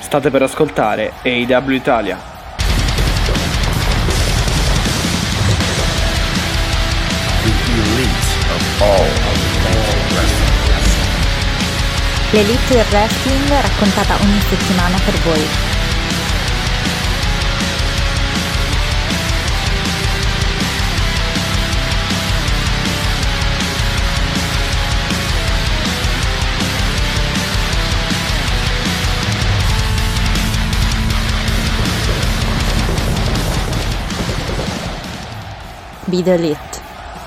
State per ascoltare AEW Italia. L'elite del wrestling raccontata ogni settimana per voi. Be the elite.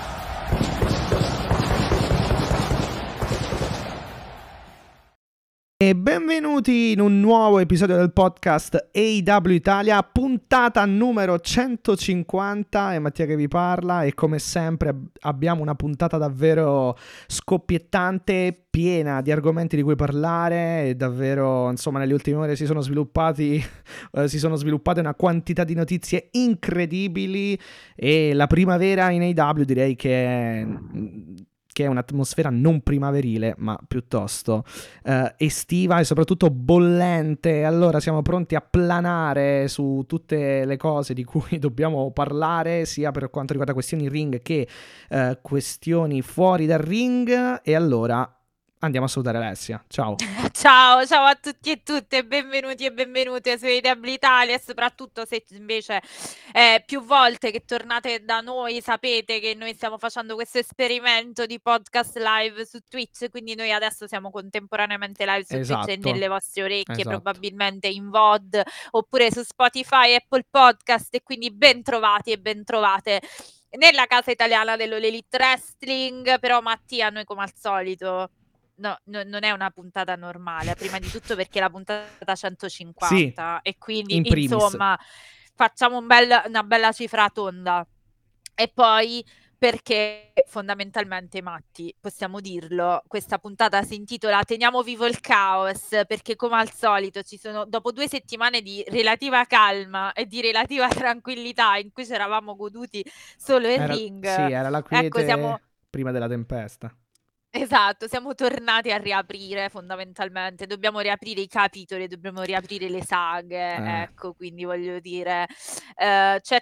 E benvenuti in un nuovo episodio del podcast AEW Italia, puntata numero 150, è Mattia che vi parla e come sempre abbiamo una puntata davvero scoppiettante, piena di argomenti di cui parlare e davvero, insomma, nelle ultime ore si sono sviluppate una quantità di notizie incredibili e la primavera in AEW direi che è un'atmosfera non primaverile, ma piuttosto estiva e soprattutto bollente. Allora siamo pronti a planare su tutte le cose di cui dobbiamo parlare, sia per quanto riguarda questioni ring che questioni fuori dal ring. E allora andiamo a salutare Alessia. Ciao. Ciao a tutti e tutte, benvenuti e benvenute su AEW Italia, e soprattutto se invece più volte che tornate da noi sapete che noi stiamo facendo questo esperimento di podcast live su Twitch, quindi noi adesso siamo contemporaneamente live su Twitch e nelle vostre orecchie, probabilmente in VOD oppure su Spotify, Apple Podcast, e quindi ben trovati e ben trovate nella casa italiana dell'Elite Wrestling. Però Mattia, noi come al solito non è una puntata normale, prima di tutto perché è la puntata 150 e quindi insomma facciamo una bella cifra tonda, e poi perché fondamentalmente, Matti, possiamo dirlo, questa puntata si intitola Teniamo vivo il caos, perché come al solito ci sono, dopo 2 settimane di relativa calma e di relativa tranquillità in cui ci eravamo goduti solo il ring, Sì, era la quiete, ecco, prima della tempesta. Esatto, siamo tornati a riaprire fondamentalmente, dobbiamo riaprire i capitoli, dobbiamo riaprire le saghe, ecco, quindi voglio dire, c'è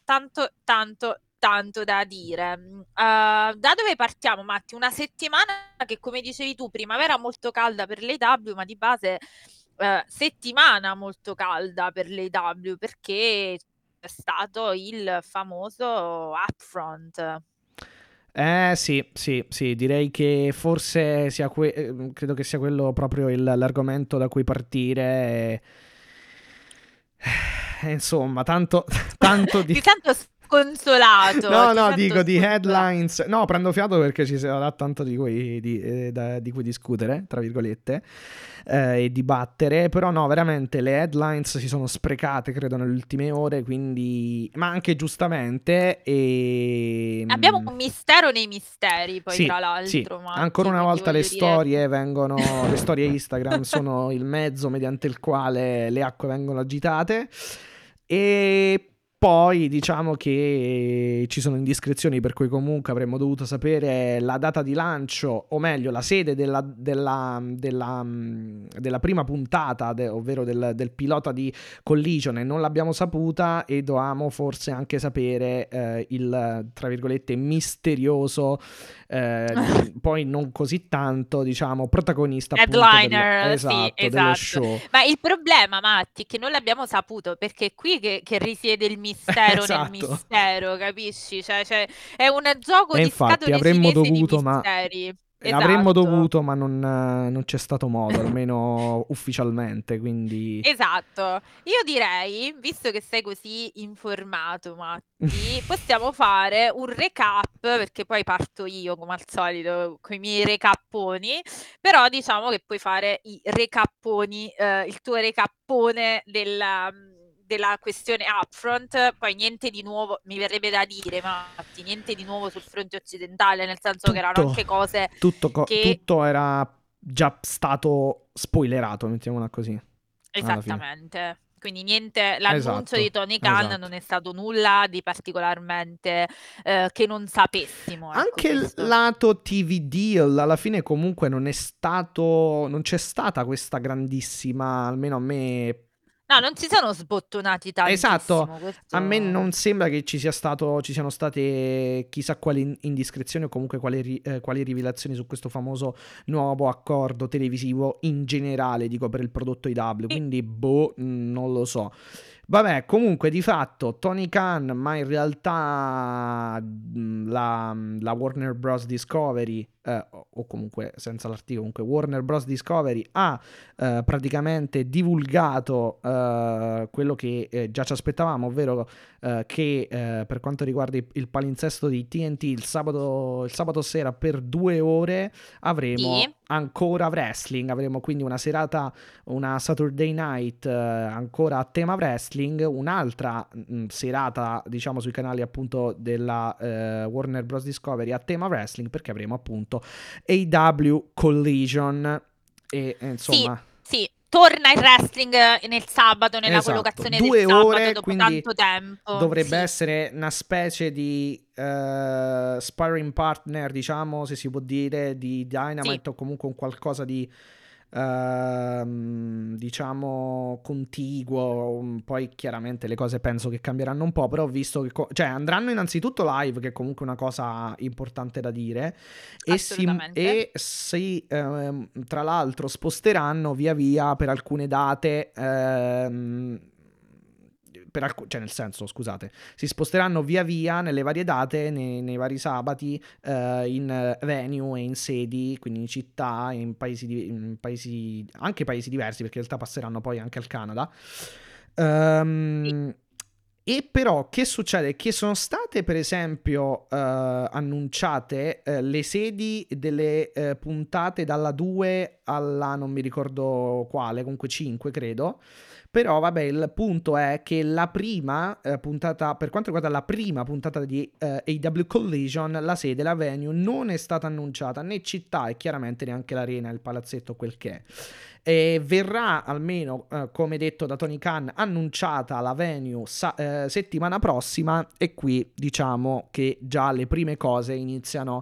tanto da dire. Da dove partiamo, Matti? Una settimana che, come dicevi tu, primavera molto calda per l'AEW, ma di base settimana molto calda per l'AEW, perché è stato il famoso upfront. Sì, direi che forse sia credo che sia quello proprio l'argomento da cui partire. Insomma, tanto di... Ti sento sconsolato. No, dico di headlines. No, prendo fiato perché ci sarà tanto di cui discutere, tra virgolette, e dibattere. Però no, veramente le headlines si sono sprecate, credo, nelle ultime ore, quindi... Ma anche giustamente. E... Abbiamo un mistero nei misteri, poi, sì, tra l'altro. Sì. Matti, ancora una volta le storie vengono... le storie Instagram sono il mezzo mediante il quale le acque vengono agitate. E poi diciamo che ci sono indiscrezioni, per cui comunque avremmo dovuto sapere la data di lancio, o meglio la sede della prima puntata, ovvero del pilota di Collision, e non l'abbiamo saputa, e dovevamo forse anche sapere il, tra virgolette, misterioso, poi non così tanto, diciamo, protagonista headliner, dello show. Ma il problema, Matti, è che non l'abbiamo saputo, perché è qui che risiede il mistero nel mistero, capisci? Cioè, è un gioco di scatole avremmo cinese dovuto, di misteri. Avremmo dovuto, ma non c'è stato modo, almeno ufficialmente, quindi... Esatto. Io direi, visto che sei così informato, Matti, possiamo fare un recap, perché poi parto io, come al solito, con i miei recapponi, però diciamo che puoi fare i recapponi, il tuo recappone della questione upfront. Poi niente di nuovo, mi verrebbe da dire, Matti, niente di nuovo sul fronte occidentale, nel senso che erano anche cose tutto era già stato spoilerato, mettiamola così. Esattamente. Quindi niente, l'annuncio di Esatto, Tony Khan esatto. non è stato nulla di particolarmente che non sapessimo, ecco Anche il questo. lato TV deal alla fine comunque non c'è stata questa grandissima, almeno a me. No, non si sono sbottonati Esatto, tantissimo, a me questo. non sembra che ci siano state chissà quali indiscrezioni o comunque quali rivelazioni su questo famoso nuovo accordo televisivo in generale, dico per il prodotto IW, Sì, quindi non lo so. Vabbè, comunque di fatto Tony Khan, ma in realtà la Warner Bros. Discovery, o comunque senza l'articolo, comunque Warner Bros. Discovery ha praticamente divulgato quello che già ci aspettavamo, ovvero che per quanto riguarda il palinsesto di TNT il sabato sera per 2 ore sì. avremo ancora wrestling, avremo quindi una serata, una Saturday night ancora a tema wrestling, un'altra serata diciamo sui canali appunto della Warner Bros. Discovery a tema wrestling, perché avremo appunto AEW Collision e Sì, insomma. sì, torna il wrestling nel sabato, nella Esatto, collocazione del 2 ore, sabato dopo quindi tanto tempo. dovrebbe Sì, essere una specie di sparring partner, diciamo, se si può dire, di sì, Dynamite o comunque un qualcosa di, diciamo, contiguo. Poi chiaramente le cose penso che cambieranno un po', però ho visto che cioè andranno innanzitutto live, che è comunque una cosa importante da dire, assolutamente. tra l'altro sposteranno via via per alcune date, cioè nel senso, scusate, si sposteranno via via nelle varie date, nei vari sabati, in venue e in sedi, quindi in città, anche paesi diversi, perché in realtà passeranno poi anche al Canada. Sì, E però che succede? Che sono state per esempio annunciate le sedi delle puntate dalla 2 alla non mi ricordo quale, comunque 5 credo. Però vabbè, il punto è che la prima puntata, per quanto riguarda la prima puntata di AEW Collision, la sede, la venue, non è stata annunciata né città e chiaramente neanche l'arena, il palazzetto, quel che è. E verrà almeno, come detto da Tony Khan, annunciata la venue settimana prossima, e qui diciamo che già le prime cose iniziano.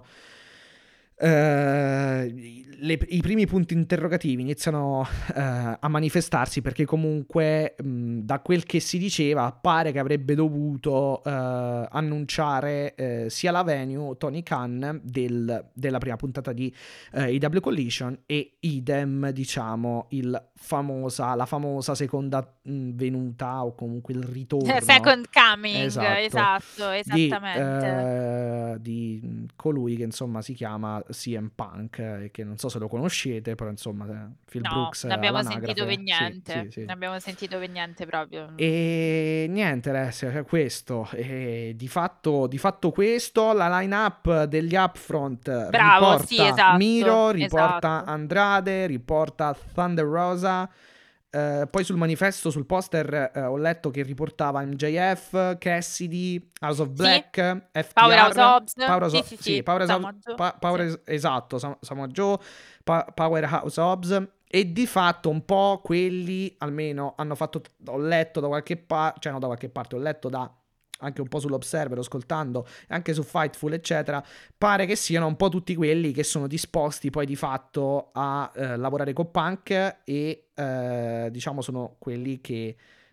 I primi punti interrogativi iniziano a manifestarsi, perché comunque da quel che si diceva pare che avrebbe dovuto annunciare sia la venue Tony Khan della prima puntata di AEW Collision, e idem diciamo la famosa seconda venuta o comunque il ritorno. Second Coming, Esatto, esatto, esattamente. di colui che insomma si chiama CM Punk, che non so se lo conoscete, però insomma Phil No, Brooks ne abbiamo sentito per all'anagrafe, sì, niente, sì, sì. ne abbiamo sentito per niente proprio. E niente, Alessia, cioè questo. E di fatto questo, la line-up degli Upfront Bravo, sì, riporta esatto, Miro, riporta esatto. Andrade, riporta Thunder Rosa. Poi sul manifesto, sul poster, ho letto che riportava MJF, Cassidy, House of Sì, Black, Powerhouse FTR, Hobbs, sì, sì, sì, sì, Samoa sì. esatto, Samoa Joe, Powerhouse Hobbs. E di fatto un po' quelli almeno hanno fatto, ho letto da qualche parte, cioè no, da qualche parte, ho letto anche un po' sull'Observer, ascoltando, anche su Fightful eccetera, pare che siano un po' tutti quelli che sono disposti poi di fatto a lavorare con Punk, e diciamo sono quelli che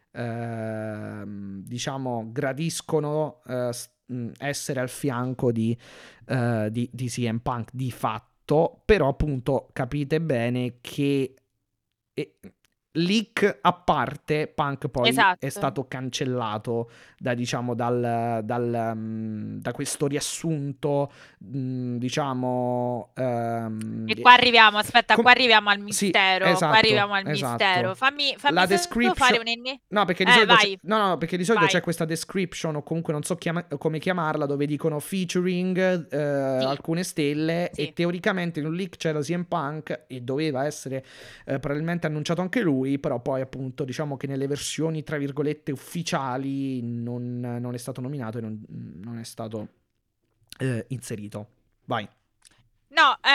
diciamo gradiscono essere al fianco di CM Punk di fatto. Però appunto capite bene che e, leak a parte, Punk poi è Esatto. stato cancellato diciamo da questo riassunto, diciamo E qua arriviamo, aspetta, qua arriviamo al sì, mistero, qua esatto, arriviamo al mistero. esatto. Fammi La solo fare description. un enne. No, perché di solito c'è, Vai, no, no, perché di solito c'è vai. questa description, o comunque non so come chiamarla, dove dicono featuring Sì, alcune stelle, e sì. teoricamente in un leak c'era CM Punk e doveva essere probabilmente annunciato anche lui, però poi appunto diciamo che nelle versioni tra virgolette ufficiali non è stato nominato e non è stato inserito. Vai. No,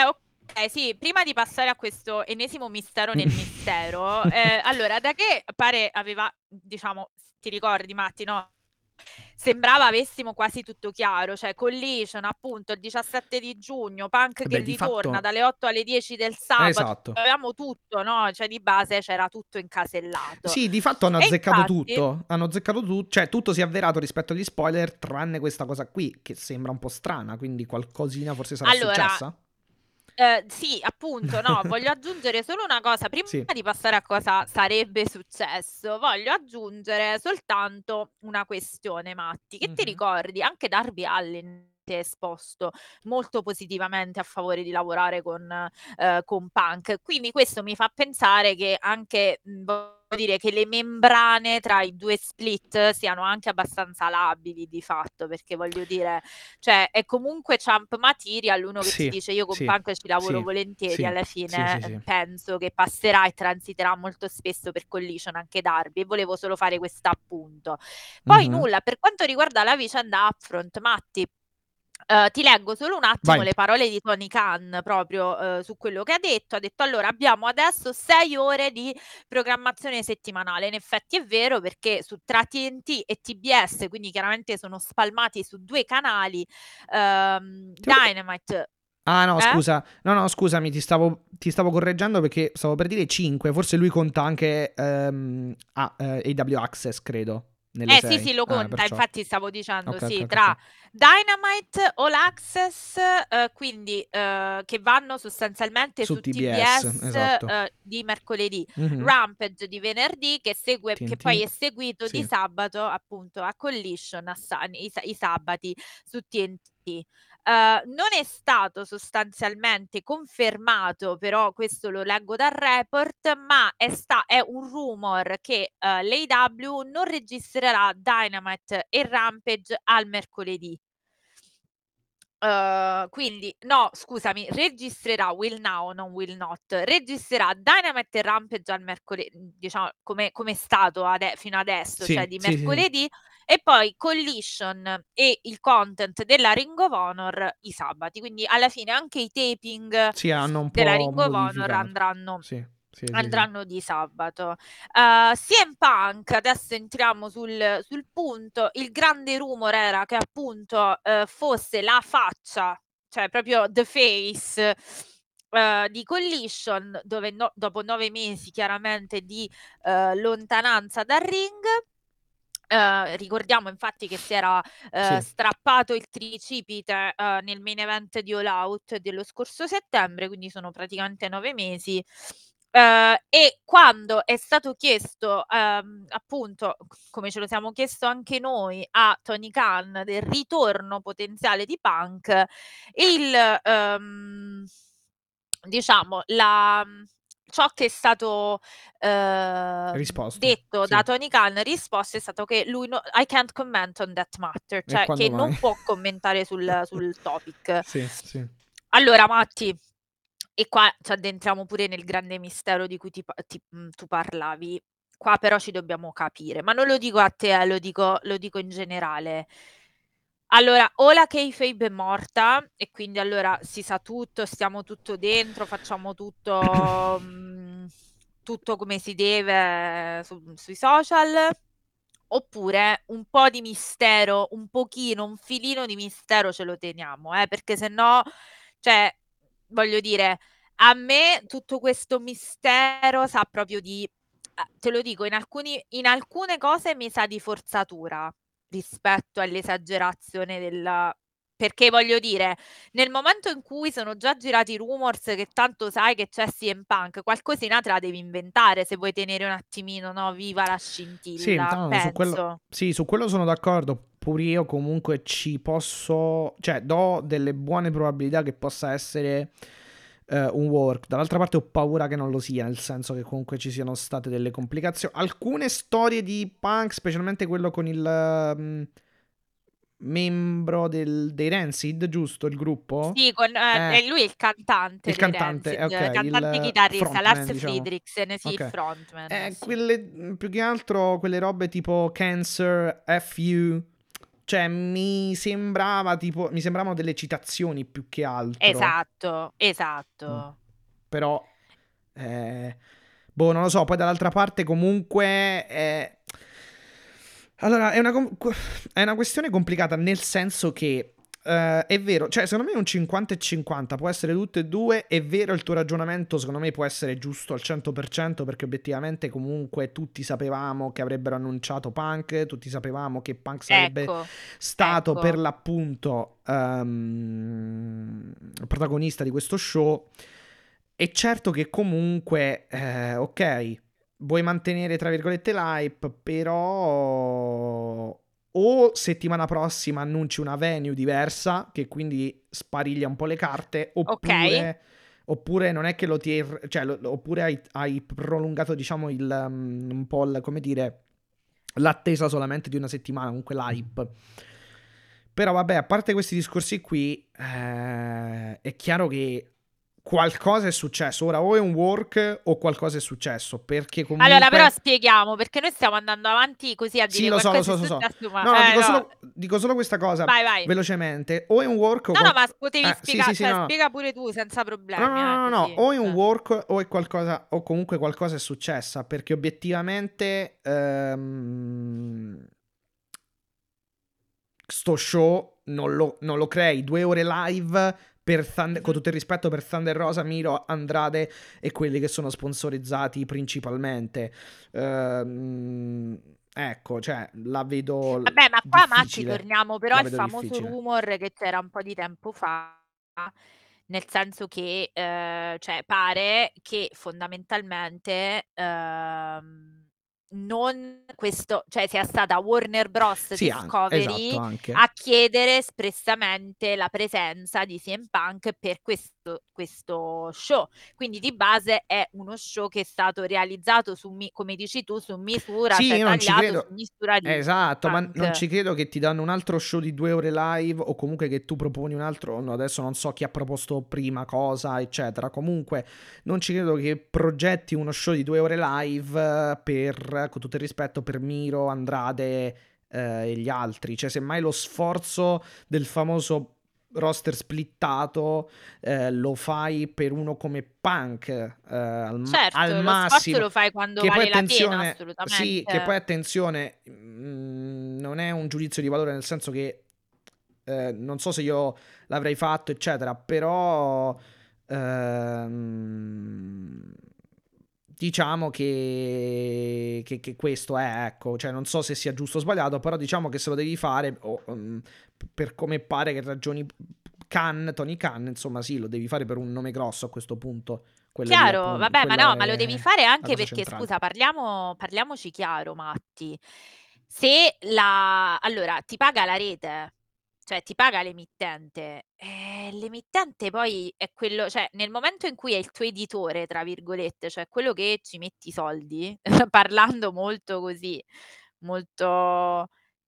Sì, prima di passare a questo ennesimo mistero nel mistero, allora, da che pare aveva, diciamo, ti ricordi Matti, no? Sembrava avessimo quasi tutto chiaro, cioè Collision appunto il 17 di giugno, Punk che Beh, di ritorna fatto... dalle 8 alle 10 del sabato, Esatto. avevamo tutto, no? Cioè di base c'era tutto incasellato. Sì, di fatto hanno E azzeccato infatti, tutto. Hanno azzeccato tutto. Cioè, tutto si è avverato rispetto agli spoiler, tranne questa cosa qui, che sembra un po' strana. Quindi qualcosina forse sarà allora, successa? sì, appunto, no, voglio aggiungere solo una cosa, prima Sì. di passare a cosa sarebbe successo, voglio aggiungere soltanto una questione, Matti, che ti Mhm. ricordi? Anche Darby Allin si è esposto molto positivamente a favore di lavorare con Punk, quindi questo mi fa pensare che anche, voglio dire, che le membrane tra i due split siano anche abbastanza labili di fatto, perché voglio dire, cioè è comunque champ material, uno che ti Sì, dice io con sì, Punk ci lavoro sì, volentieri, sì, alla sì, fine sì, sì. penso che passerà e transiterà molto spesso per Collision anche Darby, e volevo solo fare questo appunto. Poi Mhm. nulla, per quanto riguarda la vicenda Upfront, Matti, ti leggo solo un attimo Vai. le parole di Tony Khan proprio su quello che ha detto. Ha detto allora abbiamo adesso 6 ore di programmazione settimanale. In effetti è vero perché tra TNT e TBS, quindi chiaramente sono spalmati su 2 canali, Teori- Dynamite, Ah, no, eh? scusa. No, no, scusami, ti stavo correggendo perché stavo per dire 5. Forse lui conta anche AW Access, credo, nelle Sì, 6. sì, lo conta, Perciò. infatti stavo dicendo, Ok, ok, sì, ok, tra ok. Dynamite, All Access, quindi che vanno sostanzialmente Su su TBS, TBS esatto. di mercoledì, Mhm. Rampage di venerdì, che poi TNT. è seguito di Sì. sabato appunto a Collision i sabati su TNT. Non è stato sostanzialmente confermato, però questo lo leggo dal report, ma è un rumor che l'AEW non registrerà Dynamite e Rampage al mercoledì. Quindi, no, scusami, registrerà Will Now, non Will Not, registrerà Dynamite e Rampage al mercoledì, diciamo come è stato fino adesso, cioè Sì, di sì, sì. mercoledì, e poi Collision e il content della Ring of Honor i sabati. Quindi alla fine anche i taping Sì, hanno un della po' Ring of Honor modificato. andranno Sì, sì, sì, sì. andranno di sabato. CM Punk, adesso entriamo sul punto, il grande rumor era che appunto fosse la faccia, cioè proprio the face di Collision, dove dopo 9 mesi chiaramente di lontananza dal ring. Ricordiamo infatti che si era Sì. strappato il tricipite nel main event di All Out dello scorso settembre, quindi sono praticamente 9 mesi. E quando è stato chiesto, appunto, come ce lo siamo chiesto anche noi a Tony Khan, del ritorno potenziale di Punk, diciamo, ciò che è stato Risposto. detto da Sì. Tony Khan, risposto è stato che lui I can't comment on that matter, E cioè che quando mai? non può commentare sul topic. Sì, sì. Allora, Matti, e qua ci addentriamo pure nel grande mistero di cui tu parlavi. Qua però ci dobbiamo capire, ma non lo dico a te, lo dico in generale. Allora, o la kayfabe è morta e quindi allora si sa tutto, stiamo tutto dentro, facciamo tutto come si deve sui social, oppure un po' di mistero, un pochino, un filino di mistero ce lo teniamo, perché se no, cioè, voglio dire, a me tutto questo mistero sa proprio te lo dico, in alcune cose mi sa di forzatura rispetto all'esagerazione perché voglio dire, nel momento in cui sono già girati i rumors che tanto sai che c'è CM Punk, qualcosina te la devi inventare se vuoi tenere un attimino, no, viva la Sì, scintilla, no, penso. su quello sono d'accordo. Pure io comunque ci posso, cioè do delle buone probabilità che possa essere un work. Dall'altra parte ho paura che non lo sia, nel senso che comunque ci siano state delle complicazioni. Alcune storie di Punk, specialmente quello con il membro dei Rancid, giusto? Il gruppo? Sì, lui è il cantante Il dei cantante, ok, Rancid, cantante il chitarrista, frontman, Lars diciamo. Friedrichsen, sì, il Ok. frontman, sì. Più che altro quelle robe tipo Cancer, FU, cioè mi sembravano delle citazioni più che altro. Esatto. Però boh, non lo so. Poi dall'altra parte comunque allora è una questione complicata, nel senso che è vero, cioè secondo me è un 50 e 50, può essere tutte e due. È vero, il tuo ragionamento secondo me può essere giusto al 100%, perché obiettivamente comunque tutti sapevamo che avrebbero annunciato Punk, tutti sapevamo che Punk sarebbe stato per l'appunto protagonista di questo show. E certo che comunque ok, vuoi mantenere tra virgolette l'hype, però o settimana prossima annunci una venue diversa che quindi spariglia un po' le carte, oppure non è che lo tieni, cioè oppure hai prolungato, diciamo, un po' come dire, l'attesa solamente di una settimana, comunque l'hype. Però vabbè, a parte questi discorsi qui, è chiaro che qualcosa è successo. Ora o è un work o qualcosa è successo, perché comunque... Allora, però spieghiamo, perché noi stiamo andando avanti così a dire Sì, lo so. qualcosa è successo, ma... No, dico solo questa cosa Vai. velocemente. O è un work o... No, ma potevi spiegare, sì, cioè no. spiega pure tu senza problemi. No, Così. o è un work o è qualcosa, o comunque qualcosa è successa, perché obiettivamente sto show non lo crei 2 ore live con tutto il rispetto per Thunder Rosa, Miro, Andrade e quelli che sono sponsorizzati principalmente. Ecco, cioè la vedo Vabbè, ma qua Matti difficile. torniamo però La al vedo famoso difficile. rumor che c'era un po' di tempo fa, nel senso che cioè, pare che fondamentalmente non questo, cioè sia stata Warner Bros. Sì, esatto, Discovery anche. a chiedere espressamente la presenza di CM Punk per questo show. Quindi di base è uno show che è stato realizzato come dici tu, su misura, Sì, cioè io non ci tagliato credo. su misura di Esatto, ma Punk. non ci credo che ti danno un altro show di 2 ore live, o comunque che tu proponi un altro. No, adesso non so chi ha proposto prima cosa, eccetera. Comunque non ci credo che progetti uno show di 2 ore live con tutto il rispetto, per Miro, Andrade e gli altri. Cioè, semmai lo sforzo del famoso roster splittato lo fai per uno come Punk al Certo, lo sforzo massimo. lo fai quando Che poi vale la pena, attenzione, sì, che poi assolutamente. attenzione, non è un giudizio di valore, nel senso che non so se io l'avrei fatto, eccetera, però diciamo che questo è, ecco, cioè non so se sia giusto o sbagliato, però diciamo che se lo devi fare, per come pare che ragioni Tony Khan, insomma sì, lo devi fare per un nome grosso a questo punto. Quello lì, Chiaro, appunto, vabbè, ma quello no, ma lo è devi fare la anche cosa perché, centrale. scusa, parliamoci chiaro, Matti. Allora, ti paga la rete, cioè ti paga l'emittente, l'emittente poi è quello, cioè nel momento in cui è il tuo editore, tra virgolette, cioè quello che ci metti i soldi, parlando molto così, molto,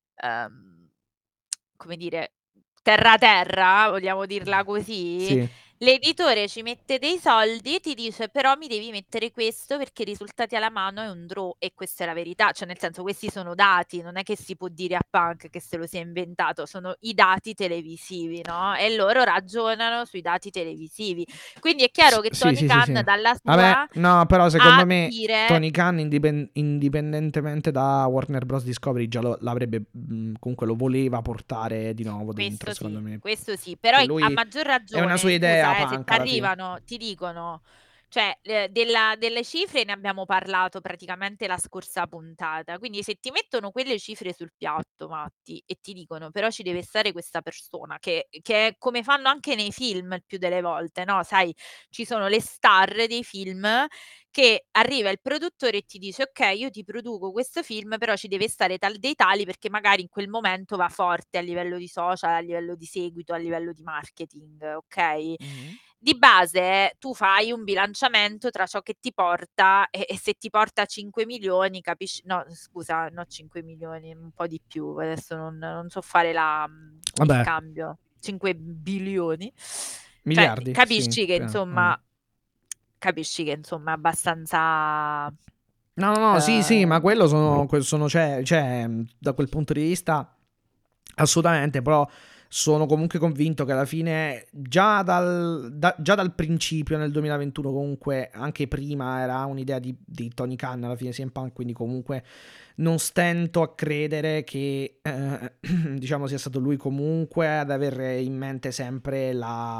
come dire, terra, vogliamo dirla così, Sì. l'editore ci mette dei soldi e ti dice però mi devi mettere questo perché i risultati alla mano è un draw, e questa è la verità, cioè nel senso questi sono dati, non è che si può dire a Punk che se lo si è inventato, sono i dati televisivi, no? E loro ragionano sui dati televisivi. Quindi è chiaro che Sì, Tony sì, sì, Khan sì. dalla Vabbè, sua no, però a secondo me dire Tony Khan, indipendentemente da Warner Bros. Discovery, già l'avrebbe, comunque lo voleva portare di nuovo dentro, secondo me. questo sì, però Che a lui maggior è una ragione, sua idea, scusa, se Punk, alla fine. t'arrivano, ti dicono, cioè delle cifre ne abbiamo parlato praticamente la scorsa puntata, quindi se ti mettono quelle cifre sul piatto, Matti, e ti dicono però ci deve stare questa persona, che è come fanno anche nei film il più delle volte, no? Sai, ci sono le star dei film che arriva il produttore e ti dice ok, io ti produco questo film, però ci deve stare dei tali perché magari in quel momento va forte a livello di social, a livello di seguito, a livello di marketing, ok? Di base tu fai un bilanciamento tra ciò che ti porta e se ti porta 5 milioni, capisci? No, scusa, no 5 milioni, un po' di più, adesso non so fare il Vabbè, cambio, 5 bilioni. Cioè, miliardi, sì. Vabbè. capisci che insomma è abbastanza No, sì, ma quello sono cioè, da quel punto di vista Assolutamente, però sono comunque convinto che alla fine già dal principio nel 2021, comunque anche prima, era un'idea di Tony Khan alla fine CM Punk, quindi comunque non stento a credere che diciamo sia stato lui comunque ad avere in mente sempre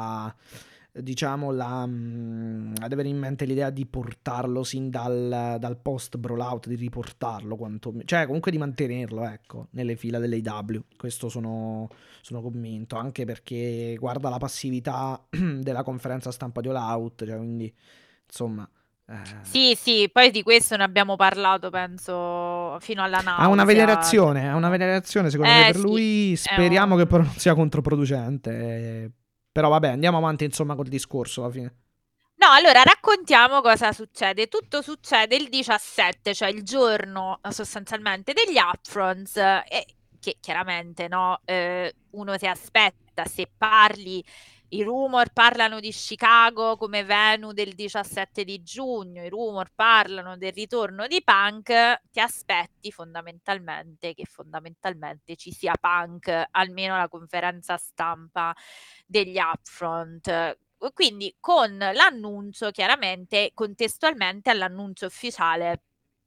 ad avere in mente l'idea di portarlo sin dal post brawlout, di riportarlo cioè comunque di mantenerlo, ecco, nelle fila dell'AEW. Questo sono convinto, anche perché guarda la passività della conferenza stampa di All Out, cioè, quindi insomma Sì, poi di questo ne abbiamo parlato, penso, fino alla ha una nausea. venerazione secondo me per Sì, lui, è speriamo che però un... non sia controproducente, però vabbè, andiamo avanti insomma col discorso alla fine. No, allora raccontiamo cosa succede. Tutto succede il 17, cioè il giorno sostanzialmente degli upfronts, e che chiaramente no, uno si aspetta, se parli, i rumor parlano di Chicago come venue del 17 di giugno, i rumor parlano del ritorno di Punk, ti aspetti fondamentalmente che fondamentalmente ci sia Punk, almeno alla conferenza stampa degli upfront. Quindi con l'annuncio, chiaramente contestualmente all'annuncio ufficiale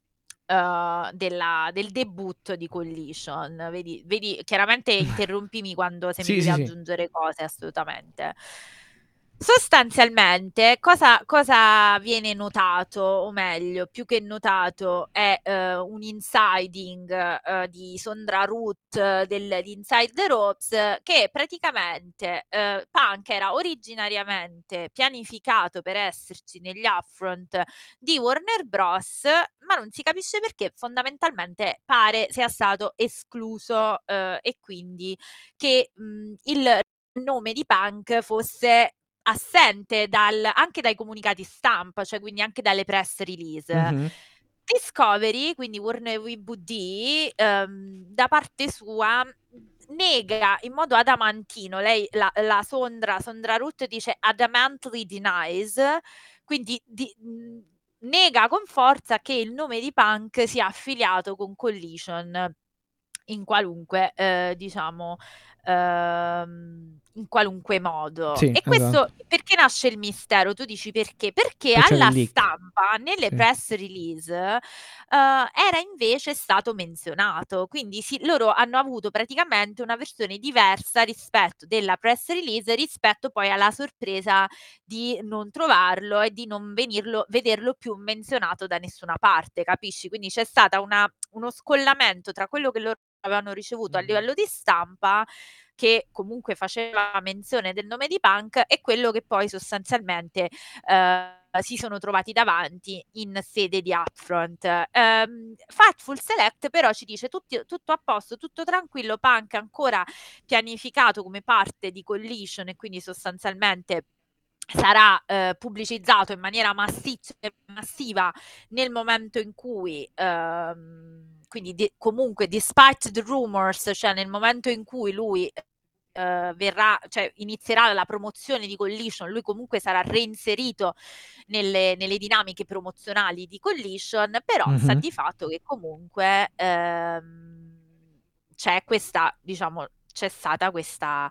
del debutto di Collision. Vedi, chiaramente interrompimi quando se mi Sì, devi sì, sì. aggiungere cose, assolutamente. Sostanzialmente, cosa viene notato, o meglio, più che notato, è un insiding di Sondra Root di Inside the Ropes, che praticamente Punk era originariamente pianificato per esserci negli upfront di Warner Bros., ma non si capisce perché fondamentalmente pare sia stato escluso e quindi che il nome di Punk fosse assente anche dai comunicati stampa, cioè quindi anche dalle press release. Mhm. Discovery, quindi Warner WBD, da parte sua nega in modo adamantino, lei, la Sondra Root dice adamantly denies, quindi nega con forza che il nome di Punk sia affiliato con Collision in qualunque, diciamo, in qualunque modo. Sì, E questo esatto. perché nasce il mistero? Tu dici perché? Perché Poi c'era alla il leak. stampa, nelle Sì. press release, era invece stato menzionato. Quindi loro hanno avuto praticamente una versione diversa rispetto della press release, rispetto poi alla sorpresa di non trovarlo e di non vederlo più menzionato da nessuna parte, capisci? Quindi c'è stata uno scollamento tra quello che loro avevano ricevuto a livello di stampa, che comunque faceva menzione del nome di Punk, e quello che poi sostanzialmente si sono trovati davanti in sede di upfront. Fightful Select però ci dice tutto a posto, tutto tranquillo, Punk ancora pianificato come parte di Collision e quindi sostanzialmente sarà pubblicizzato in maniera massiva nel momento in cui quindi comunque despite the rumors, cioè nel momento in cui lui cioè inizierà la promozione di Collision, lui comunque sarà reinserito nelle dinamiche promozionali di Collision, però sta Mhm. di fatto che comunque c'è questa, diciamo, c'è stata questa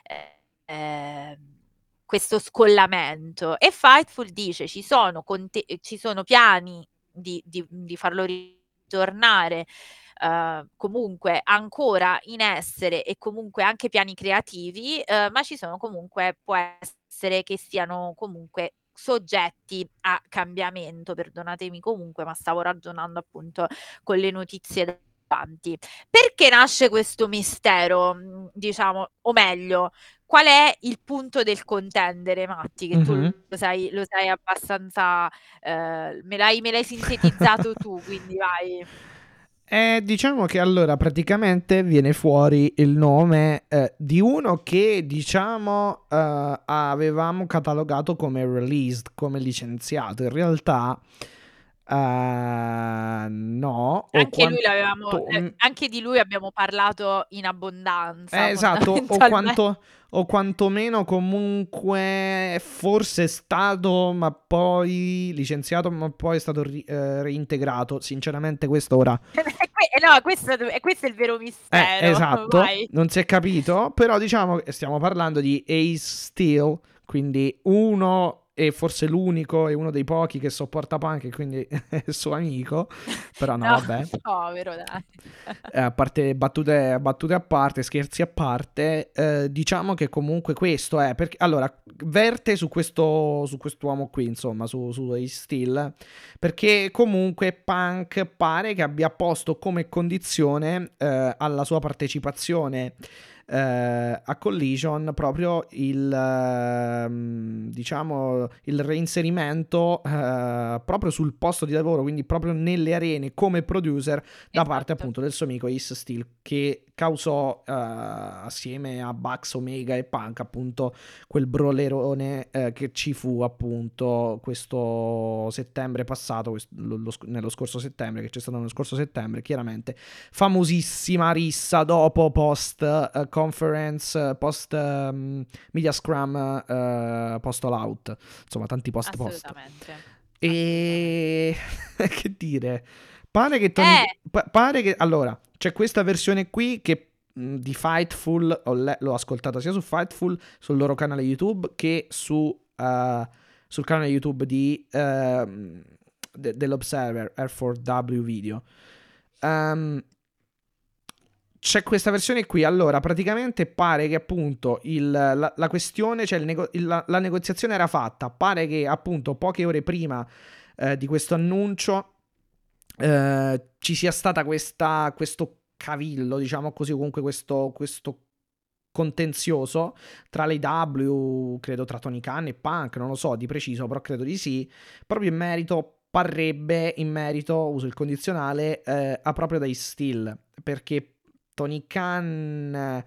questo scollamento, e Fightful dice ci sono piani di farlo ritornare comunque ancora in essere, e comunque anche piani creativi, ma ci sono comunque, può essere che siano comunque soggetti a cambiamento, perdonatemi comunque, ma stavo ragionando appunto con le notizie davanti. Perché nasce questo mistero, diciamo, o meglio, qual è il punto del contendere, Matti? Che tu Mhm. lo sai abbastanza, me l'hai sintetizzato tu, quindi vai. Diciamo che allora praticamente viene fuori il nome di uno che diciamo avevamo catalogato come released, come licenziato. In realtà No, o Anche lui l'avevamo quanto... anche di lui abbiamo parlato in abbondanza esatto, fondamentalmente. o quantomeno comunque forse è stato, ma poi licenziato, ma poi è stato reintegrato. Sinceramente questo ora... No, questo è il vero mistero, esatto, vai. non si è capito, però diciamo che stiamo parlando di Ace Steel, quindi uno e forse l'unico e uno dei pochi che sopporta Punk e quindi è il suo amico, però no, No, vabbè. povero dai. A parte battute a parte, scherzi a parte, diciamo che comunque questo è perché allora verte su quest'uomo qui, insomma, su Ace Steel, perché comunque Punk pare che abbia posto come condizione alla sua partecipazione a Collision proprio diciamo il reinserimento proprio sul posto di lavoro, quindi proprio nelle arene come producer da parte Esatto. appunto del suo amico Ace Steel, che causò assieme a Bucks, Omega e Punk appunto quel brolerone che ci fu appunto questo settembre passato, nello scorso settembre, che c'è stato nello scorso settembre, chiaramente famosissima rissa dopo post conference, post media scrum, post all out, insomma tanti post. Assolutamente. E che dire, pare che allora c'è questa versione qui che di Fightful l'ho ascoltata sia su Fightful sul loro canale YouTube che sul canale YouTube dell'Observer R4W Video. C'è questa versione qui. Allora, praticamente pare che appunto la questione, cioè la negoziazione era fatta. Pare che appunto poche ore prima di questo annuncio ci sia stata questo cavillo, diciamo così, comunque questo contenzioso tra l'AEW, credo tra Tony Khan e Punk, non lo so di preciso, però credo di sì, proprio in merito, uso il condizionale, a proprio dai Steel, perché Tony Khan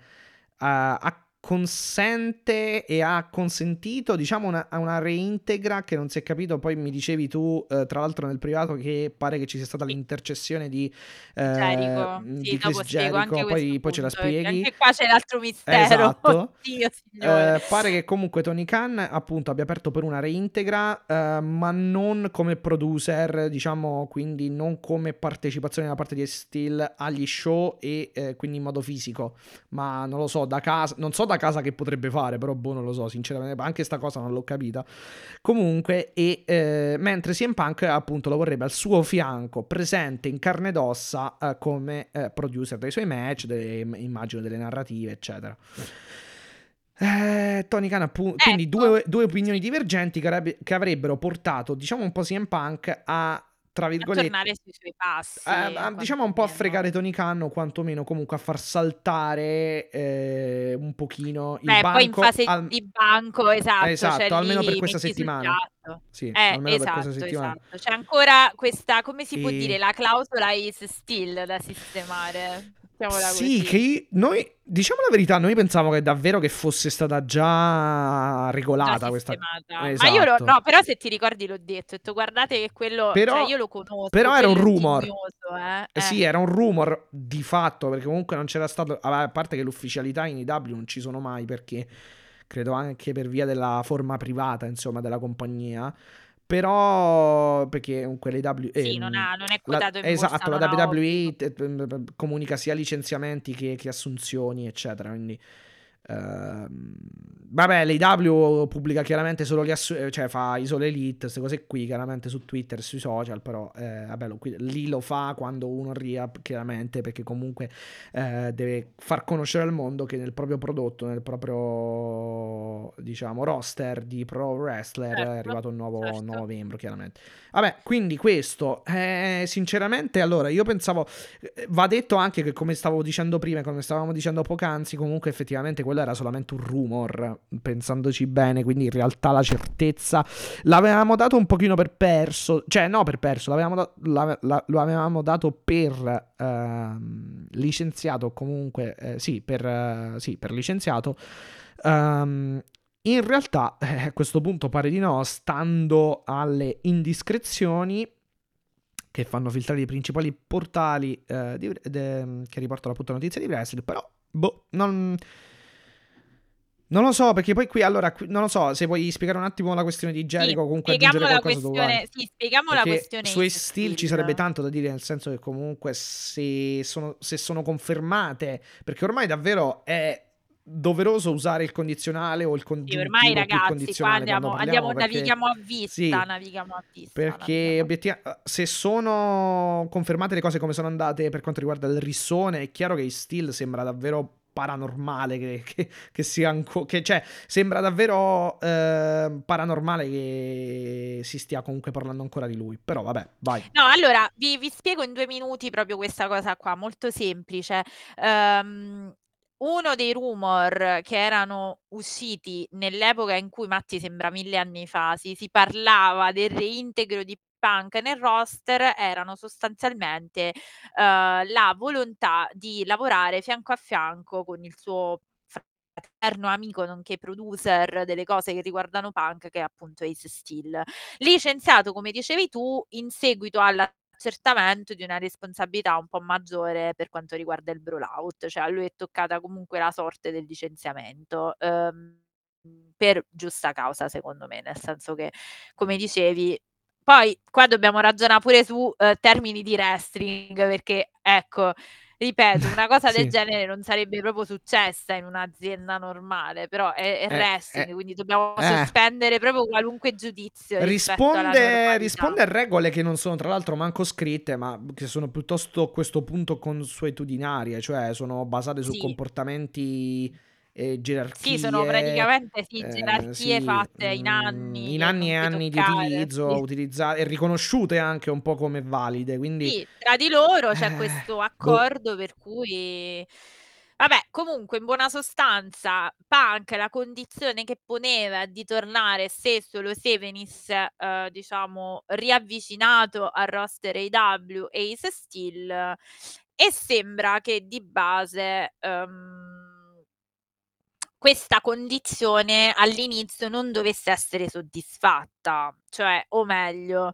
consente e ha consentito, diciamo, una reintegra che non si è capito. Poi mi dicevi tu, tra l'altro nel privato, che pare che ci sia stata l'intercessione di Jericho. Sì, Chris dopo spiego anche Jericho, questo poi ce la punto, perché spieghi. anche qua c'è l'altro mistero. Esatto. Oddio, signore. Pare che comunque Tony Khan appunto abbia aperto per una reintegra, ma non come producer, diciamo, quindi non come partecipazione da parte di Steel agli show e quindi in modo fisico, ma non lo so, da casa, non so da casa che potrebbe fare, però boh, non lo so, sinceramente, anche sta cosa non l'ho capita. Comunque, mentre CM Punk appunto lo vorrebbe al suo fianco, presente in carne ed ossa, come producer dei suoi match, immagino delle narrative, eccetera. Tony Khan appunto, quindi due opinioni divergenti che avrebbero portato, diciamo, un po' CM Punk a, tra virgolette, tornare sui suoi passi, diciamo un po' a quantomeno. fregare Tony Khan, o quantomeno comunque a far saltare un pochino il poi in banco fase di banco, esatto, cioè almeno per lì questa metti sul settimana. piatto. Sì, almeno per questa Esatto, settimana. esatto. C'è ancora questa, come si può E- dire, la clausola is still da sistemare. Mettiamola Sì, così. noi, diciamo la verità, noi pensavamo che davvero che fosse stata già Già regolata questa... sistemata. Ma io Esatto. no, però se ti ricordi l'ho detto, ho detto guardate che quello, cioè Però, io lo conosco, era un quello è rumor. tignoso, Sì, era un rumor di fatto, perché comunque non c'era stato... A parte che l'ufficialità in IW non ci sono mai, perché credo anche per via della forma privata, insomma, della compagnia. Però, perché comunque l'AW... Sì, non è quotato in borsa, esatto, la non ha WWE obbligo. comunica sia licenziamenti che assunzioni, eccetera, quindi... vabbè, l'AEW pubblica chiaramente solo cioè fa Isole Elite, queste cose qui, chiaramente su Twitter, sui social, però vabbè, lì lo fa quando uno chiaramente, perché comunque deve far conoscere al mondo che nel proprio prodotto, nel proprio, diciamo, roster di pro wrestler è arrivato un nuovo membro, chiaramente. Vabbè, quindi questo, sinceramente, allora, io pensavo, va detto anche che, come stavo dicendo prima, come stavamo dicendo poc'anzi, comunque effettivamente quello era solamente un rumor, pensandoci bene, quindi in realtà la certezza l'avevamo dato un pochino per perso, cioè no per perso, lo avevamo dato per licenziato, comunque, per licenziato. In realtà, a questo punto pare di no, stando alle indiscrezioni, che fanno filtrare i principali portali che riportano appunto notizie di wrestling, però non lo so, perché poi qui, allora, non lo so, se vuoi spiegare un attimo la questione di Jericho, comunque aggiungere qualcosa dove vai. Spieghiamo la Perché questione su Ace Ace Steel ci Steel. sarebbe tanto da dire, nel senso che comunque se sono confermate, perché ormai davvero è doveroso usare il condizionale o il Sì, ormai congiuntivo più ragazzi, qua condizionale quando andiamo, parliamo, perché navighiamo a vista, sì, navighiamo a vista, perché navighiamo a se sono confermate le cose come sono andate per quanto riguarda il rissone, è chiaro che Ace Steel sembra davvero paranormale che sia che cioè sembra davvero paranormale che si stia comunque parlando ancora di lui, però vabbè, vai. No, allora vi spiego in 2 minuti proprio questa cosa qua, molto semplice. Uno dei rumor che erano usciti nell'epoca in cui, Matti, sembra 1000 anni fa, si parlava del reintegro di Punk nel roster, erano sostanzialmente la volontà di lavorare fianco a fianco con il suo fraterno amico nonché producer delle cose che riguardano Punk, che è appunto Ace Steel, licenziato, come dicevi tu, in seguito all'accertamento di una responsabilità un po' maggiore per quanto riguarda il Brawlout, cioè a lui è toccata comunque la sorte del licenziamento, per giusta causa secondo me, nel senso che, come dicevi, poi qua dobbiamo ragionare pure su termini di wrestling, perché ecco, ripeto, una cosa del Sì. genere non sarebbe proprio successa in un'azienda normale, però è wrestling, quindi dobbiamo sospendere proprio qualunque giudizio rispetto alla normalità. Risponde a regole che non sono tra l'altro manco scritte, ma che sono piuttosto a questo punto consuetudinarie, cioè sono basate su Sì. comportamenti gerarchie. Sì, sono praticamente gerarchie sì, fatte in anni in che anni non e puoi anni di toccare. utilizzo, Sì. utilizzate e riconosciute anche un po' come valide, quindi Sì, tra di loro c'è questo boh. accordo per cui vabbè, comunque in buona sostanza Punk la condizione che poneva è di tornare se solo se venisse, diciamo riavvicinato al roster AEW e Ace Steel, e sembra che di base, questa condizione all'inizio non dovesse essere soddisfatta, cioè, o meglio,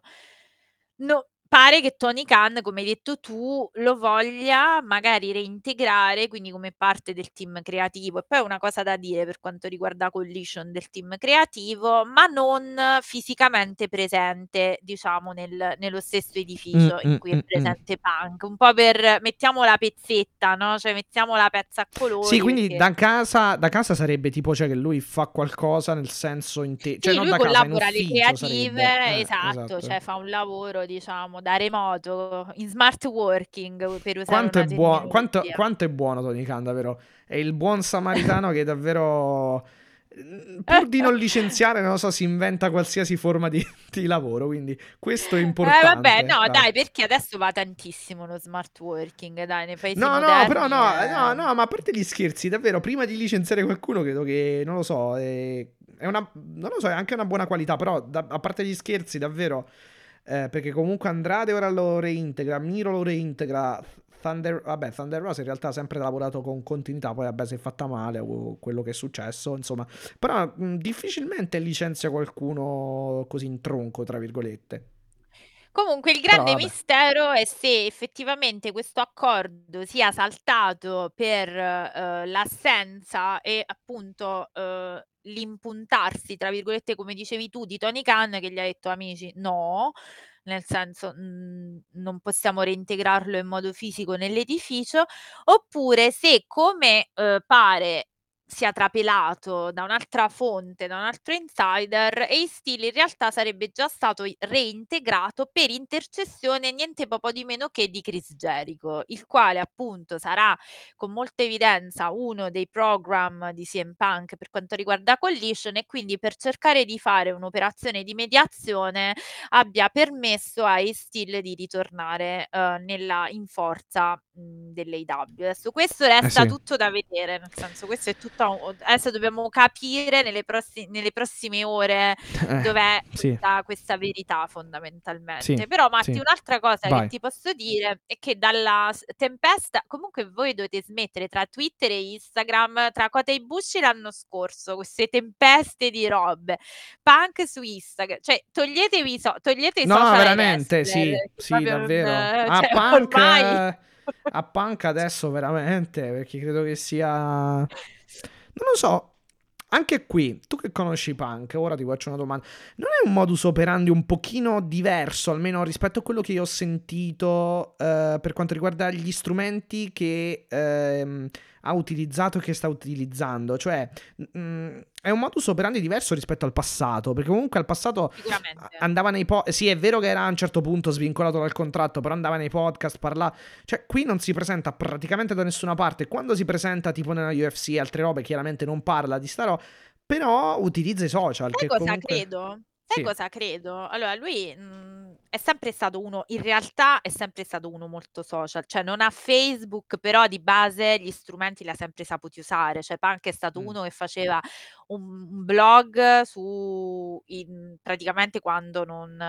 pare che Tony Khan, come hai detto tu, lo voglia magari reintegrare, quindi come parte del team creativo. E poi una cosa da dire per quanto riguarda Collision del team creativo, ma non fisicamente presente, diciamo, nello stesso edificio in cui è presente Punk. Un po' per mettiamo la pezzetta, no? Cioè mettiamo la pezza a colori. Sì, quindi Perché da casa sarebbe tipo, cioè, che lui fa qualcosa nel senso cioè sì, non lui da casa, in collabora alle ufficio creative, sarebbe. esatto, cioè fa un lavoro, diciamo, da remoto, in smart working, per usare Quanto una è, terminologia. quanto è buono Tony Khan, davvero? È il buon samaritano che davvero, pur di non licenziare, non lo so, si inventa qualsiasi forma di lavoro, quindi questo è Vabbè, importante. no, Dai. dai, perché adesso va tantissimo lo smart working, dai, nei paesi No, no, però moderni. no, ma a parte gli scherzi, davvero, prima di licenziare qualcuno, credo che, non lo so, è una, non lo so, è anche una buona qualità, però a parte gli scherzi, davvero, perché comunque Andrade ora lo reintegra, Miro lo reintegra, Thunder Rosa in realtà ha sempre lavorato con continuità, poi vabbè si è fatta male o quello che è successo, insomma, però difficilmente licenzia qualcuno così in tronco, tra virgolette. Comunque il Però grande vabbè. mistero è se effettivamente questo accordo sia saltato per l'assenza e appunto l'impuntarsi, tra virgolette, come dicevi tu, di Tony Khan, che gli ha detto amici no, nel senso non possiamo reintegrarlo in modo fisico nell'edificio, oppure se, come pare sia trapelato da un'altra fonte, da un altro insider, Ace Steel in realtà sarebbe già stato reintegrato per intercessione niente poco di meno che di Chris Jericho, il quale appunto sarà con molta evidenza uno dei program di CM Punk per quanto riguarda Collision, e quindi per cercare di fare un'operazione di mediazione abbia permesso a Ace Steel di ritornare in forza dell'AEW. Adesso questo resta Sì. tutto da vedere, nel senso questo è tutto adesso dobbiamo capire nelle prossime ore dov'è Sì, questa verità fondamentalmente. sì, Però Matti, sì. un'altra cosa che Vai. ti posso dire è che dalla tempesta, comunque voi dovete smettere tra Twitter e Instagram, tra Cota e Bushi l'anno scorso, queste tempeste di robe, Punk su Instagram, cioè togliete i No, social ai veramente, wrestler, sì, che sì, proprio non, davvero. cioè ormai... A Punk adesso veramente, perché credo che sia... Non lo so. Anche qui, tu che conosci Punk, ora ti faccio una domanda. Non è un modus operandi un pochino diverso, almeno rispetto a quello che io ho sentito per quanto riguarda gli strumenti che ha utilizzato e che sta utilizzando? Cioè, è un modus operandi diverso rispetto al passato, perché comunque al passato Sicuramente. andava nei podcast. Sì, è vero che era a un certo punto svincolato dal contratto, però andava nei podcast, parlava. Cioè, qui non si presenta praticamente da nessuna parte. Quando si presenta, tipo nella UFC e altre robe, chiaramente non parla di sta roba, però utilizza i social, Sai che cosa comunque... credo? Sai Sì. cosa credo? Allora, lui è sempre stato uno, in realtà è sempre stato uno molto social, cioè non ha Facebook, però di base gli strumenti li ha sempre saputi usare. Cioè, Punk è stato uno che faceva un blog praticamente quando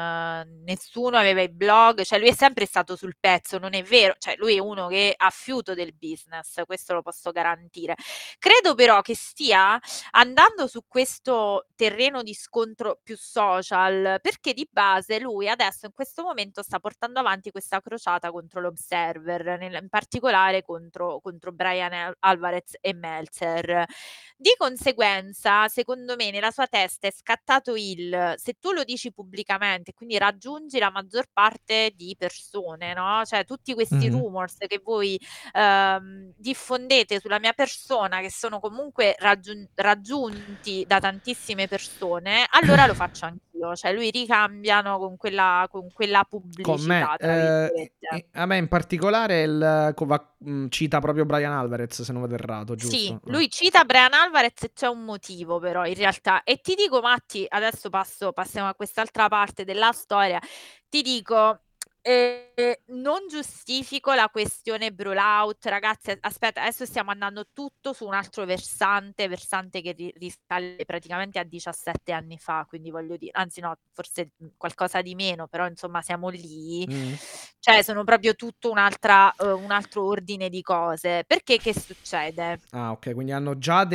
nessuno aveva i blog, cioè lui è sempre stato sul pezzo, non è vero? Cioè, lui è uno che ha fiuto del business, questo lo posso garantire. Credo però che stia andando su questo terreno di scontro più social, perché di base lui adesso in questo momento sta portando avanti questa crociata contro l'Observer, in particolare contro Brian Alvarez e Meltzer. Di conseguenza, secondo me, nella sua testa è scattato se tu lo dici pubblicamente, quindi raggiungi la maggior parte di persone, no? Cioè tutti questi Mhm. rumors che voi diffondete sulla mia persona, che sono comunque raggiunti da tantissime persone, allora lo faccio anch'io. Cioè lui ricambiano con quella Con me, pubblicità, tra virgolette. a me in particolare cita proprio Brian Alvarez, se non vado errato, Sì, giusto? lui cita Brian Alvarez e c'è un motivo però in realtà. E ti dico, Matti, adesso passiamo a quest'altra parte della storia. Ti dico, non giustifico la questione Brawlout, ragazzi. Aspetta, adesso stiamo andando tutto su un altro versante che risale praticamente a 17 anni fa, quindi voglio dire, anzi no, forse qualcosa di meno, però insomma siamo lì. Cioè, sono proprio tutto un altro ordine di cose. Perché che succede? Ah, ok, quindi hanno già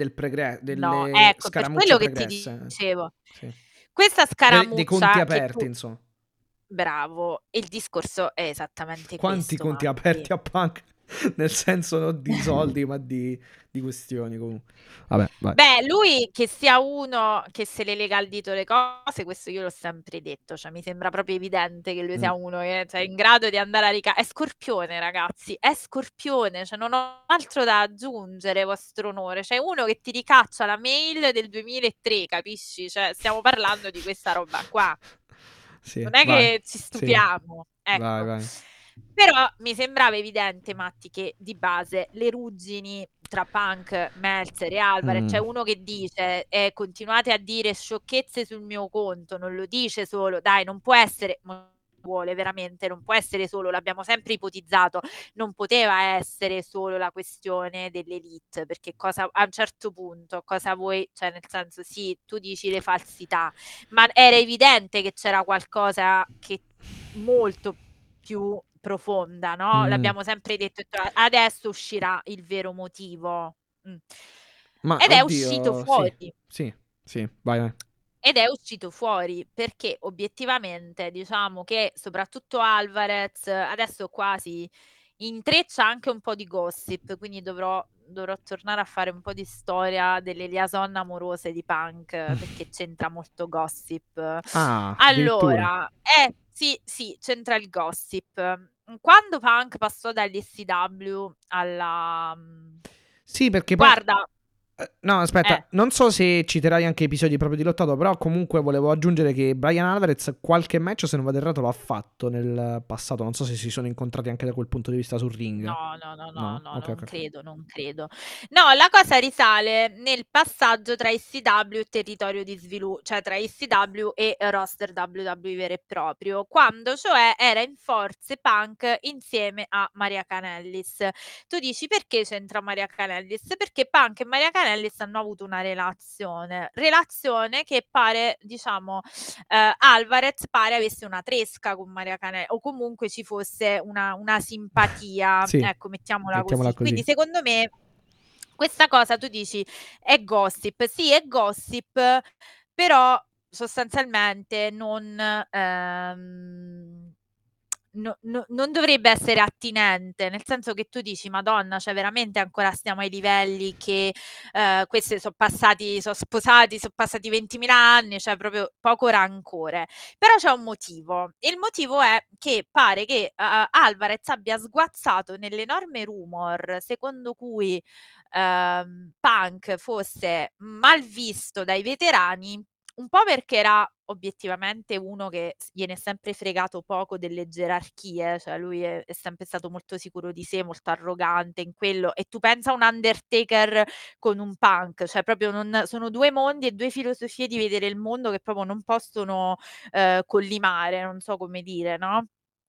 No, delle ecco, per scaramucce quello che ti pregresse. dicevo. Sì. Questa Dei conti scaramuccia che tu... aperti, insomma. Bravo, il discorso è esattamente Quanti questo, conti Matti. aperti a Punk? Nel senso non di soldi, ma di questioni comunque. Vabbè, vai. Beh, lui che sia uno che se le lega al dito le cose, questo io l'ho sempre detto, cioè mi sembra proprio evidente che lui sia uno che cioè, è in grado di andare a È Scorpione, ragazzi, è Scorpione, cioè non ho altro da aggiungere, vostro onore. Cioè uno che ti ricaccia la mail del 2003, capisci? Cioè stiamo parlando di questa roba qua. Sì, Non è vai. che ci Sì, stupiamo, vai, ecco. vai. Però mi sembrava evidente, Matti, che di base le ruggini tra Punk, Meltzer e Alvarez, c'è uno che dice continuate a dire sciocchezze sul mio conto, non lo dice solo, dai, non può essere, ma vuole veramente, non può essere solo, l'abbiamo sempre ipotizzato, non poteva essere solo la questione dell'elite, perché a un certo punto cosa vuoi, cioè nel senso sì, tu dici le falsità, ma era evidente che c'era qualcosa che molto più profonda, no? L'abbiamo sempre detto, adesso uscirà il vero motivo. Ma Ed è uscito oddio, sì, fuori. sì, sì, vai, vai. Ed è uscito fuori perché obiettivamente diciamo che soprattutto Alvarez adesso quasi intreccia anche un po' di gossip, quindi dovrò tornare a fare un po' di storia delle liaison amorose di Punk perché c'entra molto gossip. Ah, addirittura. Allora, sì, sì, c'entra il gossip. Quando Punk passò dall'SCW alla... Sì, perché poi... Guarda, No, aspetta, non so se citerai anche episodi proprio di lottato, però comunque volevo aggiungere che Brian Alvarez qualche match, se non vado errato, l'ha fatto nel passato. Non so se si sono incontrati anche da quel punto di vista sul ring. no, No? Ok, non ok. credo, non credo. No, la cosa risale nel passaggio tra ICW e territorio di sviluppo, cioè tra ICW e roster WWE vero e proprio, quando cioè era in forze Punk insieme a Maria Kanellis. Tu dici perché c'entra Maria Kanellis? Perché Punk e Maria Kanellis Ellis hanno avuto una relazione che pare, diciamo, Alvarez pare avesse una tresca con Maria Canelli, o comunque ci fosse una simpatia, Sì, ecco, mettiamola mettiamola così. Quindi così. secondo me questa cosa tu dici è gossip, sì è gossip, però sostanzialmente non dovrebbe essere attinente, nel senso che tu dici: "Madonna, cioè veramente ancora stiamo ai livelli che, queste so sposati, so passati 20.000 anni", cioè proprio poco rancore. Però c'è un motivo, e il motivo è che pare che, Alvarez abbia sguazzato nell'enorme rumor secondo cui, Punk fosse mal visto dai veterani, un po' perché era obiettivamente uno che gliene è sempre fregato poco delle gerarchie, cioè lui è sempre stato molto sicuro di sé, molto arrogante in quello, e tu pensa a un Undertaker con un Punk, cioè proprio sono due mondi e due filosofie di vedere il mondo che proprio non possono collimare, non so come dire, no?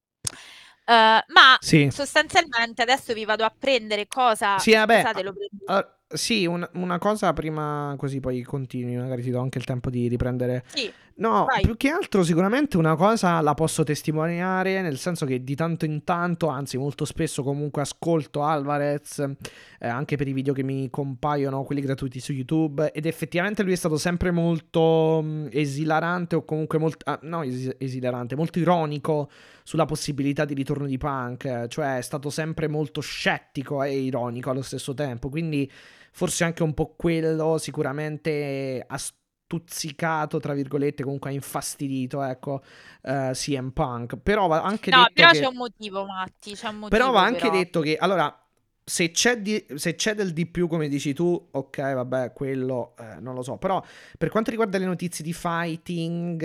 Ma Sì. sostanzialmente adesso vi vado a prendere cosa, Sì, vabbè, scusate, lo prendo. sì, una cosa prima, così poi continui, magari ti do anche il tempo di riprendere. Sì, No, vai. più che altro sicuramente una cosa la posso testimoniare, nel senso che di tanto in tanto, anzi molto spesso comunque ascolto Alvarez, anche per i video che mi compaiono, quelli gratuiti su YouTube, ed effettivamente lui è stato sempre molto esilarante, o comunque molto, no, esilarante, molto ironico sulla possibilità di ritorno di Punk, cioè è stato sempre molto scettico e ironico allo stesso tempo, quindi forse anche un po' quello sicuramente ha stuzzicato, tra virgolette, comunque ha infastidito, ecco, CM Punk. Però va anche No, detto però c'è che... un motivo, Matti, c'è un Però va motivo anche però. detto che, allora, se c'è del di più, come dici tu, ok, vabbè, quello non lo so. Però per quanto riguarda le notizie di fighting,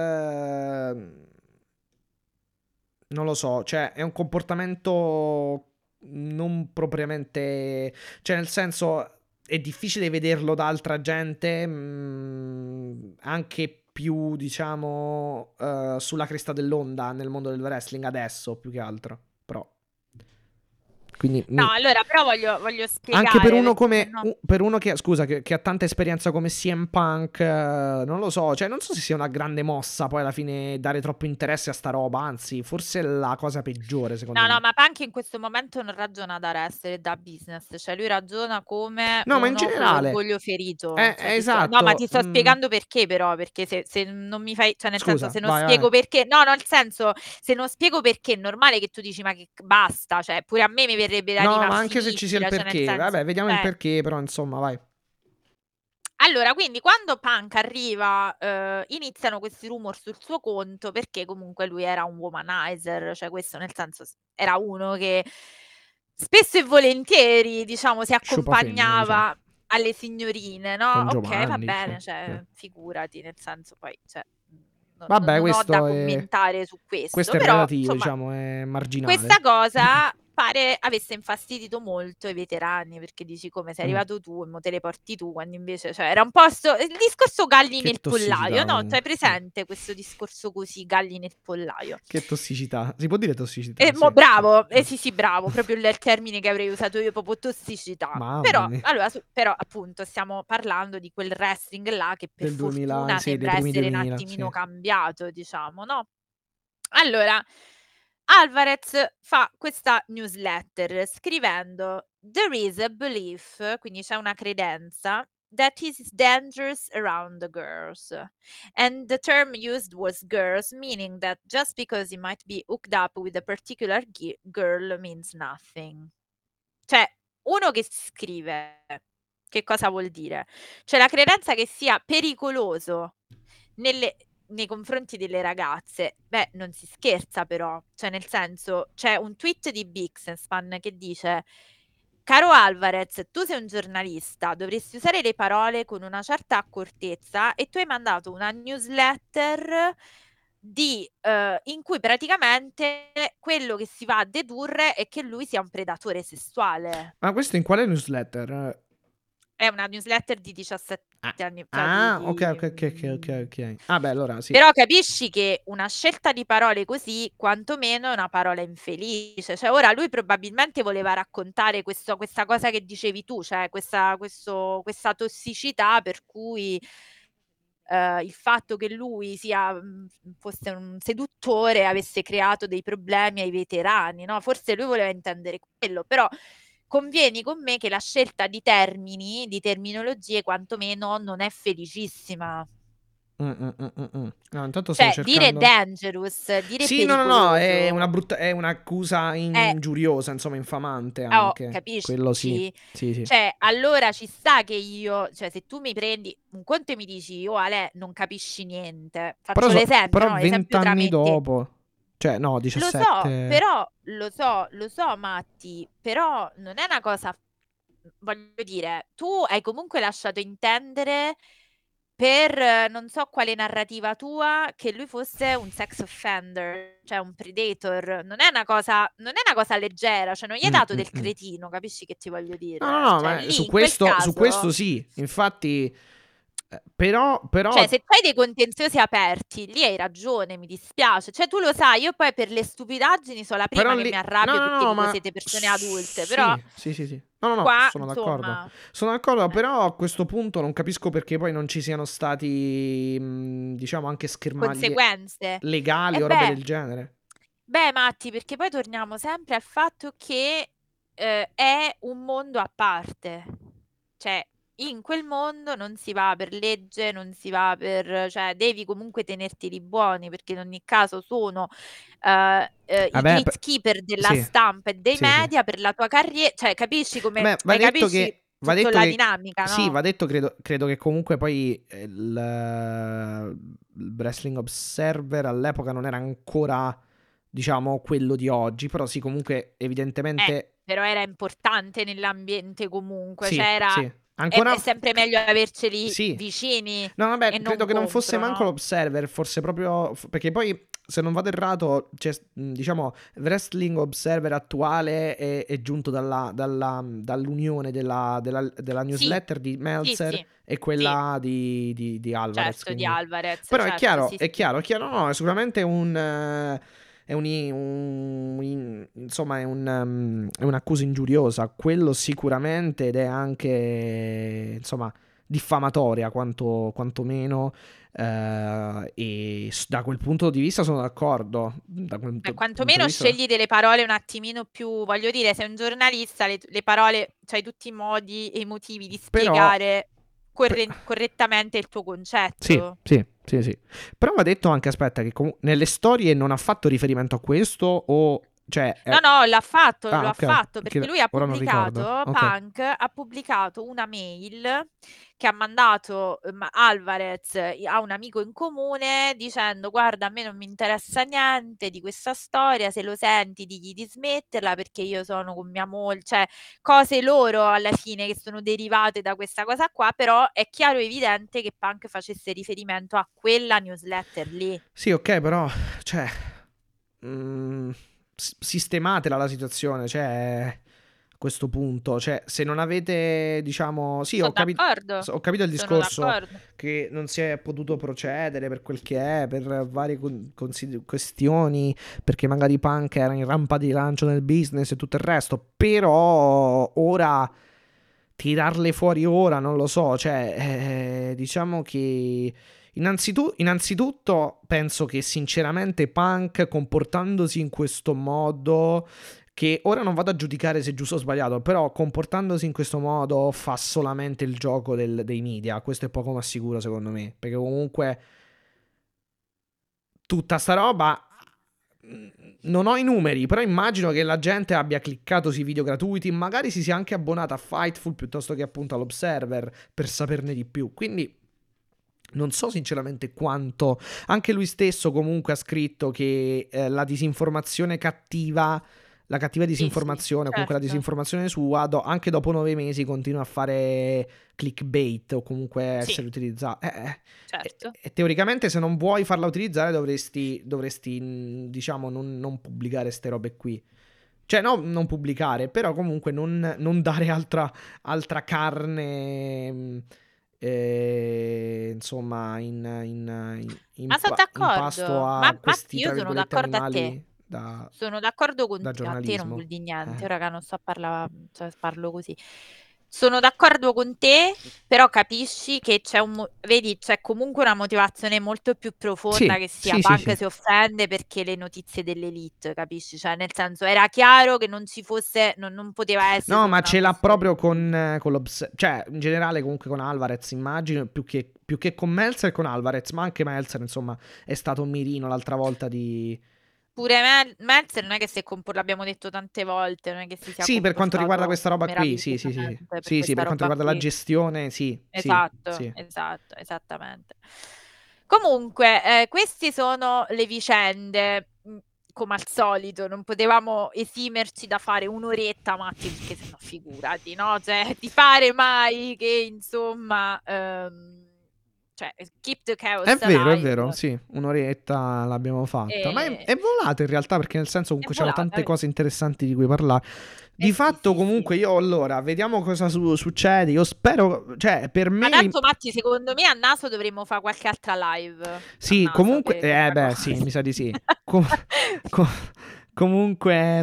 non lo so, cioè è un comportamento non propriamente... Cioè nel senso è difficile vederlo da altra gente, anche più, diciamo, sulla cresta dell'onda nel mondo del wrestling adesso, più che altro. Però... Quindi No, allora però voglio anche per spiegare uno perché come sennò. per uno che, scusa, che ha tanta esperienza come CM Punk, non lo so, cioè non so se sia una grande mossa poi alla fine dare troppo interesse a sta roba, anzi, forse è la cosa peggiore secondo No, me. ma Punk in questo momento non ragiona da wrestler, da business, cioè lui ragiona come No, ma in uno con generale, l'orgoglio ferito. Cioè, no, ma ti esatto. sto spiegando perché però, perché se non mi fai, cioè nel senso Scusa, se non vai, vai. spiego perché, no, nel senso se non spiego perché è normale che tu dici ma che basta, cioè pure a me mi verrebbe da dire No, ma ma anche se ci sia il finitela, cioè nel perché, senso, vabbè, vediamo il perché, però insomma, vai. allora, quindi quando Punk arriva, iniziano questi rumor sul suo conto perché comunque lui era un womanizer, cioè questo nel senso era uno che spesso e volentieri, diciamo, si Sciupa femmine, diciamo. accompagnava alle signorine, no, Con okay, va Giovanni, sì, bene, sì. cioè figurati, nel senso poi, cioè, Vabbè, non ho da questo è commentare su questo, questo è però relativo, insomma diciamo, è questa marginale. cosa pare avesse infastidito molto i veterani, perché dici: "Come sei Mm. arrivato tu e mo te le porti tu", quando invece cioè era un po' il discorso galli Che nel pollaio, tossicità no, c'hai comunque. presente questo discorso così, galli nel pollaio? Che tossicità. Si può dire tossicità? Mo Sì, sì. bravo, Mm. sì, sì, bravo, proprio il termine che avrei usato io, proprio tossicità. Mamma Però mia. allora però appunto stiamo parlando di quel wrestling là che per Del 2000, fortuna sì, dei sembra primi essere un 2000, attimino sì. cambiato, diciamo, no? Allora, Alvarez fa questa newsletter scrivendo: "There is a belief", quindi c'è una credenza, "that he is dangerous around the girls. And the term used was girls, meaning that just because he might be hooked up with a particular girl means nothing." Cioè, uno che scrive, che cosa vuol dire? C'è la credenza che sia pericoloso nelle nei confronti delle ragazze. Beh, non si scherza però, cioè nel senso, c'è un tweet di Bixenspan che dice: "Caro Alvarez, tu sei un giornalista, dovresti usare le parole con una certa accortezza e tu hai mandato una newsletter in cui praticamente quello che si va a dedurre è che lui sia un predatore sessuale". Ma questo in quale newsletter? È una newsletter di anni, ok. Ah, beh, allora sì. Però capisci che una scelta di parole così, quantomeno è una parola infelice. Cioè, ora lui probabilmente voleva raccontare questa cosa che dicevi tu, cioè questa tossicità per cui il fatto che lui fosse un seduttore avesse creato dei problemi ai veterani, no? Forse lui voleva intendere quello, però convieni con me che la scelta di termini, di terminologie, quantomeno non è felicissima. No, intanto stavo Cioè, dire cercando. dangerous, dire Sì, no, è pericoloso, è un'accusa è ingiuriosa, insomma, infamante oh, anche. Quello sì. capisci? Sì. Cioè, allora ci sta che io, cioè, se tu mi prendi un conto e mi dici, oh Ale, non capisci niente, Però, faccio l'esempio, però no? 20 Esempio tra anni me e te. dopo, cioè no, Lo so, 17. però, lo so, Matti, però non è una cosa, voglio dire, tu hai comunque lasciato intendere per non so quale narrativa tua che lui fosse un sex offender, cioè un predator. Non è una cosa leggera, cioè non gli hai dato del Mm. cretino, capisci che ti voglio No, dire? no, Cioè ma lì in quel su caso, questo sì. Infatti, però, cioè se tu hai dei contenziosi aperti, lì hai ragione, mi dispiace. Cioè tu lo sai, io poi per le stupidaggini sono la però prima che lì, mi arrabbio perché no, dico ma siete persone adulte, però sì. No, qua, sono d'accordo. insomma, Sono d'accordo, però a questo punto non capisco perché poi non ci siano stati, diciamo, anche schermaglie conseguenze. legali E o robe del genere. Matti, perché poi torniamo sempre al fatto che è un mondo a parte. Cioè, in quel mondo non si va per legge, non si va per... cioè, devi comunque tenerteli buoni, perché in ogni caso sono i Vabbè, gatekeeper della sì, stampa e dei sì. media per la tua carriera. Cioè, capisci come... Vabbè, capisci va tutta detto la che, dinamica, sì, no? va detto, credo che comunque poi il Wrestling Observer all'epoca non era ancora, diciamo, quello di oggi, però sì, comunque, evidentemente, Però era importante nell'ambiente comunque, sì, cioè era... sì. È Ancora, sempre meglio averceli sì. vicini No, vabbè, e credo non che non fosse contro, manco no? l'Observer, forse proprio, perché poi, se non vado errato, diciamo, il Wrestling Observer attuale è giunto dall'unione della Sì, newsletter di sì, Meltzer sì, e sì, quella di Alvarez, certo, di quindi. Alvarez, Però certo, sì, sì. no, è sicuramente insomma, è un'accusa ingiuriosa, quello sicuramente, ed è anche, insomma, diffamatoria quantomeno, e da quel punto di vista sono d'accordo. Da quel punto di Quantomeno vista, scegli delle parole un attimino più, voglio dire, sei un giornalista, le parole, c'hai tutti i modi e i motivi di però, spiegare pe- correttamente il tuo sì, concetto. sì. Però va detto anche, aspetta, che nelle storie non ha fatto riferimento a questo, o cioè, No, no, lo ah, ha ok, fatto perché perché lui ha ora non ricordo. pubblicato, Ok. Punk ha pubblicato una mail che ha mandato Alvarez a un amico in comune dicendo guarda, a me non mi interessa niente di questa storia, se lo senti digli di smetterla perché io sono con mia moglie, cioè cose loro alla fine che sono derivate da questa cosa qua, però è chiaro e evidente che Punk facesse riferimento a quella newsletter lì. Sì, ok, però, cioè, sistematela la situazione, cioè, a questo punto, cioè, se non avete, diciamo, sì, Sono d'accordo, ho capito il sono discorso d'accordo. che non si è potuto procedere per quel che è, per varie questioni, perché magari Punk era in rampa di lancio nel business e tutto il resto, però ora tirarle fuori ora, non lo so, cioè, diciamo che innanzitutto penso che sinceramente Punk, comportandosi in questo modo, che ora non vado a giudicare se è giusto o sbagliato, però comportandosi in questo modo fa solamente il gioco dei media, questo è poco ma sicuro secondo me, perché comunque tutta sta roba, non ho i numeri, però immagino che la gente abbia cliccato sui video gratuiti, magari si sia anche abbonata a Fightful piuttosto che appunto all'Observer per saperne di più. Quindi non so sinceramente quanto. Anche lui stesso comunque ha scritto che la disinformazione cattiva, la cattiva Sì, sì, disinformazione, o comunque la certo. disinformazione sua, anche dopo 9 mesi continua a fare clickbait o comunque Sì, essere utilizzato. certo. E teoricamente se non vuoi farla utilizzare dovresti diciamo, non pubblicare ste robe qui. Cioè, no, non pubblicare, però comunque non dare altra carne insomma, Ma sono in pasto d'accordo. a Matti, questi, io tra sono virgolette, d'accordo a te. animali Sono d'accordo con da te. A te non vuol giornalismo. dire niente. Ora che non sto a parlare, cioè parlo così. Sono d'accordo con te, però capisci che vedi, c'è comunque una motivazione molto più profonda Sì, che sia sì, sì, Punk sì. si offende perché le notizie dell'Elite, capisci? Cioè, nel senso, era chiaro che non ci fosse, non poteva essere No, solo ma una ce l'ha questione proprio di... con cioè, in generale comunque con Alvarez, immagino, più che con Meltzer con Alvarez, ma anche Meltzer, insomma, è stato un mirino l'altra volta di... Pure Meltzer non è che l'abbiamo detto tante volte, non è che si sia Sì, per quanto riguarda comportato questa roba qui, sì, sì, sì. meravigliosamente per Sì, sì, questa per quanto roba riguarda la qui. gestione, sì, sì, Esatto, sì. esatto, esattamente. Comunque, queste sono le vicende. Come al solito, non potevamo esimerci da fare un'oretta, Matti, perché sennò figurati, no? Cioè, ti pare mai che, insomma, cioè, keep the chaos È alive. vero, sì, un'oretta l'abbiamo fatta. Ma E... è volata in realtà, perché nel senso È comunque c'erano volata, tante cose interessanti di cui parlare. eh Di sì, fatto, sì, sì. comunque, io allora, vediamo cosa succede. Io spero, cioè, per Ma me... tanto, Matti, secondo me a naso dovremmo fare qualche altra live a Sì, naso comunque, per questa beh, cosa. sì, mi sa di sì. Com- co- comunque,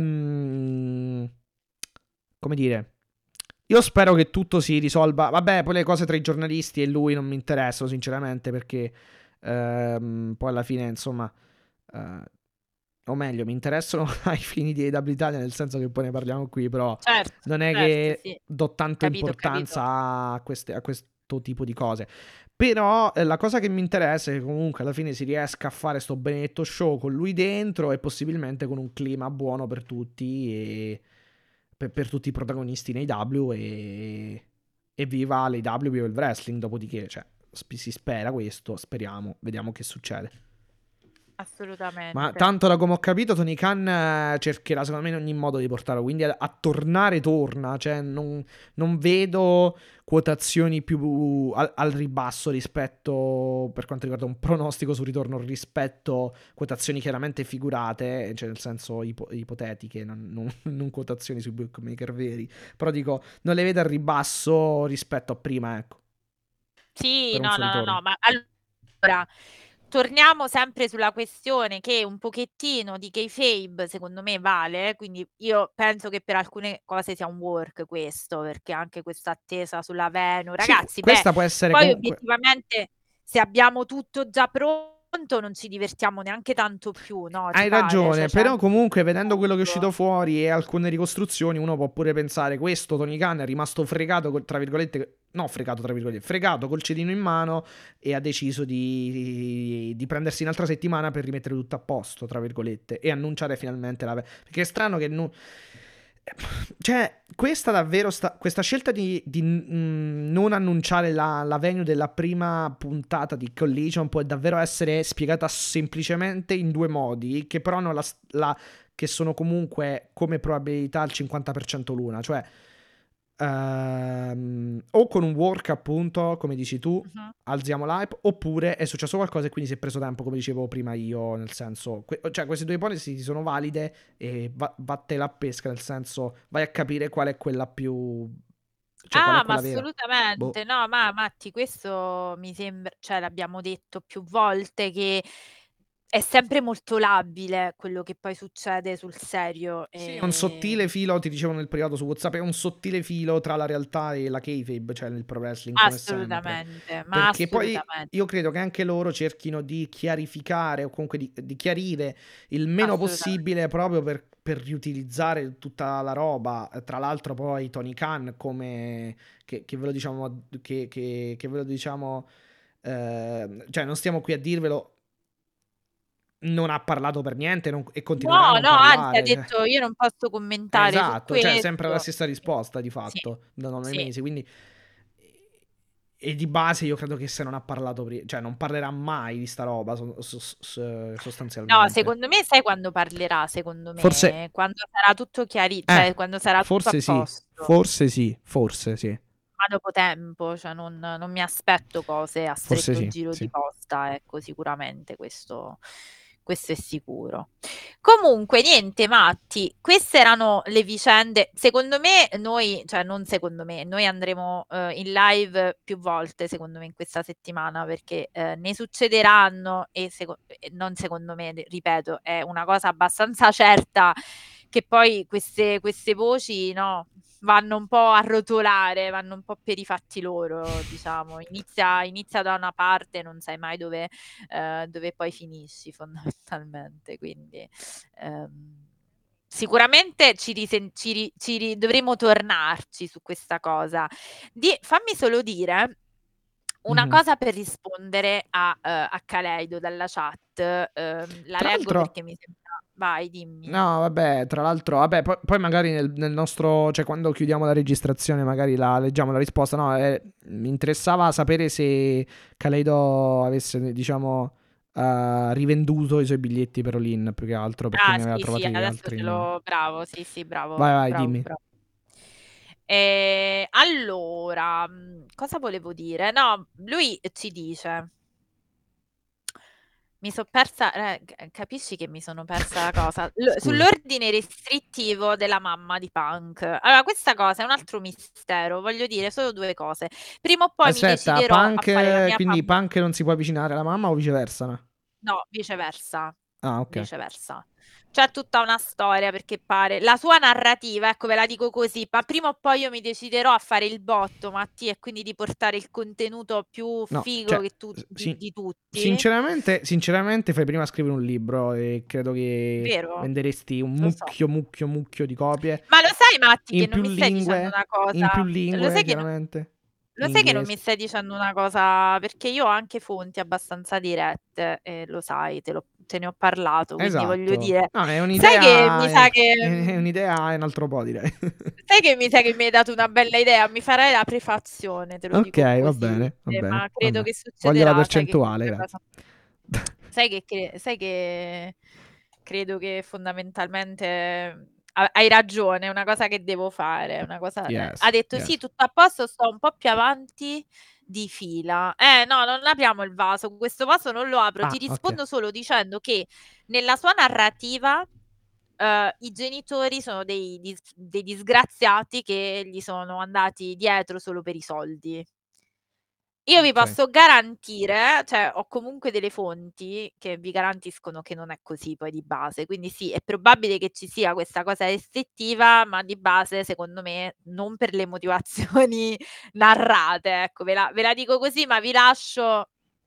come dire, io spero che tutto si risolva. Vabbè, poi le cose tra i giornalisti e lui non mi interessano, sinceramente, perché poi alla fine, insomma, eh, o meglio, mi interessano ai fini di AW Italia, nel senso che poi ne parliamo qui, però Certo, non è certo, che sì. do tanto Capito, capito. importanza a questo tipo di cose. Però la cosa che mi interessa è che comunque alla fine si riesca a fare sto benedetto show con lui dentro e possibilmente con un clima buono per tutti e per tutti i protagonisti nei W e viva l'AW, viva il wrestling, dopodiché, cioè, si spera questo, speriamo, vediamo che succede. Ma Assolutamente. tanto da come ho capito, Tony Khan cercherà secondo me in ogni modo di portarlo. Quindi a tornare torna. Cioè, non vedo quotazioni più al ribasso rispetto, per quanto riguarda un pronostico sul ritorno, rispetto quotazioni chiaramente figurate, cioè nel senso ipotetiche, non quotazioni sui bookmaker veri. Però dico, non le vedo al ribasso rispetto a prima, ecco, Sì, per un no, suo no, no, ritorno. no, ma allora torniamo sempre sulla questione che un pochettino di kayfabe secondo me vale, quindi io penso che per alcune cose sia un work questo, perché anche questa attesa sulla Venus, Sì, ragazzi, beh, questa può essere poi comunque... obiettivamente se abbiamo tutto già pronto non ci divertiamo neanche tanto più, no? Ti Hai pare? Cioè ragione, c'è però anche comunque questo vedendo quello che è uscito punto. fuori e alcune ricostruzioni, uno può pure pensare questo Tony Khan è rimasto fregato, tra virgolette, no fregato tra virgolette, fregato col cedino in mano e ha deciso di prendersi un'altra settimana per rimettere tutto a posto, tra virgolette, e annunciare finalmente la... Perché è strano che non... Cioè, questa davvero, questa scelta di non annunciare la venue della prima puntata di Collision può davvero essere spiegata semplicemente in due modi, che però hanno che sono comunque come probabilità al 50% l'una, cioè o con un work appunto, come dici tu, Mhm. alziamo l'hype, oppure è successo qualcosa e quindi si è preso tempo, come dicevo prima io, nel senso, cioè queste due ipotesi sono valide e vatte la pesca, nel senso, vai a capire qual è quella più, cioè qual è Ah, ma quella vera. Boh. assolutamente. No, ma Matti, questo mi sembra, cioè l'abbiamo detto più volte che è sempre molto labile quello che poi succede sul serio. Sì, è un sottile filo, ti dicevo nel privato su WhatsApp, è un sottile filo tra la realtà e la kayfabe, cioè nel pro wrestling come sempre. Assolutamente, ma Perché poi assolutamente, io credo che anche loro cerchino di chiarificare o comunque di chiarire il meno assolutamente. possibile proprio per riutilizzare tutta la roba. Tra l'altro poi Tony Khan come... che ve lo diciamo... che ve lo diciamo... cioè non stiamo qui a dirvelo, non ha parlato per niente e continuerà a No, non no, anzi ha parlare. Cioè. detto io non posso commentare su Esatto, cioè sempre la questo. stessa risposta di Sì, fatto da 9 sì. mesi, quindi e di base io credo che se non ha parlato prima, cioè non parlerà mai di sta roba No, sostanzialmente. secondo me sai quando parlerà, secondo Forse me? Quando sarà tutto chiarito, cioè quando sarà tutto a forse sì, posto. forse sì, Ma dopo tempo, cioè non mi aspetto cose a forse stretto sì, giro di sì. posta, ecco, sicuramente questo questo è sicuro. Comunque, niente, Matti, queste erano le vicende. Secondo me, noi, cioè non secondo me, noi andremo in live più volte, secondo me, in questa settimana, perché ne succederanno e non secondo me, ripeto, è una cosa abbastanza certa che poi queste voci, no, vanno un po' a rotolare, vanno un po' per i fatti loro, diciamo. Inizia da una parte, non sai mai dove poi finisci fondamentalmente. Quindi sicuramente dovremo tornarci su questa cosa. Fammi solo dire una cosa per rispondere a Kaleido dalla chat. La Tra leggo l'altro, perché mi sembra... Vai, dimmi. no, vabbè, tra l'altro, vabbè, poi magari nel nostro, cioè quando chiudiamo la registrazione magari la leggiamo la risposta, no, mi interessava sapere se Kaleido avesse, diciamo, rivenduto i suoi biglietti per All-In, più che altro, perché ne aveva Sì, trovati adesso altri te in... lo... Bravo, sì, bravo, Vai, bravo, dimmi. bravo. Allora, cosa volevo dire? No, lui ci dice... Mi sono persa, capisci che mi sono persa la cosa? Scusa. Sull'ordine restrittivo della mamma di Punk. Allora, questa cosa è un altro mistero, voglio dire solo due cose. Prima o poi mi Aspetta, deciderò a fare la mia quindi Punk non si può avvicinare alla mamma o viceversa? No, viceversa. Ah, ok. Viceversa. C'è tutta una storia perché pare la sua narrativa, ecco, ve la dico così, ma prima o poi io mi deciderò a fare il botto, Mattia, e quindi di portare il contenuto più No, figo cioè, di tutti. sinceramente fai prima a scrivere un libro e credo che Vero? venderesti un Lo so. mucchio di copie Ma lo sai, Matti, che in non più mi stai dicendo lingue, una cosa? Lo sai che chiaramente, lo in sai che non mi inglese. stai dicendo una cosa? Perché io ho anche fonti abbastanza dirette, e lo sai, te ne ho parlato, quindi voglio Esatto. dire, No, è sai che mi un'idea, sa che è un'idea e un altro po', direi. sai che mi sa che mi hai dato una bella idea? Mi farai la prefazione, te lo Ok, dico va così, bene, va bene, ma va credo bene. che Voglio la succederà, sai che percentuale, questa grazie. cosa sai che credo che fondamentalmente hai ragione, è una cosa che devo fare, è una cosa ha Yes, detto: "Sì, yes. tutto a posto, sto un po' più avanti di fila". No, non apriamo il vaso, questo vaso non lo apro, ti Ah, ok. rispondo solo dicendo che nella sua narrativa, i genitori sono dei disgraziati che gli sono andati dietro solo per i soldi. Io vi Ok. posso garantire, cioè ho comunque delle fonti che vi garantiscono che non è così poi di base. Quindi sì, è probabile che ci sia questa cosa restrittiva, ma di base secondo me non per le motivazioni narrate, ecco, ve la dico così, ma vi lascio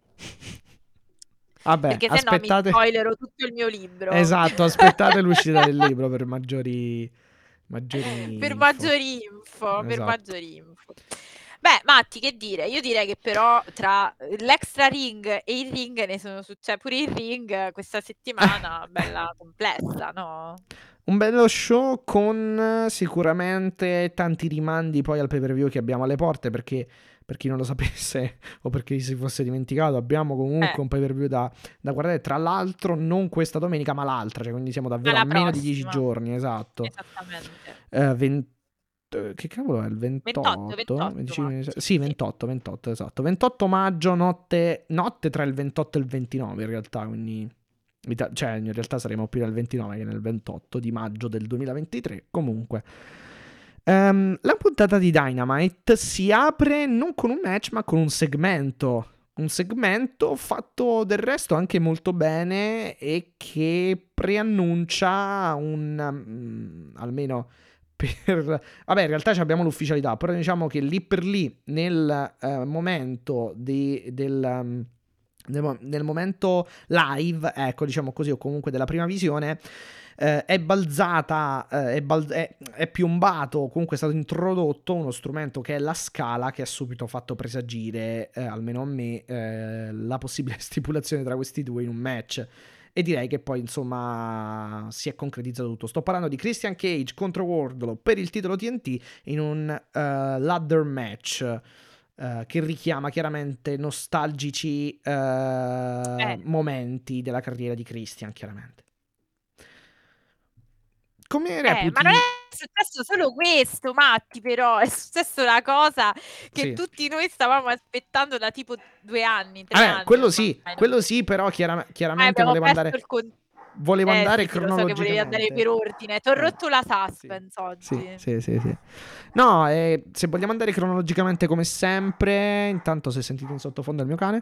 Vabbè, perché se no mi aspettate. spoilerò tutto il mio libro. Esatto, aspettate l'uscita del libro per maggiori Per info. maggiori info, per Esatto. maggiori info. Beh, Matti, che dire? Io direi che però tra l'extra ring e il ring ne sono cioè pure il ring questa settimana bella complessa, no? Un bello show con sicuramente tanti rimandi poi al pay-per-view che abbiamo alle porte, perché per chi non lo sapesse o per chi si fosse dimenticato, abbiamo comunque un pay-per-view da guardare, tra l'altro non questa domenica ma l'altra, cioè quindi siamo davvero a Alla meno di 10 prossima. giorni, esatto. Esattamente. Che cavolo è il 28, 28? 28 Matti. Sì, 28, esatto. 28 maggio, notte tra il 28 e il 29 in realtà, quindi cioè in realtà saremo più nel 29 che nel 28 di maggio del 2023. Comunque, la puntata di Dynamite si apre non con un match ma con un segmento. Un segmento fatto del resto anche molto bene e che preannuncia almeno per... Vabbè, in realtà abbiamo l'ufficialità, però diciamo che lì per lì, nel momento nel momento live, ecco, diciamo così, o comunque della prima visione, è balzata, è piombato, o comunque è stato introdotto uno strumento che è la scala, che ha subito fatto presagire, almeno a me, la possibile stipulazione tra questi due in un match. E direi che poi, insomma, si è concretizzato tutto. Sto parlando di Christian Cage contro Wardlow per il titolo TNT in un ladder match che richiama chiaramente nostalgici momenti della carriera di Christian, chiaramente. come Ma non reputi? è successo solo questo, Matti, però è successo una cosa che Sì. tutti noi stavamo aspettando da tipo 2 anni, 3 anni Quello ormai. sì, però chiaramente Abbiamo volevo perso andare, il con volevo andare sì, lo so che volevi andare cronologicamente. per ordine. T'ho rotto la Sì, suspense sì, oggi. sì, sì, sì. No, se vogliamo andare cronologicamente come sempre, intanto se sentite in sottofondo il mio cane.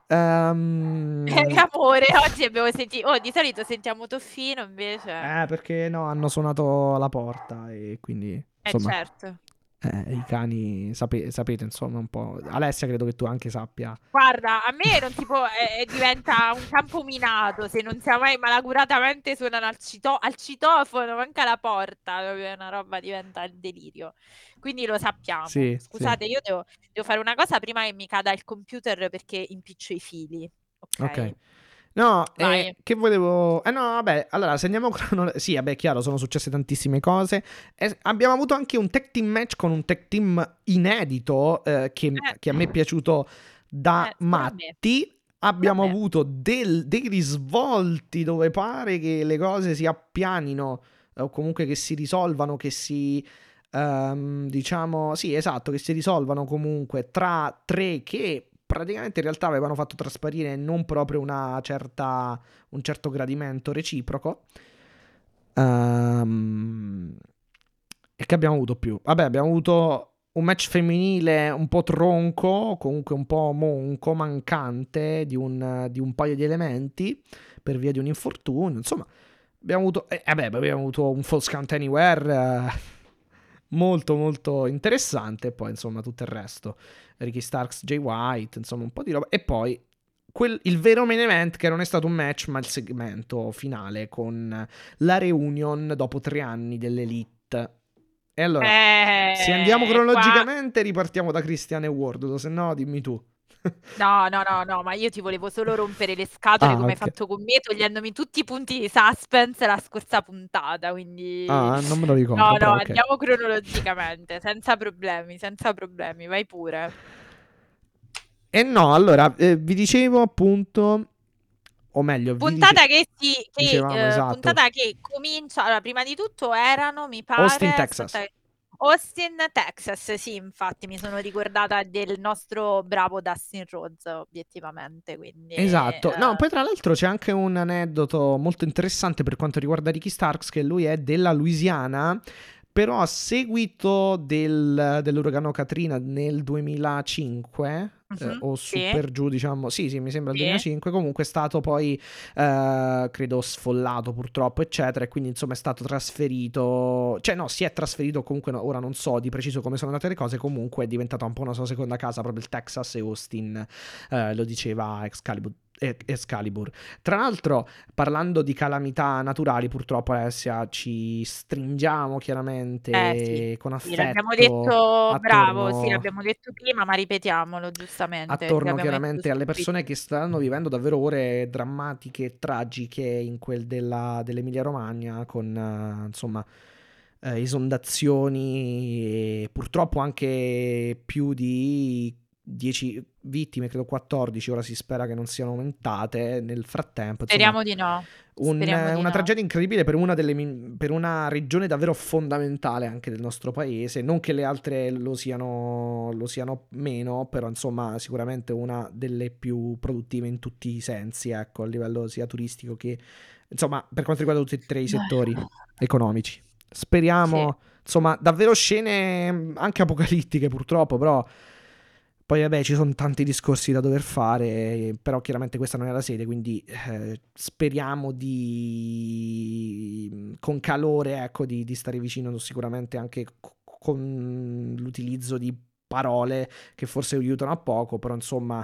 Amore, oggi abbiamo di solito sentiamo Toffino, invece. Perché no, hanno suonato alla porta e quindi, insomma, Certo. i cani, sapete, insomma, un po'. Alessia, credo che tu anche sappia. Guarda, a me non tipo diventa un campo minato se non sia mai malacuratamente suonano al citofono, manca la porta, proprio una roba diventa il delirio. Quindi lo sappiamo. Sì, sì. Scusate, io devo fare una cosa prima che mi cada il computer perché impiccio i fili. Ok. Ok, No, vai. che volevo. No, vabbè, allora, se andiamo sì, vabbè, chiaro, sono successe tantissime cose. Abbiamo avuto anche un tag team match con un tag team inedito che a me è piaciuto da Pure a me. matti. Pure a Abbiamo me. avuto dei risvolti dove pare che le cose si appianino o comunque che si risolvano, che si. Diciamo, sì, esatto, che si risolvano comunque tra tre che praticamente in realtà avevano fatto trasparire non proprio un certo gradimento reciproco. E che abbiamo avuto più? Vabbè, abbiamo avuto un match femminile un po' tronco, comunque un po' monco, mancante di un paio di elementi per via di un infortunio. Insomma, abbiamo avuto un False Count Anywhere molto molto interessante. E poi, insomma, tutto il resto. Ricky Starks, Jay White, insomma, un po' di roba. E poi il vero main event, che non è stato un match, ma il segmento finale con la reunion dopo 3 anni dell'Elite. E allora, se andiamo Qua. cronologicamente, ripartiamo da Christian e Wardlow, se no, dimmi tu. No, ma io ti volevo solo rompere le scatole Ah, come hai ok. fatto con me, togliendomi tutti i punti di suspense la scorsa puntata, quindi Ah, non me lo ricordo, no, però ok. andiamo cronologicamente, senza problemi, vai pure. E no, allora, vi dicevo appunto, o meglio, Puntata che dicevamo, esatto, puntata che comincia, allora prima di tutto erano, mi Austin, pare, Texas. aspetta, Austin, Texas, sì, infatti mi sono ricordata del nostro bravo Dustin Rhodes, obiettivamente, quindi Esatto, no, poi tra l'altro c'è anche un aneddoto molto interessante per quanto riguarda Ricky Starks, che lui è della Louisiana, però a seguito dell'uragano Katrina nel 2005, o su sì, per giù, diciamo, sì, mi sembra il sì. 2005, comunque è stato poi, credo, sfollato purtroppo, eccetera, e quindi insomma è stato trasferito, cioè no, si è trasferito comunque, no, ora non so di preciso come sono andate le cose, comunque è diventata un po' una sua seconda casa, proprio il Texas e Austin, lo diceva Excalibur. Tra l'altro, parlando di calamità naturali, purtroppo Alessia ci stringiamo Sì, chiaramente con sì, l'abbiamo affetto detto, bravo, sì, attorno, l'abbiamo detto prima, ma ripetiamolo giustamente, attorno l'abbiamo detto chiaramente alle subito. persone che stanno vivendo davvero ore drammatiche e tragiche in quel dell'Emilia Romagna con insomma esondazioni e purtroppo anche più di 10 vittime, credo 14, ora si spera che non siano aumentate nel frattempo, insomma Speriamo di no, speriamo di una no. tragedia incredibile per una regione davvero fondamentale anche del nostro paese. Non che le altre lo siano meno, però insomma sicuramente una delle più produttive in tutti i sensi, ecco, a livello sia turistico che insomma per quanto riguarda tutti e tre i settori economici. Sì. Speriamo, insomma, davvero scene anche apocalittiche purtroppo, però poi vabbè ci sono tanti discorsi da dover fare, però chiaramente questa non è la sede, quindi speriamo con calore, ecco, di stare vicino sicuramente anche con l'utilizzo di parole che forse aiutano a poco, però insomma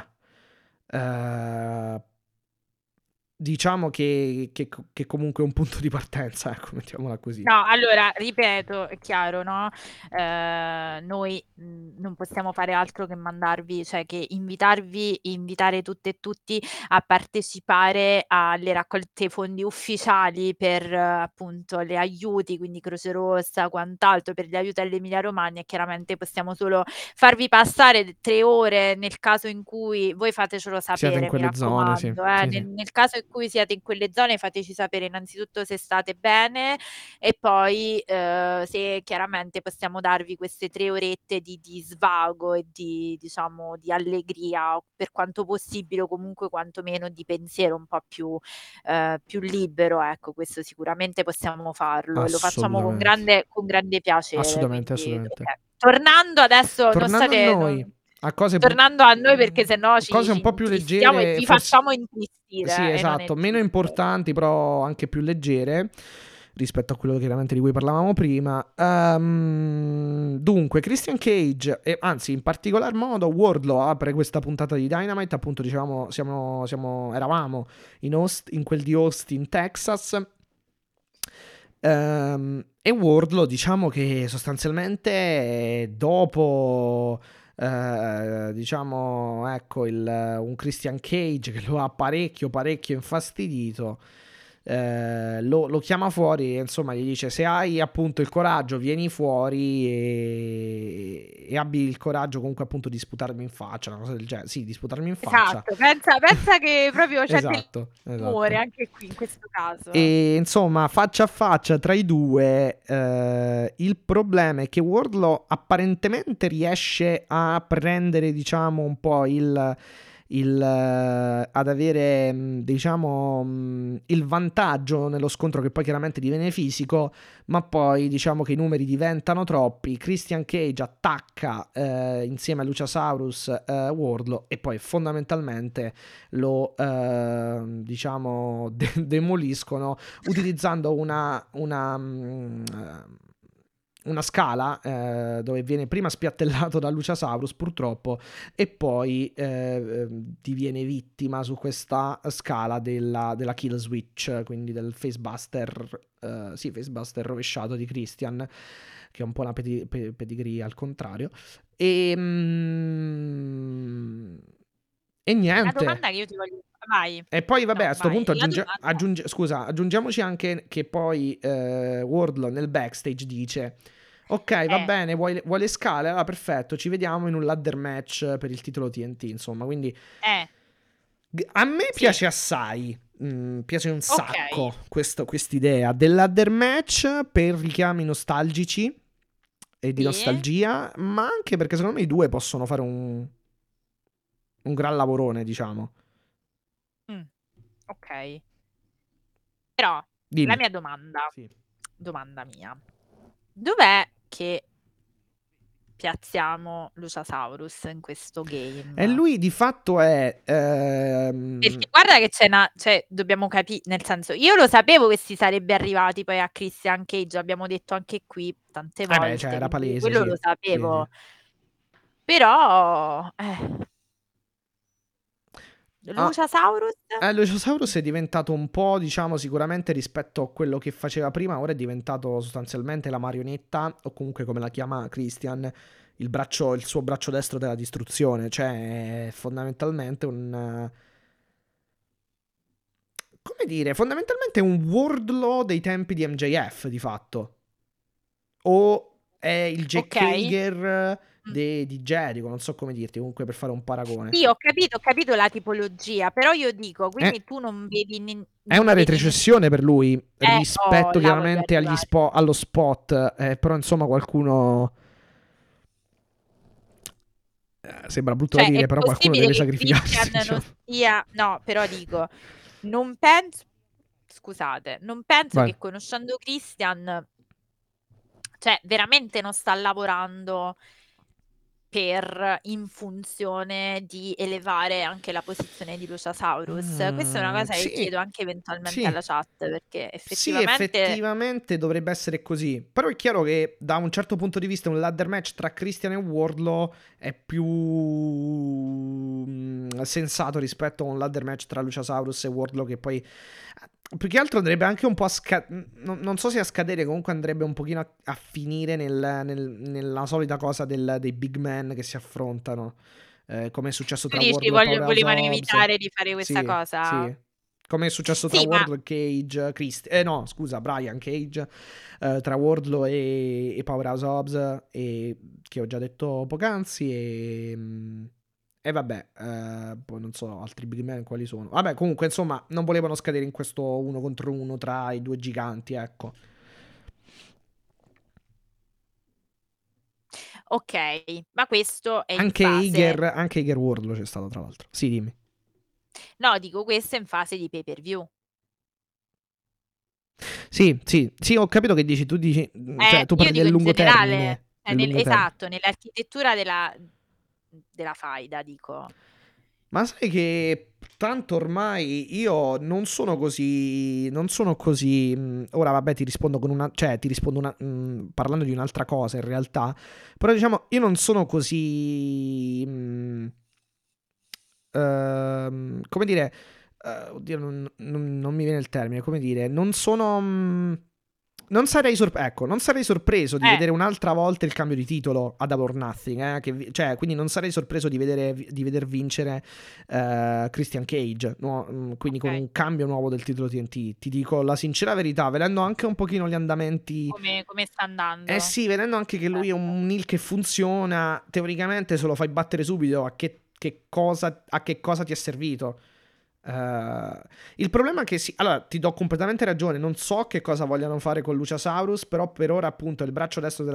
diciamo che comunque è un punto di partenza, ecco, mettiamola così. No, allora, ripeto, è chiaro, no? Noi non possiamo fare altro che mandarvi, cioè che invitare tutte e tutti a partecipare alle raccolte fondi ufficiali per appunto le aiuti, quindi Croce Rossa, quant'altro, per gli aiuti all'Emilia Romagna. E chiaramente possiamo solo farvi passare 3 ore nel caso in cui voi fatecelo Siete in sapere, mi quelle zone, sì, raccomando, sì, sì. nel caso in cui siete in quelle zone fateci sapere innanzitutto se state bene e poi se chiaramente possiamo darvi queste 3 orette di svago e di diciamo di allegria per quanto possibile o comunque quantomeno di pensiero un po' più libero, ecco, questo sicuramente possiamo farlo e lo facciamo Assolutamente. con grande piacere. Assolutamente, Quindi, assolutamente. tornando adesso, non Tornando a state, noi, a cose, tornando a noi perché sennò cose un ci po' più intristiamo e leggere, vi forse facciamo sì, intristire e non è esatto, meno giusto. importanti, però anche più leggere rispetto a quello chiaramente di cui parlavamo prima. Dunque, Christian Cage, e anzi in particolar modo Wardlow apre questa puntata di Dynamite, appunto dicevamo, eravamo in quel di Austin, Texas. E Wardlow, diciamo che sostanzialmente dopo diciamo ecco un Christian Cage che lo ha parecchio infastidito, lo chiama fuori e insomma gli dice: se hai appunto il coraggio vieni fuori e abbi il coraggio comunque appunto di sputarmi in faccia, una cosa del genere. Sì, di sputarmi in faccia. Esatto, pensa che proprio c'è Esatto, dell'umore esatto. anche qui in questo caso. E insomma, faccia a faccia tra i due, il problema è che Wardlow apparentemente riesce a prendere, diciamo, un po' ad avere, diciamo, il vantaggio nello scontro che poi chiaramente diviene fisico, ma poi diciamo che i numeri diventano troppi. Christian Cage attacca insieme a Luchasaurus Wardlow e poi fondamentalmente lo diciamo demoliscono utilizzando una scala dove viene prima spiattellato da Luchasaurus purtroppo e poi diviene vittima su questa scala della kill switch, quindi del facebuster facebuster rovesciato di Christian, che è un po' una pedigree al contrario. E La niente. domanda che io ti voglio vai. E poi vabbè, No, a sto vai. punto La domanda aggiungiamoci anche che poi Wardlow nel backstage dice: ok, va bene, vuoi le scale? Allora perfetto, ci vediamo in un ladder match per il titolo TNT, insomma. Quindi a me sì. piace assai, piace un sacco Ok. quest'idea del ladder match per richiami nostalgici e di Sì. nostalgia, ma anche perché secondo me i due possono fare un gran lavorone, diciamo. Ok. Però la Dimmi. mia domanda Sì. mia, dov'è che piazziamo Luchasaurus in questo game? E lui di fatto è Perché guarda che cioè dobbiamo capire, nel senso, io lo sapevo che si sarebbe arrivati poi a Christian Cage, abbiamo detto anche qui tante volte, beh, cioè, era quindi palese, quello sì. lo Sì, sapevo. sì. Però Luchasaurus? Luchasaurus è diventato un po', diciamo, sicuramente rispetto a quello che faceva prima, ora è diventato sostanzialmente la marionetta, o comunque come la chiama Christian, il suo braccio destro della distruzione, cioè è fondamentalmente come dire, fondamentalmente un Wardlow dei tempi di MJF, di fatto. O è il Jack Hager di Jericho, non so come dirti, comunque per fare un paragone. Sì, ho capito la tipologia, però io dico, quindi tu non vedi è una retrocessione per lui rispetto chiaramente allo spot, però insomma qualcuno sembra brutto da cioè, è dire, però qualcuno possibile deve che sacrificarsi, Christian non diciamo. sia, no, però dico, non penso, scusate, non penso Vai. che conoscendo Christian, cioè veramente non sta lavorando in funzione di elevare anche la posizione di Luchasaurus. Questa è una cosa che chiedo anche eventualmente alla chat, perché Sì, effettivamente effettivamente dovrebbe essere così. Però è chiaro che da un certo punto di vista un ladder match tra Christian e Wardlow è più sensato rispetto a un ladder match tra Luchasaurus e Wardlow, che poi più che altro andrebbe anche un po' non so se a scadere, comunque andrebbe un pochino a finire nella solita cosa dei big man che si affrontano, come è successo tu tra dici Wardlow e Powerhouse volevano Hobbs. evitare di fare questa Sì, cosa? sì. Come è successo tra Sì, ma Wardlow e Cage, no, scusa, Brian Cage, tra Wardlow e Powerhouse Hobbs, e che ho già detto poc'anzi, E vabbè, poi non so altri big man quali sono. Vabbè, comunque, insomma, non volevano scadere in questo 1 contro 1 tra i due giganti, ecco. Ok, ma questo è in Anche fase... Iger Wardlow c'è stato, tra l'altro. Sì, dimmi. No, dico questo è in fase di pay-per-view. Sì, ho capito che dici, tu dici, cioè tu Io parli dico del in lungo generale, termine, del lungo termine. esatto, nell'architettura della faida, dico. Ma sai che tanto ormai io non sono così, ora vabbè ti rispondo con una, cioè ti rispondo parlando di un'altra cosa in realtà, però diciamo io non sono così, come dire, oddio non mi viene il termine, come dire, non sono... non sarei, non sarei sorpreso di vedere un'altra volta il cambio di titolo a Double or Nothing, cioè, quindi non sarei sorpreso di veder vincere Christian Cage, quindi con un cambio nuovo del titolo TNT. Ti dico la sincera verità, vedendo anche un pochino gli andamenti, Come sta andando? eh sì, vedendo anche che lui è un heel che funziona, teoricamente se lo fai battere subito a che cosa ti è servito. Il problema è che allora ti do completamente ragione. Non so che cosa vogliano fare con Luciasaurus, però per ora, appunto, è il braccio destro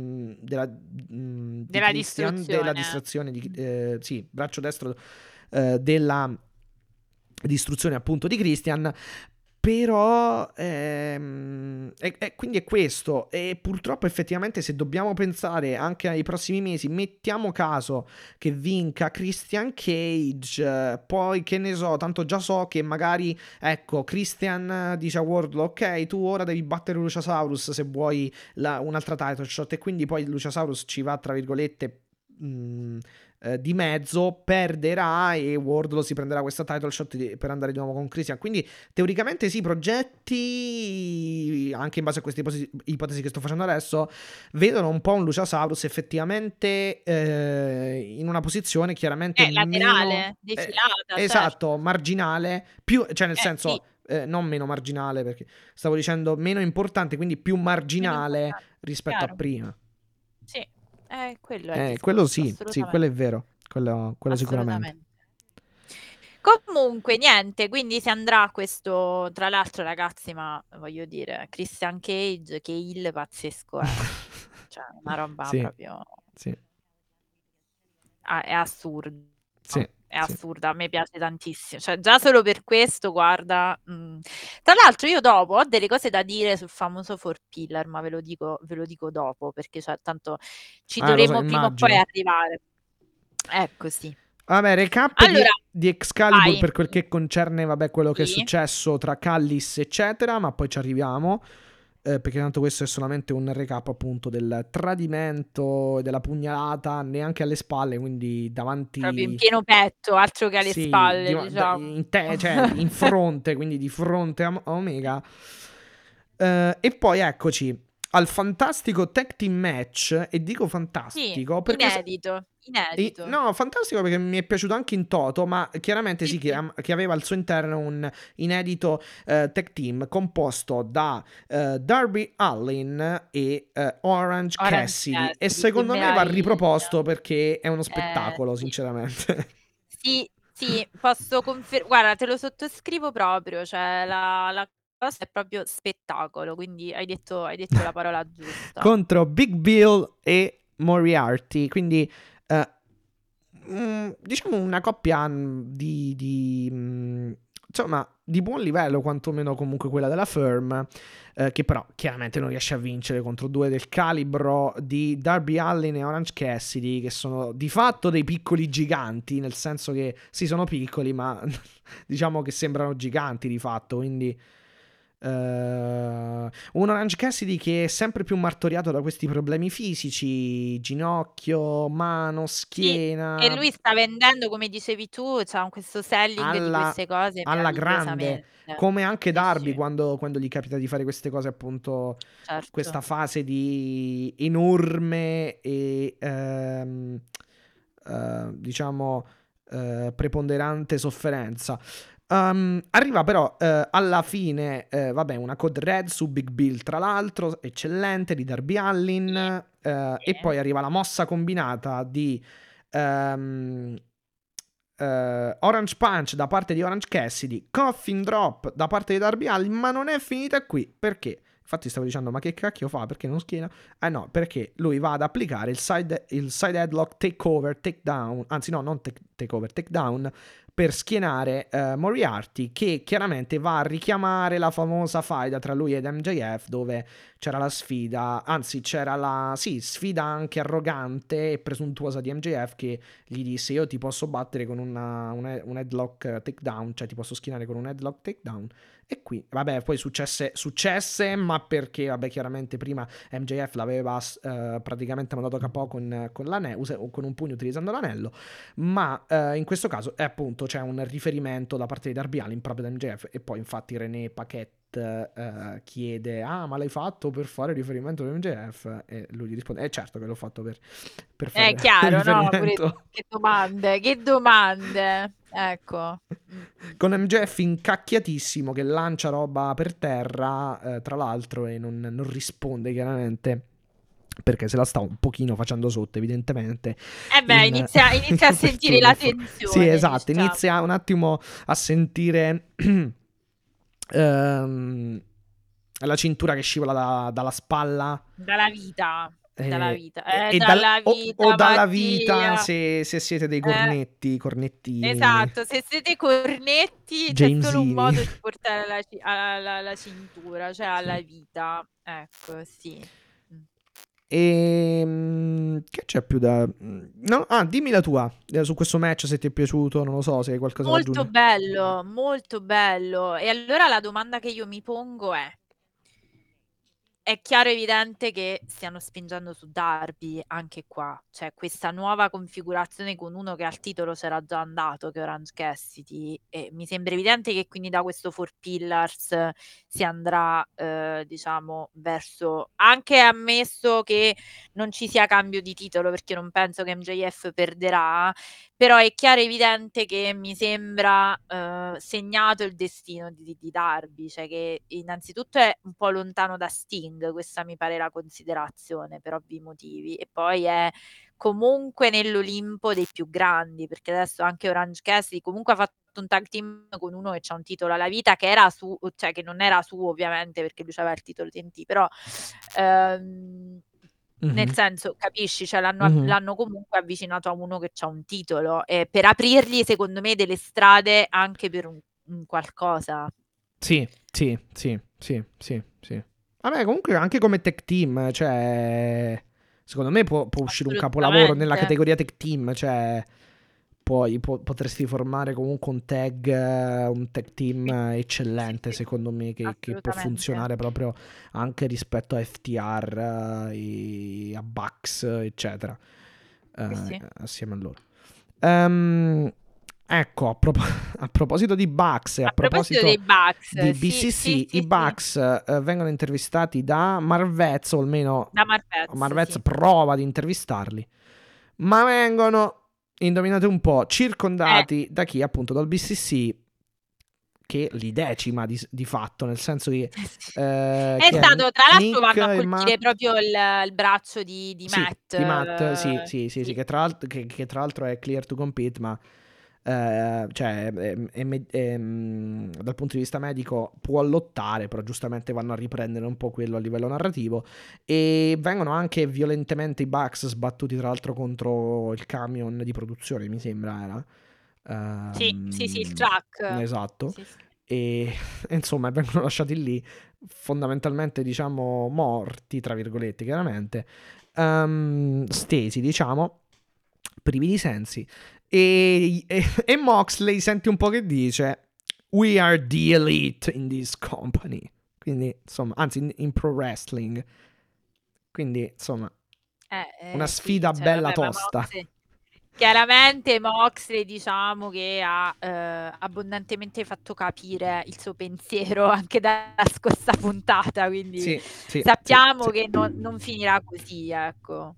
di Christian, della distrazione. Sì, braccio destro della distruzione, appunto, di Christian. Però quindi è questo. E purtroppo effettivamente, se dobbiamo pensare anche ai prossimi mesi, mettiamo caso che vinca Christian Cage, poi che ne so, tanto già so che magari, ecco, Christian dice a Wardlow: ok, tu ora devi battere Luciasaurus se vuoi un'altra title shot, e quindi poi Luciasaurus ci va, tra virgolette, di mezzo, perderà e Wardlow si prenderà questa title shot per andare di nuovo con Christian. Quindi teoricamente sì, progetti, anche in base a queste ipotesi che sto facendo adesso, vedono un po' un Luciasaurus effettivamente in una posizione chiaramente laterale, meno defilata, esatto, certo. marginale, più, cioè nel senso sì. non meno marginale, perché stavo dicendo meno importante, quindi più marginale rispetto a prima. Sì, quello è il discorso, Quello sì, quello è assolutamente. vero, quello sicuramente. Comunque, niente, quindi si andrà a questo, tra l'altro, ragazzi, ma voglio dire, Christian Cage, che il pazzesco è. Cioè, una roba Sì, proprio... sì, è assurdo. sì, È assurda, a me piace tantissimo. Cioè, già solo per questo, guarda. Tra l'altro, io dopo ho delle cose da dire sul famoso 4Pillar, ma ve lo dico dopo, perché cioè, tanto ci lo so, dovremo prima o poi immagino. arrivare. Ecco, sì. Vabbè, recap Allora, di Excalibur vai. per quel che concerne, vabbè, quello che è Sì. successo tra Callis, eccetera, ma poi ci arriviamo. Perché tanto questo è solamente un recap, appunto, del tradimento e della pugnalata, neanche alle spalle, quindi davanti, Proprio in pieno petto, altro che alle sì, spalle, diciamo. cioè in fronte, quindi di fronte a Omega. E poi eccoci al fantastico tag team match, e dico fantastico Sì, perché inedito. no, fantastico perché mi è piaciuto anche in toto, ma chiaramente sì, che aveva al suo interno un inedito tag team composto da Darby Allin e Orange Cassidy, e secondo me va riproposto perché è uno spettacolo, sì. sinceramente. Sì, posso confermare. Guarda, te lo sottoscrivo proprio, cioè la cosa è proprio spettacolo, quindi hai detto la parola giusta. Contro Big Bill e Moriarty, quindi diciamo una coppia insomma, di buon livello, quantomeno comunque quella della Firm, che però chiaramente non riesce a vincere contro due del calibro di Darby Allin e Orange Cassidy, che sono di fatto dei piccoli giganti, nel senso che sì, sono piccoli, ma diciamo che sembrano giganti di fatto, quindi un Orange Cassidy che è sempre più martoriato da questi problemi fisici, ginocchio, mano, schiena. Sì, e lui sta vendendo, come dicevi tu, c'ha questo selling di queste cose alla grande, come anche Darby, sì. quando gli capita di fare queste cose, appunto, Certo. questa fase di enorme e diciamo preponderante sofferenza. Arriva però alla fine, vabbè, una code red su Big Bill, tra l'altro, eccellente, di Darby Allin, e poi arriva la mossa combinata di Orange Punch da parte di Orange Cassidy, Coffin Drop da parte di Darby Allin, ma non è finita qui, perché? Infatti stavo dicendo, ma che cacchio fa? Perché non schiena? No, perché lui va ad applicare il side headlock takeover, takedown, anzi no, non takeover, takedown, per schienare Moriarty, che chiaramente va a richiamare la famosa faida tra lui ed MJF, dove c'era la sfida, anzi c'era la sfida anche arrogante e presuntuosa di MJF, che gli disse: io ti posso battere con un headlock takedown, cioè ti posso schienare con un headlock takedown. E qui, vabbè, poi successe, ma perché, vabbè, chiaramente prima MJF l'aveva praticamente mandato a capo con l'anello, con un pugno utilizzando l'anello, ma in questo caso è appunto c'è un riferimento da parte di Darby Allin proprio da MJF, e poi infatti René Paquette chiede: ma l'hai fatto per fare riferimento ad MJF? E lui gli risponde: certo che l'ho fatto per fare È chiaro, no? riferimento. Pure che domande. Ecco. Con MJF incacchiatissimo che lancia roba per terra, tra l'altro, e non risponde chiaramente, perché se la sta un pochino facendo sotto, evidentemente. Inizia a sentire la tensione. Sì, esatto, diciamo. inizia un attimo a sentire la cintura che scivola dalla spalla. Dalla vita. Dalla vita. Dalla vita, se siete dei cornettini. Esatto, se siete cornetti c'è solo un modo di portare la cintura, cioè alla vita. Ecco, sì. Che c'è più da... No? Dimmi la tua su questo match, se ti è piaciuto, non lo so, se hai qualcosa da aggiungere. Molto bello. E allora la domanda che io mi pongo è chiaro e evidente che stiano spingendo su Darby anche qua, cioè questa nuova configurazione con uno che al titolo c'era già andato, che è Orange Cassidy, e mi sembra evidente che quindi da questo Four Pillars si andrà diciamo verso, anche ammesso che non ci sia cambio di titolo, perché non penso che MJF perderà, però è chiaro e evidente che mi sembra segnato il destino di Darby, cioè che innanzitutto è un po' lontano da Sting, questa mi pare la considerazione per ovvi motivi, e poi è comunque nell'Olimpo dei più grandi, perché adesso anche Orange Cassidy comunque ha fatto un tag team con uno che c'ha un titolo alla vita che era cioè che non era suo ovviamente, perché lui aveva il titolo TNT, però nel senso, capisci, cioè l'hanno comunque avvicinato a uno che c'ha un titolo, per aprirgli secondo me delle strade anche per un qualcosa. Sì. Vabbè, comunque anche come tech team, cioè secondo me può uscire un capolavoro nella categoria tech team, cioè potresti formare comunque un tag team eccellente, secondo me, che può funzionare proprio anche rispetto a FTR e a Bucks, eccetera, assieme a loro. Ecco, a proposito di Bucks e a proposito dei Bucks, di BCC, i Bucks vengono intervistati da Marvez, o almeno da Marvez prova ad intervistarli, ma vengono, indovinate un po', circondati da chi? Appunto dal BCC, che li decima di fatto, nel senso che è stato, tra l'altro vanno a colpire proprio il braccio di Matt. Di Matt, sì, che tra l'altro è clear to compete, ma cioè dal punto di vista medico può lottare, però giustamente vanno a riprendere un po' quello a livello narrativo, e vengono anche violentemente i Bucks sbattuti tra l'altro contro il camion di produzione, mi sembra era sì, il truck, esatto, sì. E insomma vengono lasciati lì fondamentalmente, diciamo, morti tra virgolette, chiaramente stesi, diciamo, privi di sensi. E Moxley senti un po' che dice: "We are the elite in this company". Quindi, insomma, anzi, in pro wrestling. Quindi, insomma, una sfida bella tosta. Chiaramente Moxley, diciamo che ha abbondantemente fatto capire il suo pensiero anche dalla scorsa puntata, quindi sappiamo che non finirà così, ecco.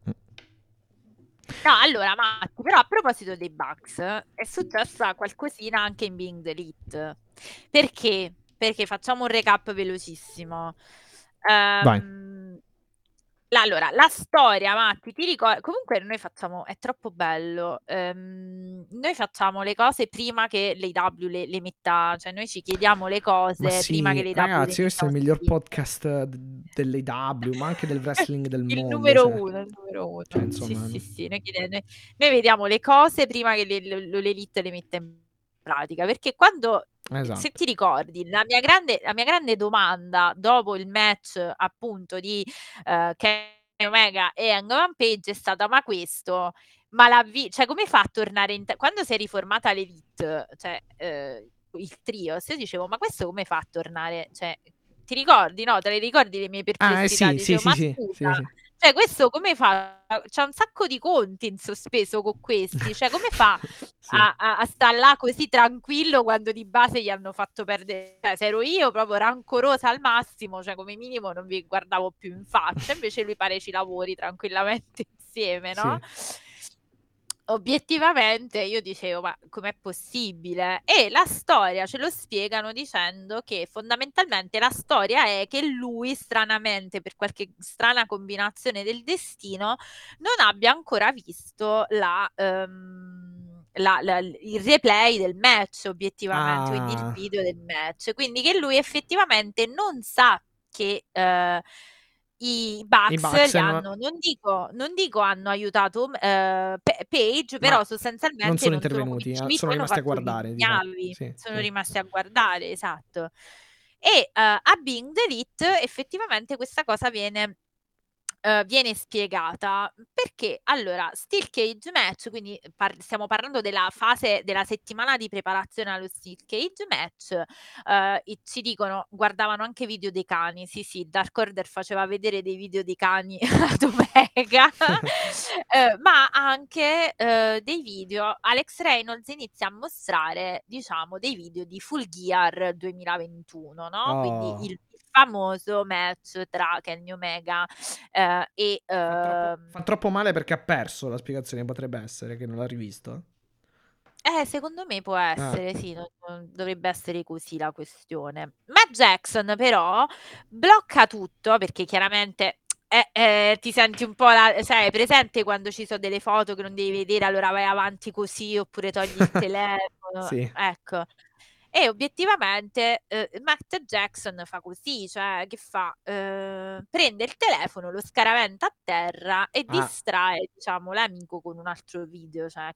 No, allora, Matti, però a proposito dei Bucks, è successa qualcosina anche in Being the Elite. Perché? Perché facciamo un recap velocissimo. Vai. Allora, la storia, Matti, ti comunque noi facciamo, è troppo bello, noi facciamo le cose prima che l'AEW le metta, cioè noi ci chiediamo le Ma cose prima che sì, l'AEW le ragazzi, questo metta è il un miglior sito. podcast dell'AEW, ma anche del wrestling del Il mondo, numero cioè, 1, il numero 1. cioè Sì, insomma, sì, sì, noi vediamo le cose prima che l'Elite le metta in pratica, perché quando se esatto. ti ricordi, la mia grande domanda dopo il match appunto di Kenny Omega e Hangman Page è stata: ma questo, ma cioè come fa a tornare quando si è riformata l'Elite, cioè il Trios, io dicevo: ma questo come fa a tornare? Cioè, ti ricordi, no? Te le ricordi le mie Ah, perplessità? sì, sì, Dicevo: sì, ma sì, scusa, sì, sì. cioè questo come fa? C'ha un sacco di conti in sospeso con questi, cioè come fa Sì. a sta là così tranquillo quando di base gli hanno fatto perdere? Cioè, se ero io proprio rancorosa al massimo, cioè come minimo non vi guardavo più in faccia, invece lui pare ci lavori tranquillamente insieme, no? Sì. Obiettivamente io dicevo: ma com'è possibile? E la storia ce lo spiegano dicendo che fondamentalmente la storia è che lui stranamente, per qualche strana combinazione del destino, non abbia ancora visto il replay del match, obiettivamente, quindi il Ah, video del match. Quindi che lui effettivamente non sa che i i Bucks Bucks gli hanno, non dico hanno aiutato Page, ma però non sostanzialmente sono non sono come intervenuti, Jimmy, sono hanno rimasti a fatto gli guardare di fatto. ignavi, Sì, sono sì. rimasti a guardare, esatto. E a Being the Elite effettivamente questa cosa viene spiegata perché allora Steel Cage match, quindi stiamo parlando della fase della settimana di preparazione allo Steel Cage match, ci dicono guardavano anche video dei cani, sì, Dark Order faceva vedere dei video dei cani ad Omega, ma anche dei video. Alex Reynolds inizia a mostrare, diciamo, dei video di Full Gear 2021, no? Quindi Oh, il famoso match tra Kenny Omega e fa troppo male perché ha perso, la spiegazione potrebbe essere che non l'ha rivisto. secondo me può Ah, essere, sì, non dovrebbe essere così la questione. Matt Jackson però blocca tutto perché chiaramente ti senti un po' sai, hai presente quando ci sono delle foto che non devi vedere, allora vai avanti così oppure togli il telefono, sì. ecco. E obiettivamente Matt Jackson fa così, cioè che fa? Prende il telefono, lo scaraventa a terra e Ah, distrae, diciamo, l'amico con un altro video, cioè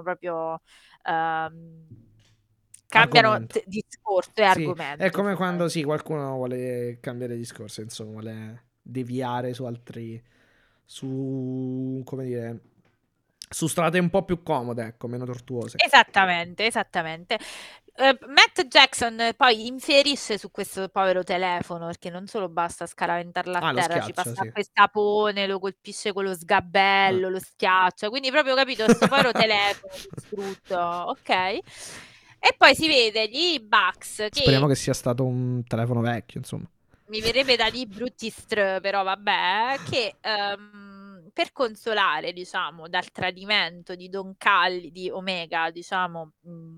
ehm, cambiano argomento. discorso e Sì, è argomento. come quando sì, qualcuno vuole cambiare discorso, insomma, vuole deviare su altri, come dire, su strade un po' più comode, ecco, meno tortuose. Esattamente, esattamente. Matt Jackson poi infierisce su questo povero telefono perché non solo basta scaraventarlo a Ah, lo terra, ci schiaccia, passa sì. a sapone, lo colpisce con lo Ah. sgabello, lo schiaccia, quindi proprio capito, questo povero telefono distrutto, ok? E poi si vede gli Bucks Speriamo che che sia stato un telefono vecchio, insomma. mi verrebbe da dire brutti però vabbè, che per consolare, diciamo, dal tradimento di Don Calli, di Omega, diciamo,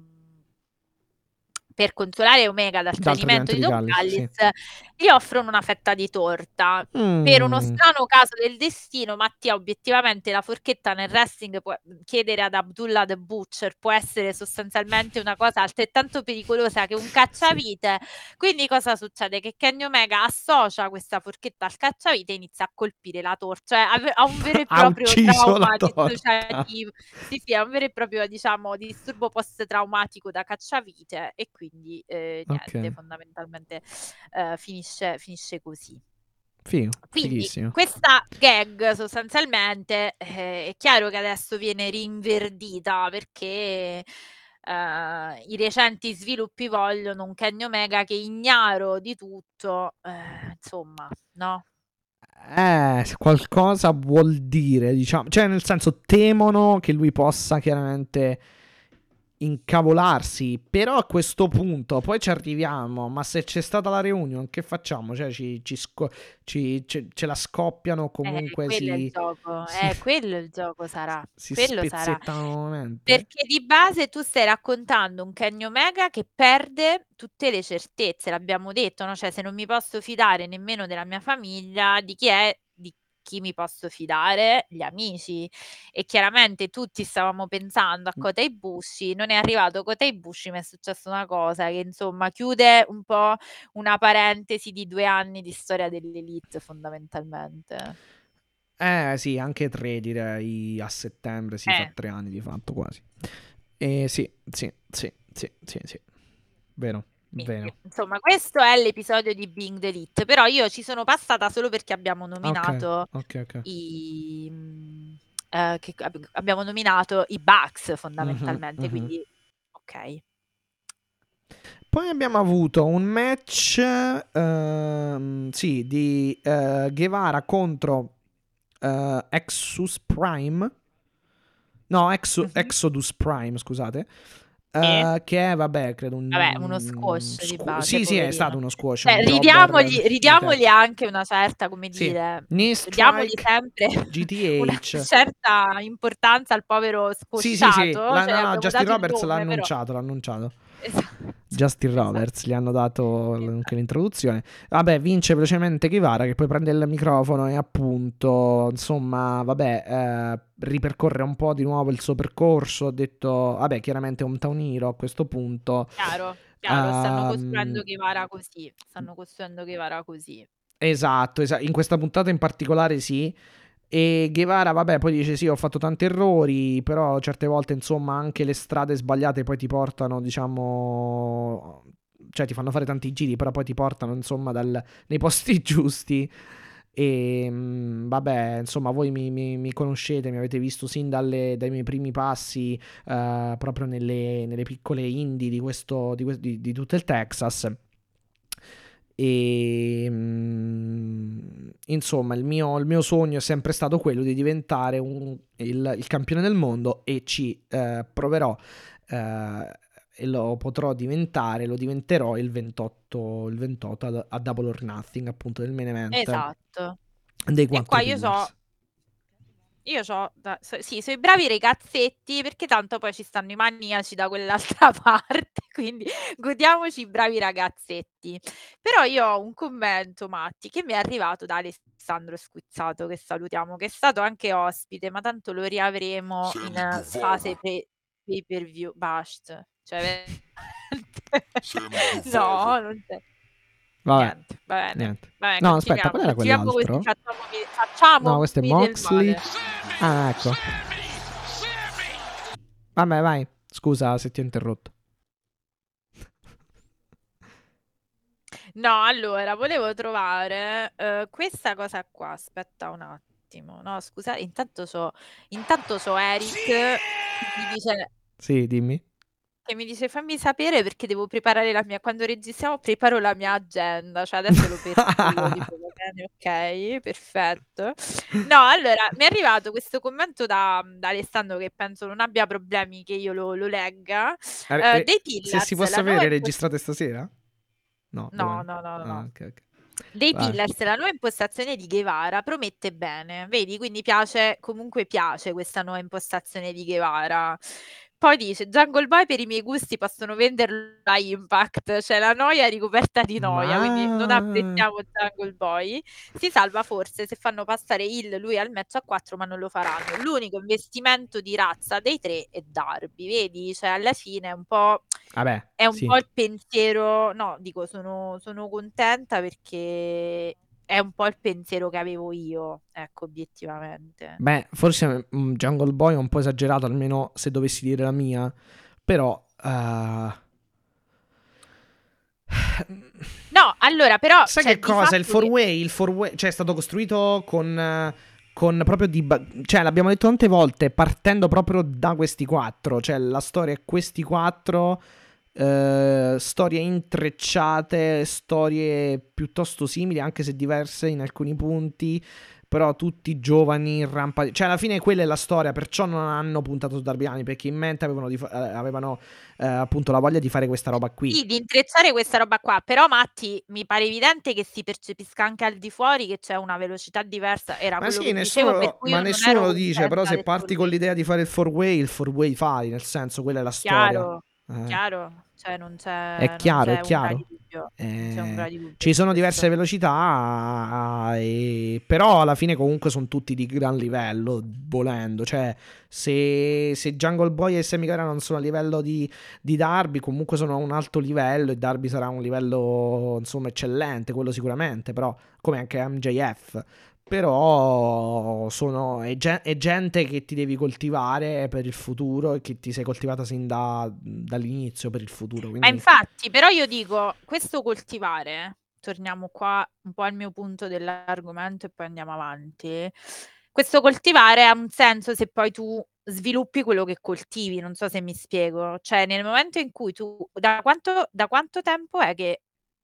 per consolare Omega dal Dal tradimento tradimento di di Don Callis, Callis, sì. gli offrono una fetta di torta. Per uno Mm. strano caso del destino, Mattia, obiettivamente la forchetta nel wrestling può chiedere ad Abdullah the Butcher, può essere sostanzialmente una cosa altrettanto pericolosa che un Sì. cacciavite. Quindi cosa succede? Che Kenny Omega associa questa forchetta al cacciavite e inizia a colpire la torta, cioè ha un vero e Ha proprio ucciso la trauma torta. dissociativo. Sì, è un vero e proprio, diciamo, disturbo post-traumatico da cacciavite e quindi niente, Ok. fondamentalmente finisce così. Figo, Quindi fighissimo. questa gag sostanzialmente è chiaro che adesso viene rinverdita perché i recenti sviluppi vogliono un Kenny Omega che ignaro di tutto, insomma, no? Se qualcosa vuol dire, diciamo, cioè nel senso temono che lui possa chiaramente incavolarsi, però a questo punto poi ci arriviamo, ma se c'è stata la reunion che facciamo? Cioè ce la scoppiano comunque Quello è il gioco, si, quello il gioco sarà, si quello sarà. spezzettano nuovamente? Perché di base tu stai raccontando un Kenny Omega che perde tutte le certezze, l'abbiamo detto, no? Cioè se non mi posso fidare nemmeno della mia famiglia, di chi mi posso fidare? Gli amici. E chiaramente tutti stavamo pensando a Kota Ibushi, non è arrivato Kota Ibushi, ma è successa una cosa che insomma chiude un po' una parentesi di 2 anni di storia dell'Elite fondamentalmente. Sì, anche 3 direi a settembre si fa 3 anni di fatto quasi. Sì. Vero. Quindi, insomma, questo è l'episodio di Being the Elite, però io ci sono passata solo perché abbiamo nominato Ok. abbiamo nominato i Bucks fondamentalmente, quindi ok. Poi abbiamo avuto un match di Guevara contro Exodus Prime. No, Exodus Prime, scusate. Che è, vabbè, credo uno squash di base. Sì, è stato uno squash. Ridiamogli anche una certa, come dire, diamogli sempre una GTH. certa importanza al povero squashato. Sì. Justin Roberts l'ha annunciato. Esatto. Justin Roberts, gli hanno dato anche l'introduzione. Vabbè, vince velocemente Guevara, che poi prende il microfono e appunto, insomma, ripercorre un po' di nuovo il suo percorso. Ha detto, vabbè, chiaramente è un Hometown Hero a questo punto. Chiaro, stanno costruendo Guevara così. Esatto, in questa puntata in particolare sì. E Guevara, vabbè, poi dice sì, ho fatto tanti errori, però certe volte, insomma, anche le strade sbagliate poi ti portano, diciamo, cioè ti fanno fare tanti giri, però poi ti portano, insomma, nei posti giusti. E vabbè, insomma, voi mi conoscete, mi avete visto sin dai miei primi passi, proprio nelle piccole indie di tutto il Texas. E insomma il mio sogno è sempre stato quello di diventare il campione del mondo, e ci proverò e lo diventerò il 28 a Double or Nothing, appunto, del main event. Esatto. Dei 4 e qua io so i bravi ragazzetti, perché tanto poi ci stanno i maniaci da quell'altra parte, quindi godiamoci i bravi ragazzetti. Però io ho un commento, Matti, che mi è arrivato da Alessandro Squizzato, che salutiamo, che è stato anche ospite, ma tanto lo riavremo in fase pay per view. Basta, cioè no, non c'è. Vabbè, Va bene. niente. Vabbè, No, aspetta, qual era continuiamo quell'altro? così, facciamo No, questo è Moxley. Ah, ecco. Vabbè, vai. Scusa se ti ho interrotto. No, allora, volevo trovare questa cosa qua. Aspetta un attimo. No, scusa, intanto so Eric che mi dice... Sì, dimmi. Che mi dice fammi sapere perché devo preparare quando registriamo preparo la mia agenda, cioè adesso lo perscrivo, dico va bene, ok, perfetto. No, allora mi è arrivato questo commento da Alessandro, che penso non abbia problemi che io lo legga. Dei Pillars, se si può sapere, registrate stasera? No. No. Okay. Dei Pillars, la nuova impostazione di Guevara promette bene, vedi? Quindi comunque piace questa nuova impostazione di Guevara. Poi dice, Jungle Boy per i miei gusti possono venderlo a Impact, cioè la noia è ricoperta di noia, quindi non apprezziamo Jungle Boy. Si salva forse se fanno passare lui al match a 4, ma non lo faranno. L'unico investimento di razza dei 3 è Darby, vedi? Cioè alla fine è un po'... è un po' il pensiero, no, dico, sono contenta perché è un po' il pensiero che avevo io, ecco, obiettivamente. Beh, forse Jungle Boy è un po' esagerato, almeno se dovessi dire la mia, però... No, allora, però... Sai che cosa? Il 4-way, cioè è stato costruito con proprio cioè l'abbiamo detto tante volte, partendo proprio da questi 4, cioè la storia è questi 4... storie intrecciate, storie piuttosto simili, anche se diverse in alcuni punti, però tutti giovani in rampa, cioè alla fine quella è la storia, perciò non hanno puntato su Darby Allin, perché in mente avevano appunto la voglia di fare questa roba qui, sì, di intrecciare questa roba qua. Però Matti, mi pare evidente che si percepisca anche al di fuori che c'è una velocità diversa, era quello che dicevo, per cui nessuno lo dice, però se parti con l'idea di fare il 4-way, fai, nel senso, quella è la storia. Chiaro, cioè non È c'è chiaro, è ombra di chiaro. dubbio, non c'è ombra di dubbio Ci su sono diverse questo. velocità, però alla fine comunque sono tutti di gran livello, volendo. Cioè, se Jungle Boy e Sammy Guevara non sono a livello di Darby, comunque sono a un alto livello e Darby sarà a un livello, insomma, eccellente, quello sicuramente, però come anche MJF. Però è gente che ti devi coltivare per il futuro e che ti sei coltivata sin dall'inizio per il futuro. Ma Quindi infatti, però io dico, questo coltivare, torniamo qua un po' al mio punto dell'argomento e poi andiamo avanti. Questo coltivare ha un senso se poi tu sviluppi quello che coltivi, non so se mi spiego. Cioè, nel momento in cui tu, da quanto tempo è che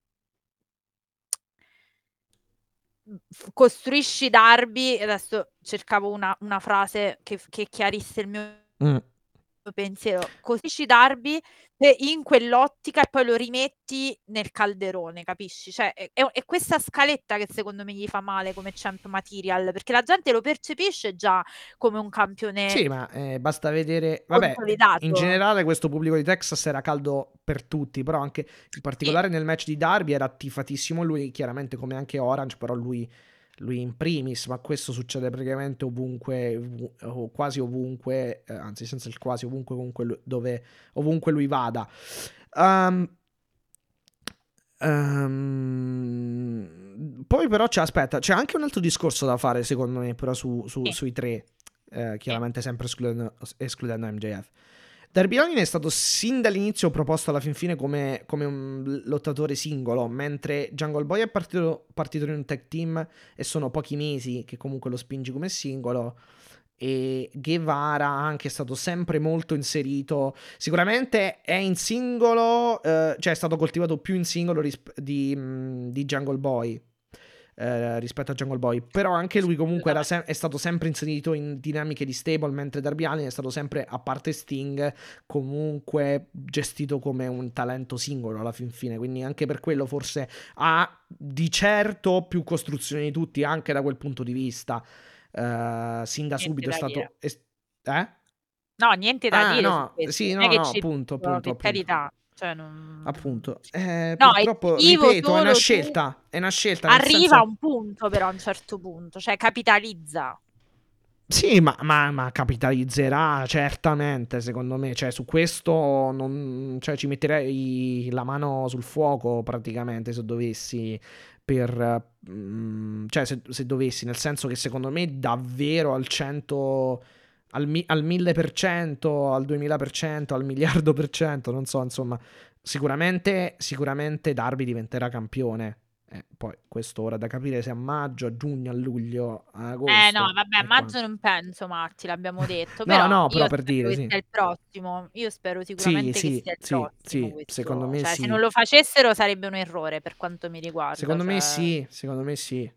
costruisci Darby, adesso cercavo una frase che chiarisse il mio mm. pensiero, costruisci Darby in quell'ottica e poi lo rimetti nel calderone, capisci? Cioè è questa scaletta che secondo me gli fa male come Champ Material, perché la gente lo percepisce già come un campione Sì, ma basta vedere. Vabbè, in consolidato. generale questo pubblico di Texas era caldo per tutti, però anche in Sì, particolare nel match di Darby era tifatissimo lui, chiaramente come anche Orange, però lui in primis, ma questo succede praticamente ovunque, o quasi ovunque, anzi senza il quasi ovunque, comunque ovunque lui vada. Poi però c'è anche un altro discorso da fare secondo me però sì, sui tre, sì. chiaramente sempre escludendo MJF. Darby Allin è stato sin dall'inizio proposto alla fin fine come un lottatore singolo, mentre Jungle Boy è partito in un tag team e sono pochi mesi che comunque lo spingi come singolo. E Guevara anche è stato sempre molto inserito. Sicuramente è in singolo, cioè è stato coltivato più in singolo di Jungle Boy. Rispetto a Jungle Boy, però anche lui comunque Assolutamente. è stato sempre inserito in dinamiche di stable, mentre Darby Allin è stato sempre, a parte Sting, comunque gestito come un talento singolo alla fin fine, quindi anche per quello forse ha di certo più costruzione di tutti anche da quel punto di vista. Sin da Niente subito è da dire. stato eh? No, niente da Ah dire su no, questo. sì, Non è no, che no, ci appunto, dico, appunto, per appunto. carità, cioè non Appunto, no, purtroppo, esclusivo ripeto, solo tu è una scelta, nel arriva a senso. un punto però a un certo punto, cioè capitalizza. Sì, ma capitalizzerà certamente, secondo me. Cioè, su questo non, cioè, ci metterei la mano sul fuoco praticamente se dovessi. Cioè, se dovessi, nel senso che secondo me davvero al 100, al 1000%, al 2000%, al miliardo per cento, non so, insomma, sicuramente Darby diventerà campione. Poi questo ora da capire se a maggio, a giugno, a luglio, a No, agosto vabbè, a e maggio quanto. non penso, Marti, l'abbiamo detto, No, però no, però io per spero dire, che sì. sia il prossimo. Io spero Sì, sicuramente che sì, sia il sì, prossimo sì, secondo questo. me Cioè, se non sì. lo facessero sarebbe un errore per quanto mi riguarda. Secondo me Cioè. sì, secondo me sì.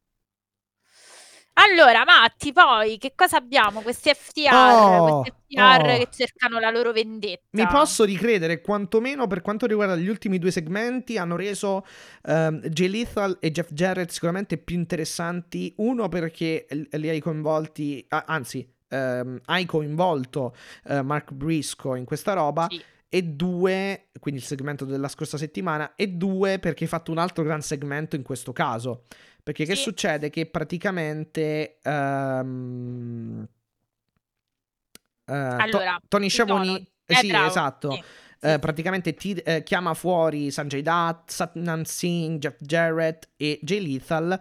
Allora, Matti, poi che cosa abbiamo? Questi Oh, FTR che oh. cercano la loro Mi vendetta. posso ricredere, quantomeno per quanto riguarda gli ultimi due segmenti, hanno reso Jay Lethal e Jeff Jarrett sicuramente più interessanti. Uno perché li hai coinvolti, anzi, hai coinvolto Mark Briscoe in questa roba. Sì, E due, quindi il segmento della scorsa settimana. E due, perché hai fatto un altro gran segmento in questo caso. Perché che sì. succede? Che praticamente Allora, Tony ci sono. Schiavone, sì, Bravo. esatto. Sì, sì, sì. Praticamente chiama fuori Sanjay Dutt, Satnam Singh, Jeff Jarrett e Jay Lethal.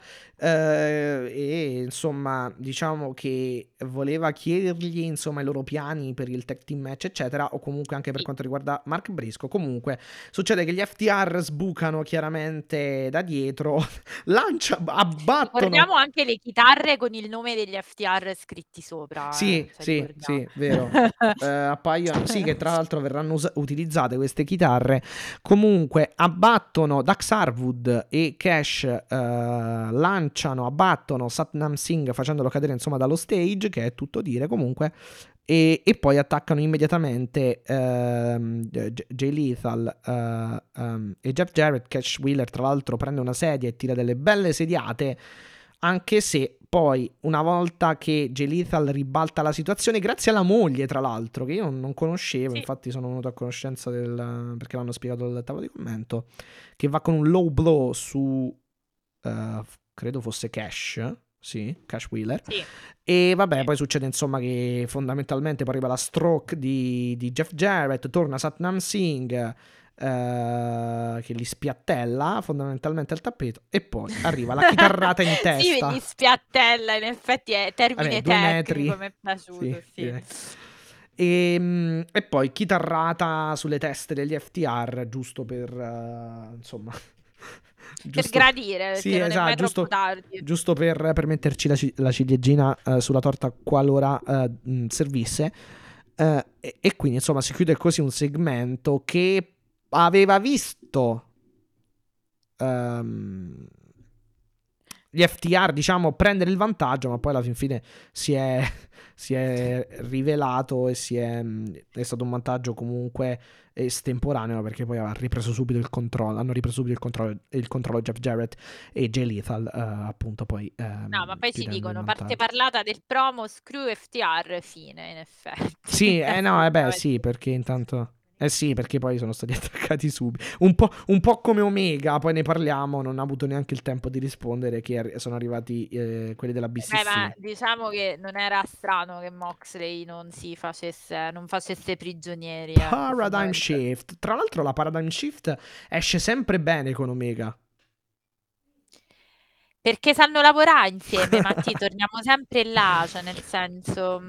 E insomma, diciamo che voleva chiedergli insomma i loro piani per il tag team match, eccetera. O comunque anche per Sì. quanto riguarda Mark Briscoe. Comunque, succede che gli FTR sbucano chiaramente da dietro, abbattono. Ricordiamo anche le chitarre con il nome degli FTR scritti sopra, Sì, cioè sì, ricordiamo. sì, vero. Appaiono, sì, che tra l'altro verranno utilizzate queste chitarre. Comunque, abbattono Dax Harwood e Cash, abbattono Satnam Singh facendolo cadere insomma dallo stage, che è tutto dire comunque. E poi attaccano immediatamente Jay Lethal e Jeff Jarrett. Cash Wheeler, tra l'altro, prende una sedia e tira delle belle sediate anche se poi una volta che Jay Lethal ribalta la situazione, grazie alla moglie tra l'altro, che io non conoscevo, Sì. infatti sono venuto a conoscenza perché l'hanno spiegato al tavolo di commento, che va con un low blow su credo fosse Cash, sì, Cash Wheeler, Sì. e vabbè, poi succede insomma che fondamentalmente poi arriva la stroke di Jeff Jarrett, torna Satnam Singh, che li spiattella fondamentalmente al tappeto, e poi arriva la chitarrata in Sì, testa. gli spiattella, in effetti è termine Vabbè, 2 metri. tecnico, mi è piaciuto, sì. direi. E poi chitarrata sulle teste degli FTR, giusto per insomma, Per gradire, sì, perché non è mai esatto, troppo tardi. giusto per metterci la ciliegina sulla torta qualora servisse. E quindi insomma si chiude così un segmento che aveva visto gli FTR, diciamo, prendere il vantaggio, ma poi alla fin fine si è rivelato e è stato un vantaggio comunque estemporaneo, perché poi hanno ripreso subito il controllo Jeff Jarrett e Jay Lethal, appunto poi No, ma poi ci chiudendo il dicono parte vantaggio. parlata del promo, screw FTR, fine, in effetti. Sì, no, beh, sì, perché intanto... sì, perché poi sono stati attaccati subito. Un po' come Omega, poi ne parliamo, non ha avuto neanche il tempo di rispondere che sono arrivati quelli della BCC. Ma diciamo che non era strano che Moxley non facesse prigionieri. Ecco, Paradigm Shift. Tra l'altro la Paradigm Shift esce sempre bene con Omega. Perché sanno lavorare insieme, Matti, torniamo sempre là, cioè nel senso...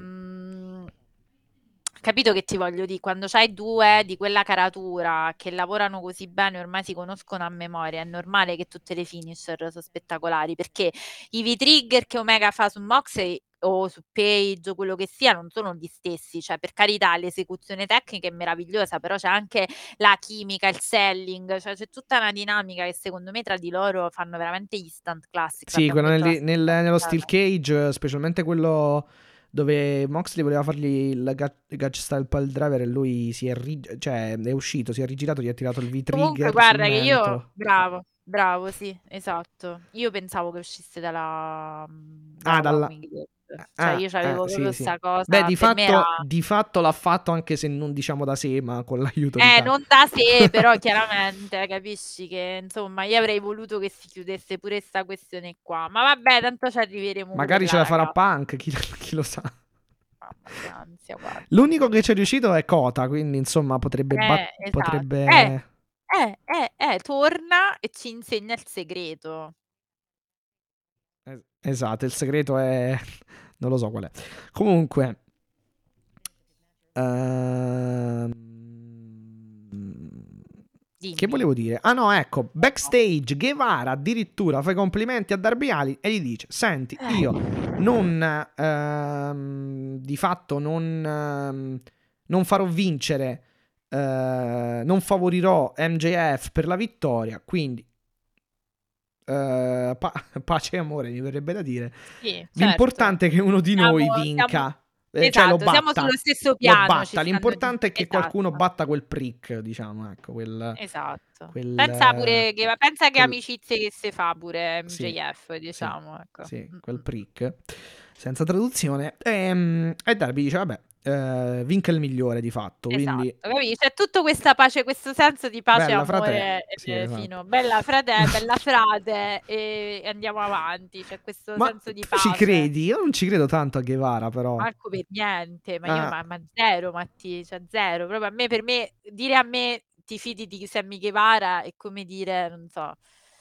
capito che ti voglio dire? Quando c'hai due di quella caratura che lavorano così bene, ormai si conoscono a memoria, è normale che tutte le finisher sono spettacolari, perché i V-trigger che Omega fa su Moxley o su Page o quello che sia non sono gli stessi, cioè per carità l'esecuzione tecnica è meravigliosa, però c'è anche la chimica, il selling, cioè c'è tutta una dinamica che secondo me tra di loro fanno veramente instant classic. Sì, L'abbiamo quello detto nello Steel Cage, specialmente quello dove Moxley voleva fargli il Gage Style Pile Driver e lui è uscito, si è rigirato, gli ha tirato il V-trigger Comunque sul guarda che io, mento. bravo, sì, esatto. Io pensavo che uscisse dalla Dalla... Warming Gate. Cioè io c'avevo sì, proprio sì. sta cosa, Beh, per me era... di fatto l'ha fatto, anche se non diciamo da sé, ma con l'aiuto di Tag. non da sé, però chiaramente capisci che insomma io avrei voluto che si chiudesse pure sta questione qua. Ma vabbè, tanto ci arriveremo Magari pure ce là, la farà ragazzi. Punk, chi lo sa. Mamma che ansia, guarda. L'unico che ci è riuscito è Kota, quindi insomma potrebbe... Esatto. potrebbe... Torna e ci insegna il segreto. Esatto, il segreto è... non lo so qual è. Comunque... Dimmi. Che volevo dire? Ah no, ecco, backstage Guevara addirittura fa i complimenti a Darby Allin e gli dice: senti, io non di fatto non farò vincere, non favorirò MJF per la vittoria, quindi pace e amore, mi verrebbe da dire. Sì, certo. L'importante è che uno di noi vinca. Cioè lo Esatto, siamo batta, sullo stesso piano. lo batta. L'importante è che qualcuno Esatto. batta quel prick, diciamo, ecco, Esatto. quel- Pensa pure che quel- amicizie che si fa pure sì, MJF, diciamo, ecco. sì, quel prick, senza traduzione. E Darby dice, vabbè, vinca il migliore di fatto, quindi... Esatto, capisci? C'è tutto questa pace, questo senso di pace e Bella amore frate, sì, esatto. fino. Bella frate e andiamo avanti. C'è questo Ma senso di tu pace. ci credi? Io non ci credo tanto a Guevara, però. Marco per niente, ma io ma zero, Matti, cioè zero. Proprio per me, dire a me ti fidi di Sammy Guevara è come dire, non so,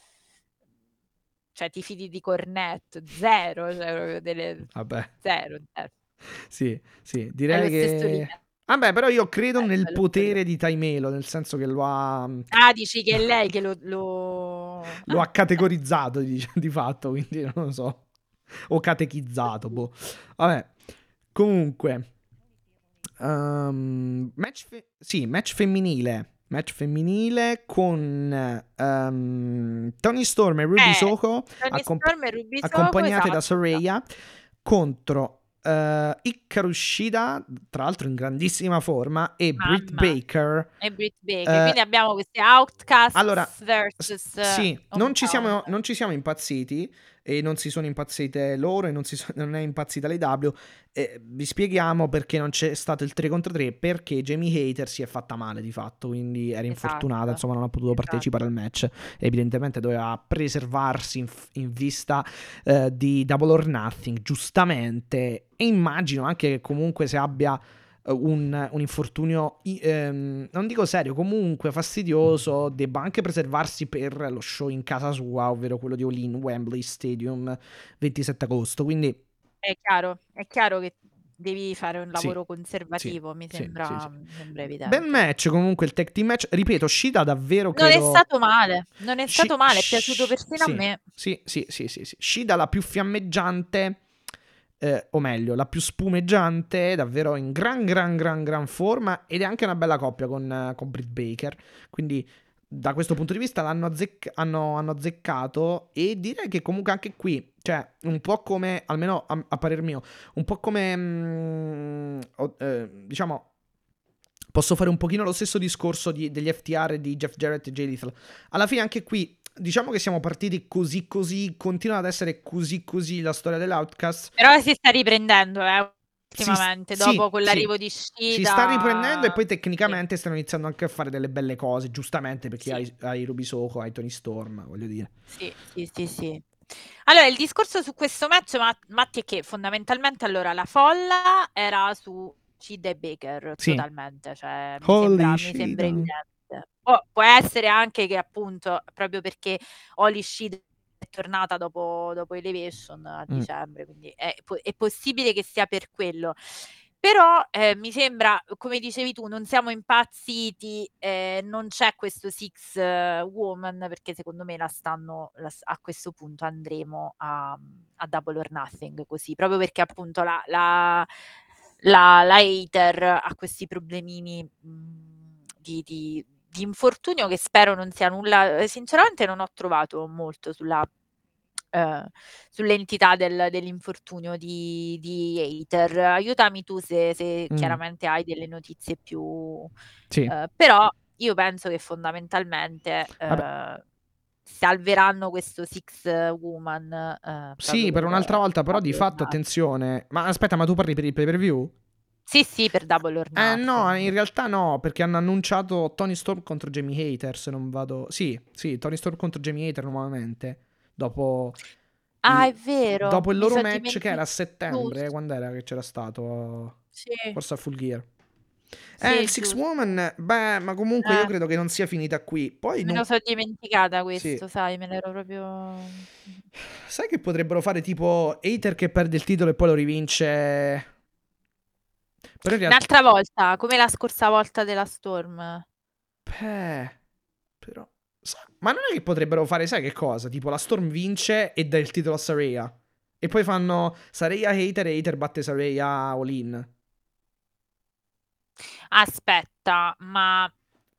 cioè ti fidi di Cornetto, zero, cioè proprio Vabbè. zero. Sì, direi che... Vabbè, però io credo nel potere di Taimelo, nel senso che lo ha... Ah, dici che è lei che lo ha categorizzato, di fatto, quindi non lo so. O catechizzato, boh. Vabbè, comunque... match femminile. Match femminile con Toni Storm e Ruby Soho, accompagnate da Saraya, contro Hikaru Shida, tra l'altro in grandissima forma, e Britt Baker. Quindi abbiamo questi Outcasts allora, versus sì, non ci siamo impazziti. e non si sono impazzite loro e non è impazzita l'AEW. Vi spieghiamo perché non c'è stato il 3 contro 3, perché Jamie Hater si è fatta male di fatto, quindi era infortunata, Esatto, insomma non ha potuto partecipare al match, evidentemente doveva preservarsi in vista di Double or Nothing, giustamente, e immagino anche che comunque se abbia un infortunio non dico serio, comunque fastidioso, debba anche preservarsi per lo show in casa sua, ovvero quello di All In Wembley Stadium 27 agosto, quindi è chiaro che devi fare un sì, lavoro conservativo, mi sì, sembra bel evidente. match comunque il tag team match, ripeto, Shida davvero Non è credo stato male, è piaciuto persino a sì, me. sì. Shida la più fiammeggiante, o meglio, la più spumeggiante, davvero in gran forma, ed è anche una bella coppia con Britt Baker, quindi da questo punto di vista hanno azzeccato, e direi che comunque anche qui, cioè un po' come, almeno a parer mio, un po' come diciamo, posso fare un pochino lo stesso discorso degli FTR di Jeff Jarrett e Jay Lethal. Alla fine anche qui diciamo che siamo partiti così, continua ad essere così la storia dell'Outcast. Però si sta riprendendo, Sì, ultimamente, dopo quell'arrivo di si sta riprendendo, e poi Shida. tecnicamente stanno iniziando anche a fare delle belle cose, giustamente, perché Sì, hai Ruby Soho, hai Tony Storm, voglio dire. sì. Allora, il discorso su questo match, Matti, è che fondamentalmente allora la folla era su Shida e Baker Sì. totalmente, cioè Holy mi sembra evidente. Può essere anche che appunto proprio perché Holy Shida è tornata dopo Elevation a dicembre, quindi è possibile che sia per quello. Però mi sembra, come dicevi tu, non siamo impazziti, non c'è questo Six Woman, perché secondo me a questo punto andremo a Double or Nothing così, proprio perché appunto la Hater ha questi problemini di infortunio, che spero non sia nulla. Sinceramente non ho trovato molto sull'entità dell'infortunio di Hater. Aiutami tu se chiaramente hai delle notizie più. Sì. Però io penso che fondamentalmente Vabbè. salveranno questo Six Woman Sì, proprio per un'altra volta, però di Double or fatto, Nothing. attenzione. Ma aspetta, ma tu parli per il pay-per-view? Sì, per Double or No, in Nothing. realtà no, perché hanno annunciato Tony Storm contro Jamie Hater, se non vado. Sì, Tony Storm contro Jamie Hater nuovamente. Dopo Ah, il, è vero, dopo il mi loro so match che era a dimenticato. settembre, Giusto. quando era che c'era stato? Sì, Forse a Full Gear. Il sì, Six giusto. Woman, beh, ma comunque io credo che non sia finita qui. Poi Me lo non. so dimenticata Sì. questo, sai, me l'ero proprio. Sai che potrebbero fare tipo Hater che perde il titolo e poi lo rivince? Però in realtà. Un'altra volta, come la scorsa volta della Storm. Però. Ma non è che potrebbero fare, sai che cosa? Tipo la Storm vince e dà il titolo a Saraya. E poi fanno Saraya Hater e Hater batte Saraya All In. Aspetta, ma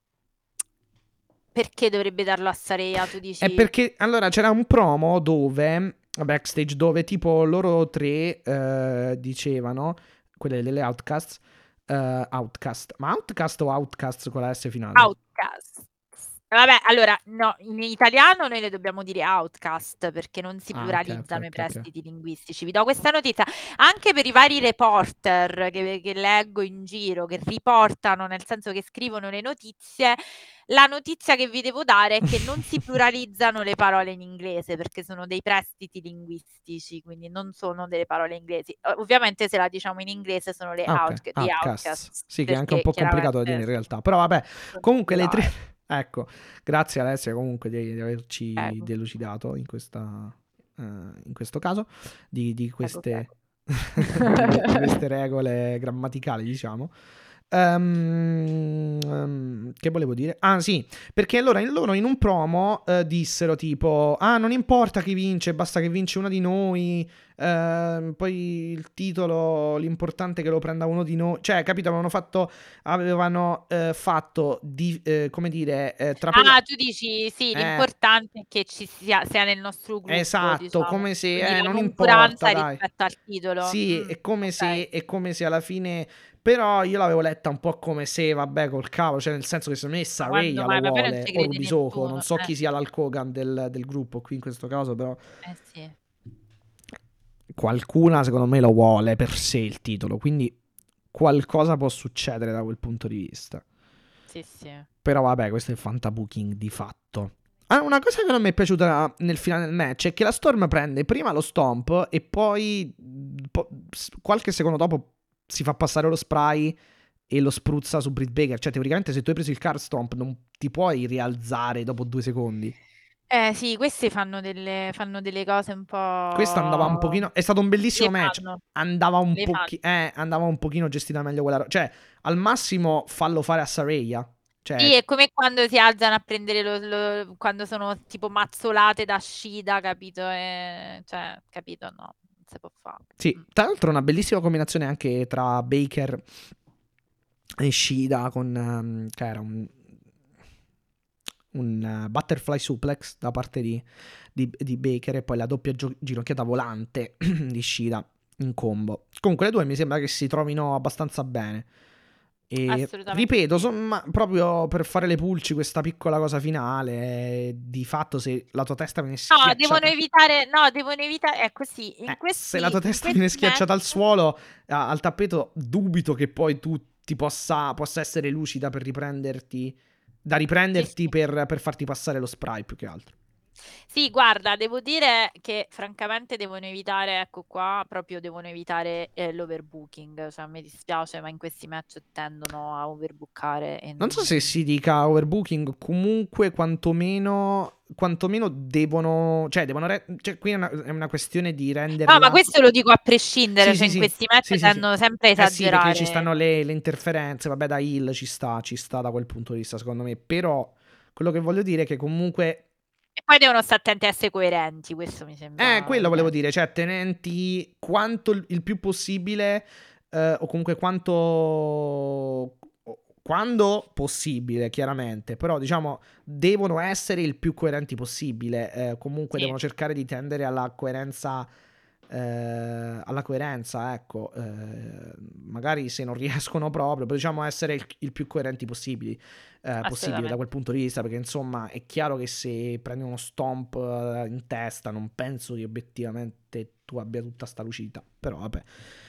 perché dovrebbe darlo a Saraya, tu È dici? perché allora c'era un promo dove, backstage, dove tipo loro tre dicevano, quelle delle Outcasts, Outcast, ma Outcast o Outcasts con la S finale? Outcast. Vabbè, allora, no, in italiano noi le dobbiamo dire outcast perché non si Ah, ok, pluralizzano i ok. prestiti linguistici. Vi do questa notizia anche per i vari reporter che leggo in giro, che riportano, nel senso che scrivono le notizie. La notizia che vi devo dare è che non si pluralizzano le parole in inglese perché sono dei prestiti linguistici, quindi non sono delle parole inglesi. Ovviamente se la diciamo in inglese sono Ah, ok, gli Outcasts. outcasts, Sì, che è anche un perché po' complicato da dire in chiaramente realtà. Però vabbè, sono comunque le tre. plurale. Ecco, grazie Alessia comunque di averci Prego. delucidato in questo caso di queste, Prego. di queste regole grammaticali, diciamo. Che volevo dire? Ah, sì, perché allora loro in un promo dissero tipo: ah, non importa chi vince, basta che vince uno di noi. Poi il titolo, l'importante è che lo prenda uno di noi. Cioè, capito? Avevano fatto come dire, Tu dici sì, eh, l'importante è che sia nel nostro gruppo, esatto, diciamo. come Quindi se la non importa, noncuranza dai. rispetto al titolo. Sì, è come Okay. se alla fine. Però io l'avevo letta un po' come se, vabbè, col cavolo, cioè nel senso che secondo me Ma quando Saraya lo mai? Ma poi non vuole, ci o crede Rubisoco, non nessuno. so chi sia l'Hulk Hogan del gruppo qui in questo caso, però Sì. qualcuna secondo me lo vuole per sé il titolo, quindi qualcosa può succedere da quel punto di vista. Sì, sì. Però vabbè, questo è fantabooking di fatto. Una cosa che non mi è piaciuta nel finale del match è che la Storm prende prima lo stomp e poi qualche secondo dopo si fa passare lo spray e lo spruzza su Britt Baker. Cioè, teoricamente, se tu hai preso il card stomp non ti puoi rialzare dopo 2 secondi. Sì, questi fanno delle cose un Questo andava un po'... pochino. È stato un bellissimo Le match. fanno, Andava un le fanno. andava un pochino gestita meglio quella. Cioè, al massimo fallo fare a Saraya. Sì, Cioè, è come quando si alzano a prendere quando sono tipo mazzolate da Shida, capito? Cioè, capito? No, non si può fare. sì, tra l'altro una bellissima combinazione anche tra Baker e Shida con che era un butterfly suplex da parte di Baker e poi la doppia ginocchiata volante di Shida in combo. Comunque le due mi sembra che si trovino abbastanza bene. E Assolutamente ripeto, sì. proprio per fare le pulci, questa piccola cosa finale, di fatto se la tua testa viene No, devono schiacciata... evitare, è così, se la tua testa viene match, schiacciata al suolo, al tappeto, dubito che poi tu ti possa essere lucida per riprenderti, da sì, riprenderti sì. per farti passare lo spray più che altro. Sì, guarda, devo dire che francamente devono evitare, ecco qua, proprio devono evitare l'overbooking, cioè mi dispiace, ma in questi match tendono a overbookare e Non so se si dica overbooking, comunque quantomeno devono, cioè qui è una questione di No, ma renderla... questo lo dico a prescindere, Sì, cioè sì, in sì, questi match sì, sì, sì. tendono sempre a Eh sì, perché ci esagerare. stanno le interferenze, vabbè, da heal ci sta da quel punto di vista, secondo me. Però quello che voglio dire è che comunque... E poi devono stare attenti a essere coerenti, questo mi sembra quello volevo evidente. dire, cioè tenenti quanto il più possibile, o comunque quando possibile, chiaramente, però diciamo devono essere il più coerenti possibile, comunque Sì, devono cercare di tendere alla coerenza, ecco, magari se non riescono proprio, però diciamo essere il più coerenti possibile da assolutamente. quel punto di vista, perché insomma è chiaro che se prendi uno stomp in testa non penso che obiettivamente tu abbia tutta sta lucidità, però vabbè.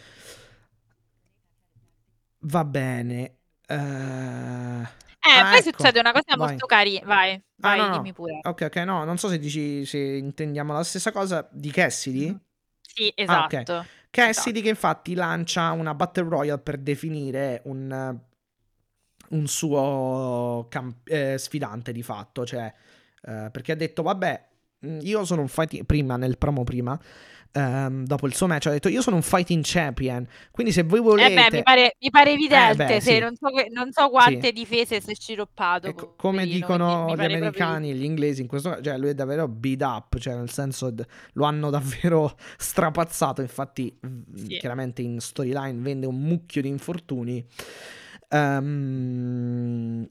Va bene. Poi Ecco, succede una cosa vai. molto carina. Vai, Ah, no, vai, dimmi no. pure. Ok, ok, no, non so se dici, se intendiamo la stessa cosa di Cassidy. Mhm. Sì, Ah, ok. esatto. Cassidy Esatto. che infatti lancia una Battle Royale per definire un suo sfidante di fatto, cioè perché ha detto vabbè, io sono un fighting prima nel promo prima dopo il suo match ha detto io sono un fighting champion, quindi se voi Beh, volete mi pare beh evidente, se sì, non so sì. quante difese si è sciroppato, Come poverino, quindi dicono mi gli pare proprio americani e gli inglesi in questo caso, cioè lui è davvero beat up, cioè nel senso lo hanno davvero strapazzato, infatti sì. chiaramente in storyline vende un mucchio di infortuni. Ehm,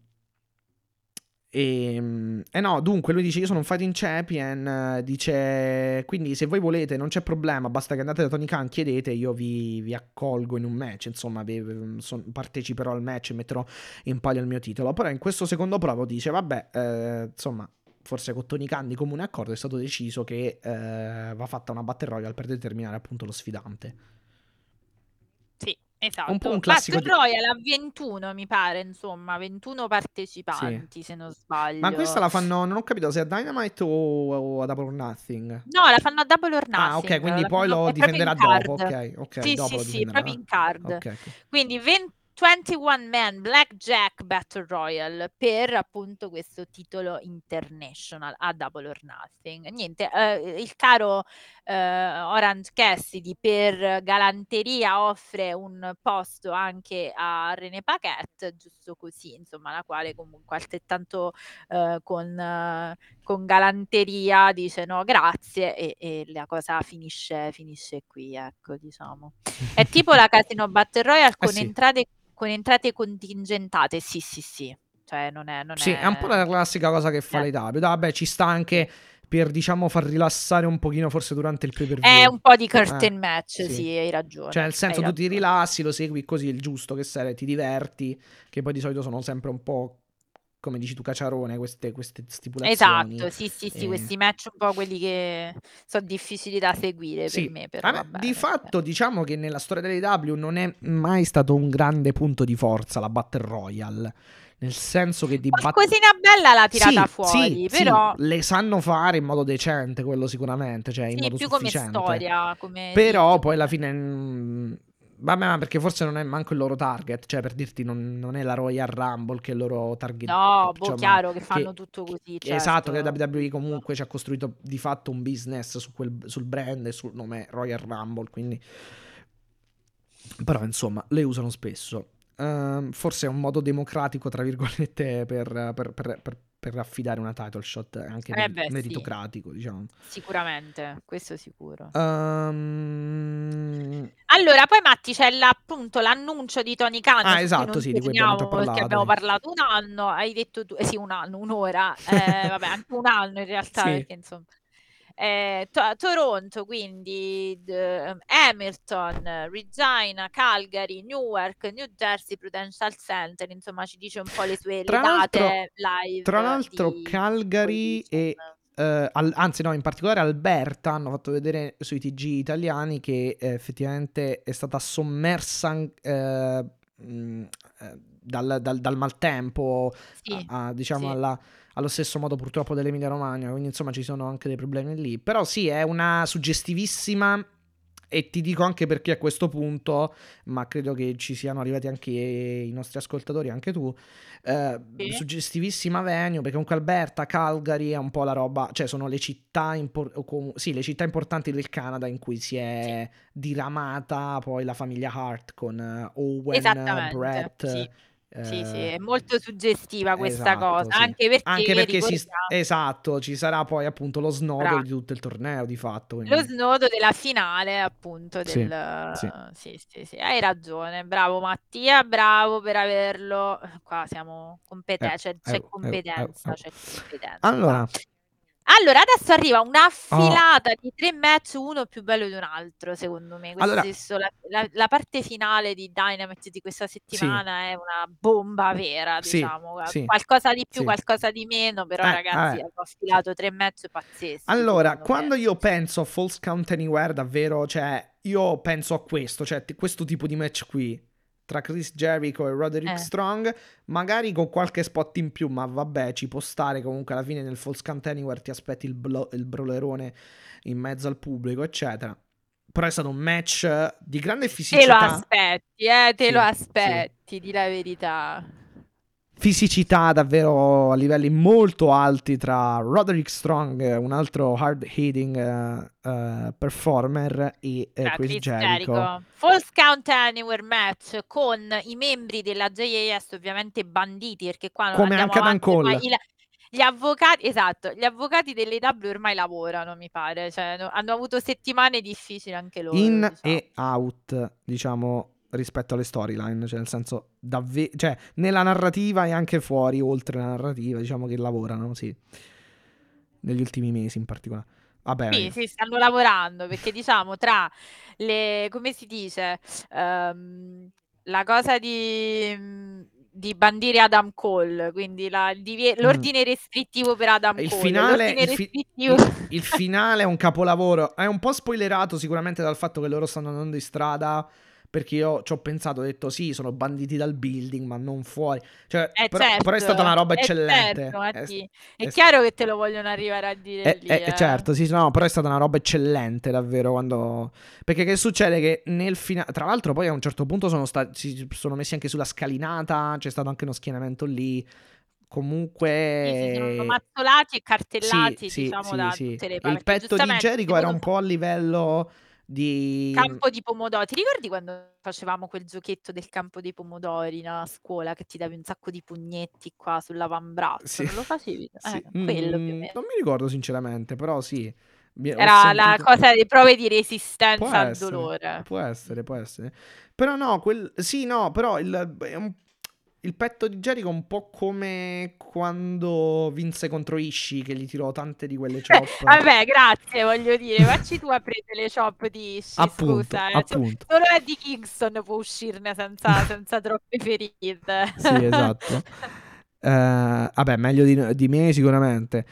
E no, dunque lui dice io sono un fighting champion, dice quindi se voi volete non c'è problema, basta che andate da Tony Khan, chiedete, io vi accolgo in un match, insomma parteciperò al match e metterò in palio il mio titolo. Però in questo secondo provo dice vabbè, insomma forse con Tony Khan di comune accordo è stato deciso che va fatta una battle royale per determinare appunto lo sfidante. Sì, Un po' un esatto. classico Battle Royale a 21 mi pare, insomma, 21 sì. partecipanti se non Ma questa sbaglio. la fanno, non ho capito se a Dynamite o a Double or Nothing. No, la fanno a Double or Ah, ok, Nothing, quindi poi lo è proprio in difenderà dopo. card. Ok, ok, Sì, dopo sì, lo sì, proprio difenderà. in card. Ok, ok. Quindi 21 Man Blackjack Battle Royale per appunto questo titolo international a Double or Nothing. Niente, il caro Orange Cassidy per galanteria offre un posto anche a René Paquette, giusto così, insomma, la quale comunque altrettanto con galanteria dice no grazie e la cosa finisce qui, ecco, diciamo. È tipo la Casino Battle Royale Eh sì, con entrate contingentate, sì, sì, sì. Cioè non sì, è un po' la classica cosa che fa eh, l'AEW. Vabbè, ci sta sì. anche per, diciamo, far rilassare un pochino forse durante il È pay-per-view. un po' di curtain match, Sì. sì, hai Cioè, nel ragione, hai senso, tu ti ragione. rilassi, lo segui così, il giusto che serve, ti diverti, che poi di solito sono sempre un po' come dici tu, caciarone, queste stipulazioni. Esatto, sì, Eh, questi match un po' quelli che sono difficili da seguire per sì, me, però a me, va di bene. fatto diciamo che nella storia dell'AEW non è mai stato un grande punto di forza la Battle Royale, nel senso che di Qualcosina bella l'ha tirata sì, fuori, sì, però le sanno fare in modo decente, quello sicuramente, cioè in sì, modo più come sufficiente. storia, come Però sì, poi alla come... fine vabbè, ma perché forse non è manco il loro target, cioè per dirti non è la Royal Rumble che è il loro target, No, cioè, chiaro che fanno tutto così, esatto, che certo. WWE comunque ci ha costruito di fatto un business sul brand e sul nome Royal Rumble, quindi però insomma le usano spesso. Forse è un modo democratico, tra virgolette, per affidare una title shot anche Sì, meritocratico, diciamo. sicuramente, questo sicuro. Ehm, Allora, poi Matti c'è appunto l'annuncio di Tony Khan su cui esatto, non sì, di cui abbiamo già torniamo, che parlato. abbiamo parlato un anno, hai detto tu, sì, un anno, un'ora, vabbè, anche un anno in realtà, Sì. perché insomma. Toronto, quindi Hamilton, Regina, Calgary, Newark, New Jersey, Prudential Center, insomma ci dice un po' le Tra date live l'altro di Calgary Collision. e anzi no, in particolare Alberta hanno fatto vedere sui TG italiani che effettivamente è stata sommersa dal maltempo, Sì, diciamo sì. allo stesso modo purtroppo dell'Emilia Romagna, quindi insomma ci sono anche dei problemi lì, però sì, è una suggestivissima, e ti dico anche perché a questo punto, ma credo che ci siano arrivati anche i nostri ascoltatori, anche tu, Sì. suggestivissima venue, perché comunque Alberta, Calgary è un po' la roba, cioè sono le città, le città importanti del Canada in cui si è diramata poi la famiglia Hart con Owen, Esattamente, Brett. sì. Sì, è molto suggestiva questa Esatto, cosa, sì. anche perché ricordiamo esatto, ci sarà poi appunto lo snodo brava. di tutto il torneo di fatto. Lo Quindi. snodo della finale appunto Sì, del sì. sì, hai ragione. Bravo Mattia, bravo per averlo. Qua siamo c'è competenza, c'è competenza qua. Allora, Allora, adesso arriva una oh, filata di 3 match, uno più bello di un altro, secondo me. allora, La parte finale di Dynamite di questa sì, settimana è una bomba vera, sì, diciamo. sì, Qualcosa di più, sì. qualcosa di meno, però ragazzi, Vabbè. hanno filato 3 match pazzeschi, Allora, secondo me. quando io penso a False Count Anywhere, davvero, cioè, io penso a questo, cioè, questo tipo di match qui, tra Chris Jericho e Roderick Strong, magari con qualche spot in più, ma vabbè, ci può stare, comunque alla fine nel False Count Anywhere ti aspetti il brawlerone in mezzo al pubblico, eccetera. Però è stato un match di grande fisicità. Te lo Sì, aspetti, di la verità. Fisicità davvero a livelli molto alti tra Roderick Strong, un altro hard hitting performer, e Chris Jericho. False Count Anywhere match con i membri della JAS ovviamente banditi, perché qua non Come andiamo anche Adam avanti ormai. Cole. Gli avvocati, esatto, gli avvocati dell'AEW ormai lavorano, mi pare, cioè hanno avuto settimane difficili anche loro, In diciamo. e out, diciamo, rispetto alle storyline, cioè nel senso, cioè nella narrativa e anche fuori, oltre la narrativa, diciamo che lavorano, sì. Negli ultimi mesi in particolare. Vabbè, Sì, stanno lavorando, perché diciamo tra le, come si dice, la cosa di bandire Adam Cole, quindi l'ordine restrittivo per Adam il Cole, finale, l'ordine restrittivo... il finale è un capolavoro. È un po' spoilerato sicuramente dal fatto che loro stanno andando in strada, perché io ci ho pensato, ho detto sì, sono banditi dal building, ma non fuori. Cioè, però è stata una roba eccellente. Certo, Matti. È chiaro che te lo vogliono arrivare a dire lì. Certo, sì, no, però è stata una roba eccellente, davvero, quando... Perché che succede? Che nel finale... Tra l'altro poi a un certo punto si sono messi anche sulla scalinata, c'è stato anche uno schienamento lì. Comunque... Sì, si sono mazzolati e cartellati, Sì, diciamo, da tutte le parti. il petto di Jericho era un po' a livello di... Campo di pomodori. Ti ricordi quando facevamo quel giochetto del campo dei pomodori, no, a scuola, che ti davi un sacco di pugnetti qua sull'avambraccio? Sì. Non lo facevi? Sì. Quello più o meno. Non mi ricordo sinceramente, però sì. Era la cosa delle prove di resistenza al dolore. Può essere. Però no, sì, no, però il petto di Jericho è un po' come quando vinse contro Ishii, che gli tirò tante di quelle chop. Vabbè, grazie, voglio dire, facci tu a prendere le chop di Ishii, Appunto, scusa. appunto. Solo Eddie Kingston può uscirne senza troppe ferite. Sì, esatto. Vabbè, meglio di me sicuramente.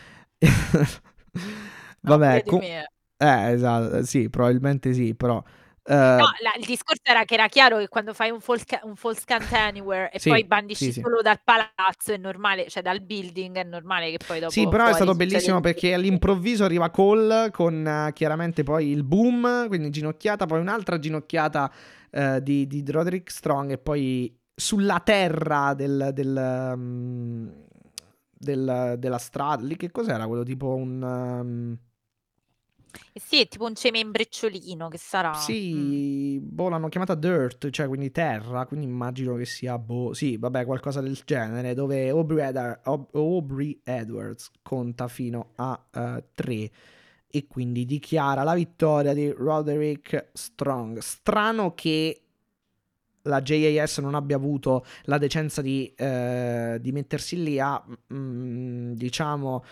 No, Vabbè, pure di me. esatto, sì, probabilmente sì, però... No, il discorso era che era chiaro che quando fai un false count anywhere e poi Sì, bandisci sì. solo dal palazzo è normale, cioè dal building è normale che poi Sì, dopo però è fuori stato succede bellissimo il perché building. all'improvviso arriva Cole con chiaramente poi il boom, quindi ginocchiata, poi un'altra ginocchiata di Roderick Strong e poi sulla terra della strada. Lì che cos'era quello? Tipo un... Sì, è tipo un cemembrecciolino che sarà. Sì, boh, l'hanno chiamata Dirt, cioè quindi terra, quindi immagino che sia, boh, sì, vabbè, qualcosa del genere, dove Aubrey Edwards conta fino a 3 e quindi dichiara la vittoria di Roderick Strong. Strano che la JAS non abbia avuto la decenza di mettersi lì a, diciamo,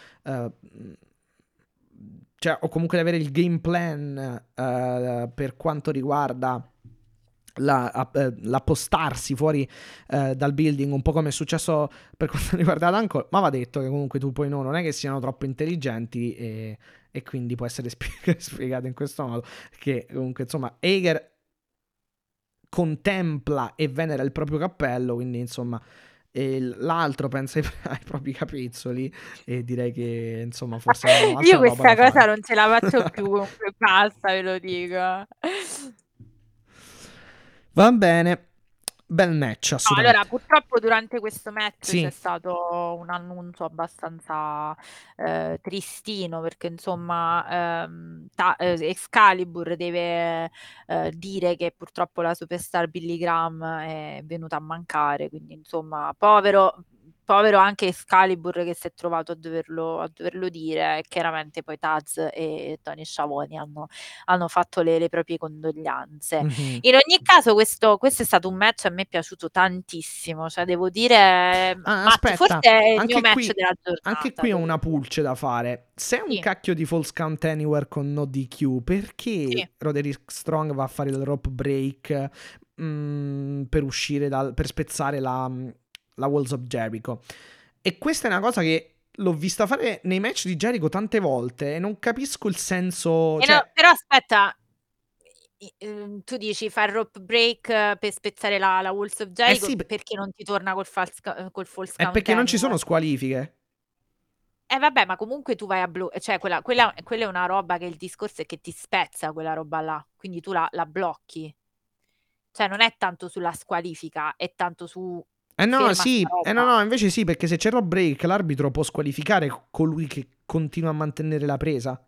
cioè, o comunque di avere il game plan per quanto riguarda l'appostarsi fuori dal building, un po' come è successo per quanto riguarda Danko, ma va detto che comunque tu poi non è che siano troppo intelligenti e quindi può essere spiegato in questo modo, che comunque insomma Hager contempla e venera il proprio cappello, quindi insomma l'altro pensa ai propri capezzoli e direi che insomma forse avevano altra Io roba da questa cosa fare. non ce la faccio più, comunque basta, ve lo dico. Va bene, bel match No, allora assolutamente. purtroppo durante questo match c'è Sì, stato un annuncio abbastanza tristino perché insomma Excalibur deve dire che purtroppo la superstar Billy Graham è venuta a mancare, quindi insomma povero anche Excalibur che si è trovato a doverlo dire e chiaramente poi Taz e Tony Schiavone hanno fatto le proprie condoglianze. mhm. In ogni caso questo è stato un match a me è piaciuto tantissimo, cioè devo dire, Matt, forse Aspetta, è il mio match della anche giornata, qui ho devo una dire. pulce da fare. Se è un Sì, cacchio di False Count Anywhere con no DQ, sì. perché Roderick Strong va a fare il rope break per uscire per spezzare la Walls of Jericho? E questa è una cosa che l'ho vista fare nei match di Jericho tante volte e non capisco il senso, No, cioè, però aspetta, tu dici fare rope break per spezzare la Walls of eh Jericho sì, perché non ti torna col false è count perché non ci sono anywhere? squalifiche. Vabbè, ma comunque tu vai a cioè quella è una roba che il discorso è che ti spezza quella roba là, quindi tu la blocchi. Cioè non è tanto sulla squalifica, è tanto su Eh no, ferma sta sì, no, roba. no, invece sì, perché se c'è rope break l'arbitro può squalificare colui che continua a mantenere la presa.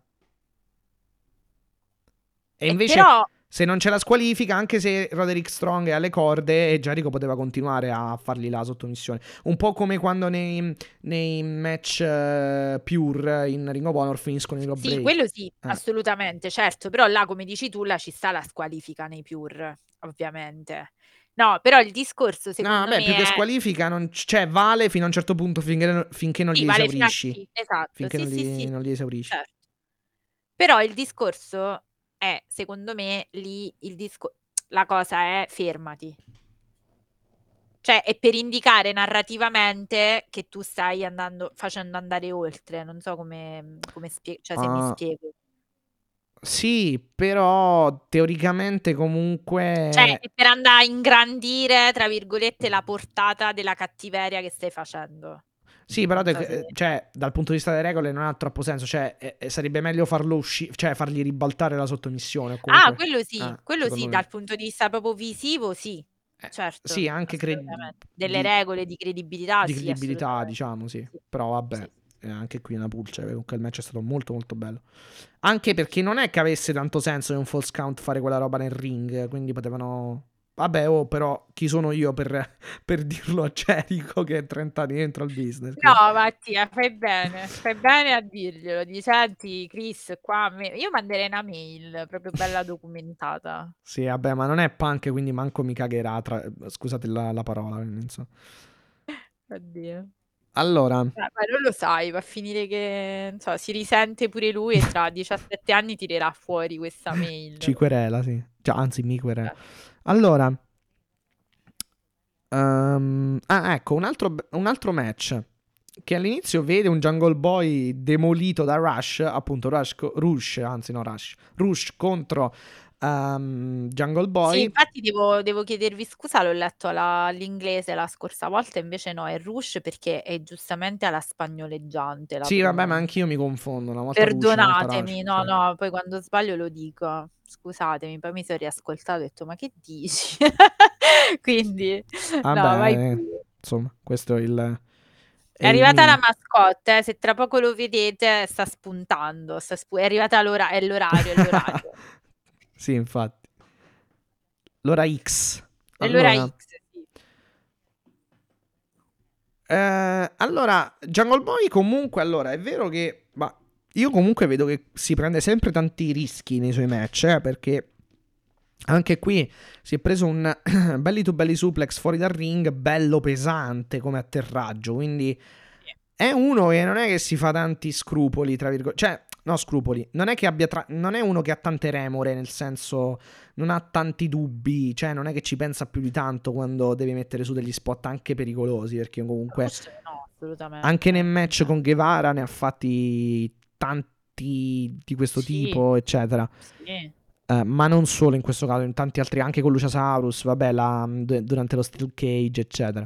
E E invece però, se non c'è la squalifica, anche se Roderick Strong è alle corde, Jericho poteva continuare a fargli la sottomissione. Un po' come quando nei match pure in Ring of Honor finiscono i rope sì, break. quello sì, assolutamente, certo, però là come dici tu, là ci sta la squalifica nei pure, ovviamente. No, però il discorso No, secondo vabbè, più me che è squalifica, cioè vale fino a un certo punto finché non sì, li vale fino a esaurisci. sì, esatto, Finché sì, sì, sì, non li esaurisci. certo. Però il discorso è, secondo me, lì la cosa è fermati. Cioè, è per indicare narrativamente che tu stai facendo andare oltre. Non so cioè, se mi Ah, spiego. sì, però teoricamente Cioè, comunque... è per andare a ingrandire, tra virgolette, la portata della cattiveria che stai facendo. Sì, però Non so se... cioè, dal punto di vista delle regole non ha troppo senso. Cioè, sarebbe meglio farlo uscire, cioè fargli ribaltare la sottomissione. O Ah, comunque, quello secondo sì, me. dal punto di vista proprio visivo, sì, Sì, certo, anche assolutamente. Delle regole di credibilità, di sì, credibilità, assolutamente. diciamo, sì. Sì, Però vabbè, sì. anche qui una pulce. Comunque il match è stato molto molto bello. Anche perché non è che avesse tanto senso in un false count fare quella roba nel ring. Quindi potevano... Vabbè, oh, però chi sono io per dirlo a Jericho che è 30 anni dentro al business? Quindi... No, Mattia, fai bene a dirglielo. Di senti, Chris, qua io manderei una mail proprio bella documentata. Sì, vabbè, ma non è punk, quindi manco mi cagherà. Scusate la parola. Quindi, insomma. Oddio. Allora, Ma non lo sai, va a finire che, non so, si risente pure lui e tra 17 anni tirerà fuori questa mail. ci querela, sì. Cioè, anzi, mi querela. Eh, Allora, Ecco, un altro match che all'inizio vede un Jungle Boy demolito da Rush, appunto Rush contro Jungle Boy. Sì, infatti devo chiedervi scusa, l'ho letto all'inglese la scorsa volta, invece no, è Rush perché è giustamente alla spagnoleggiante la Sì, vabbè, ma pronuncia. anch'io mi confondo, una volta Rush, una volta Perdonatemi, Rush, no, sì. no, poi quando sbaglio lo dico. Scusatemi, poi mi sono riascoltato e ho detto: "Ma che dici?" Quindi no, vai Vabbè, pure. insomma, questo è È il arrivata la minimo. mascotte, se tra poco lo vedete sta spuntando, è arrivata è l'orario. Sì, infatti. L'ora X. È l'ora Allora, X, sì. allora, Jungle Boy comunque, allora, è vero che... Ma io comunque vedo che si prende sempre tanti rischi nei suoi match, perché anche qui si è preso un belly to belly suplex fuori dal ring, bello pesante come atterraggio, quindi è uno che non è che si fa tanti scrupoli, tra virgolette, cioè, no scrupoli, non è che abbia non è uno che ha tante remore, nel senso, non ha tanti dubbi, cioè non è che ci pensa più di tanto quando deve mettere su degli spot anche pericolosi, perché comunque Rush no, assolutamente. anche nei match con Guevara ne ha fatti tanti di questo Sì, tipo, eccetera. sì. Ma non solo in questo caso, in tanti altri, anche con Luciasaurus, vabbè, durante lo Steel Cage, eccetera.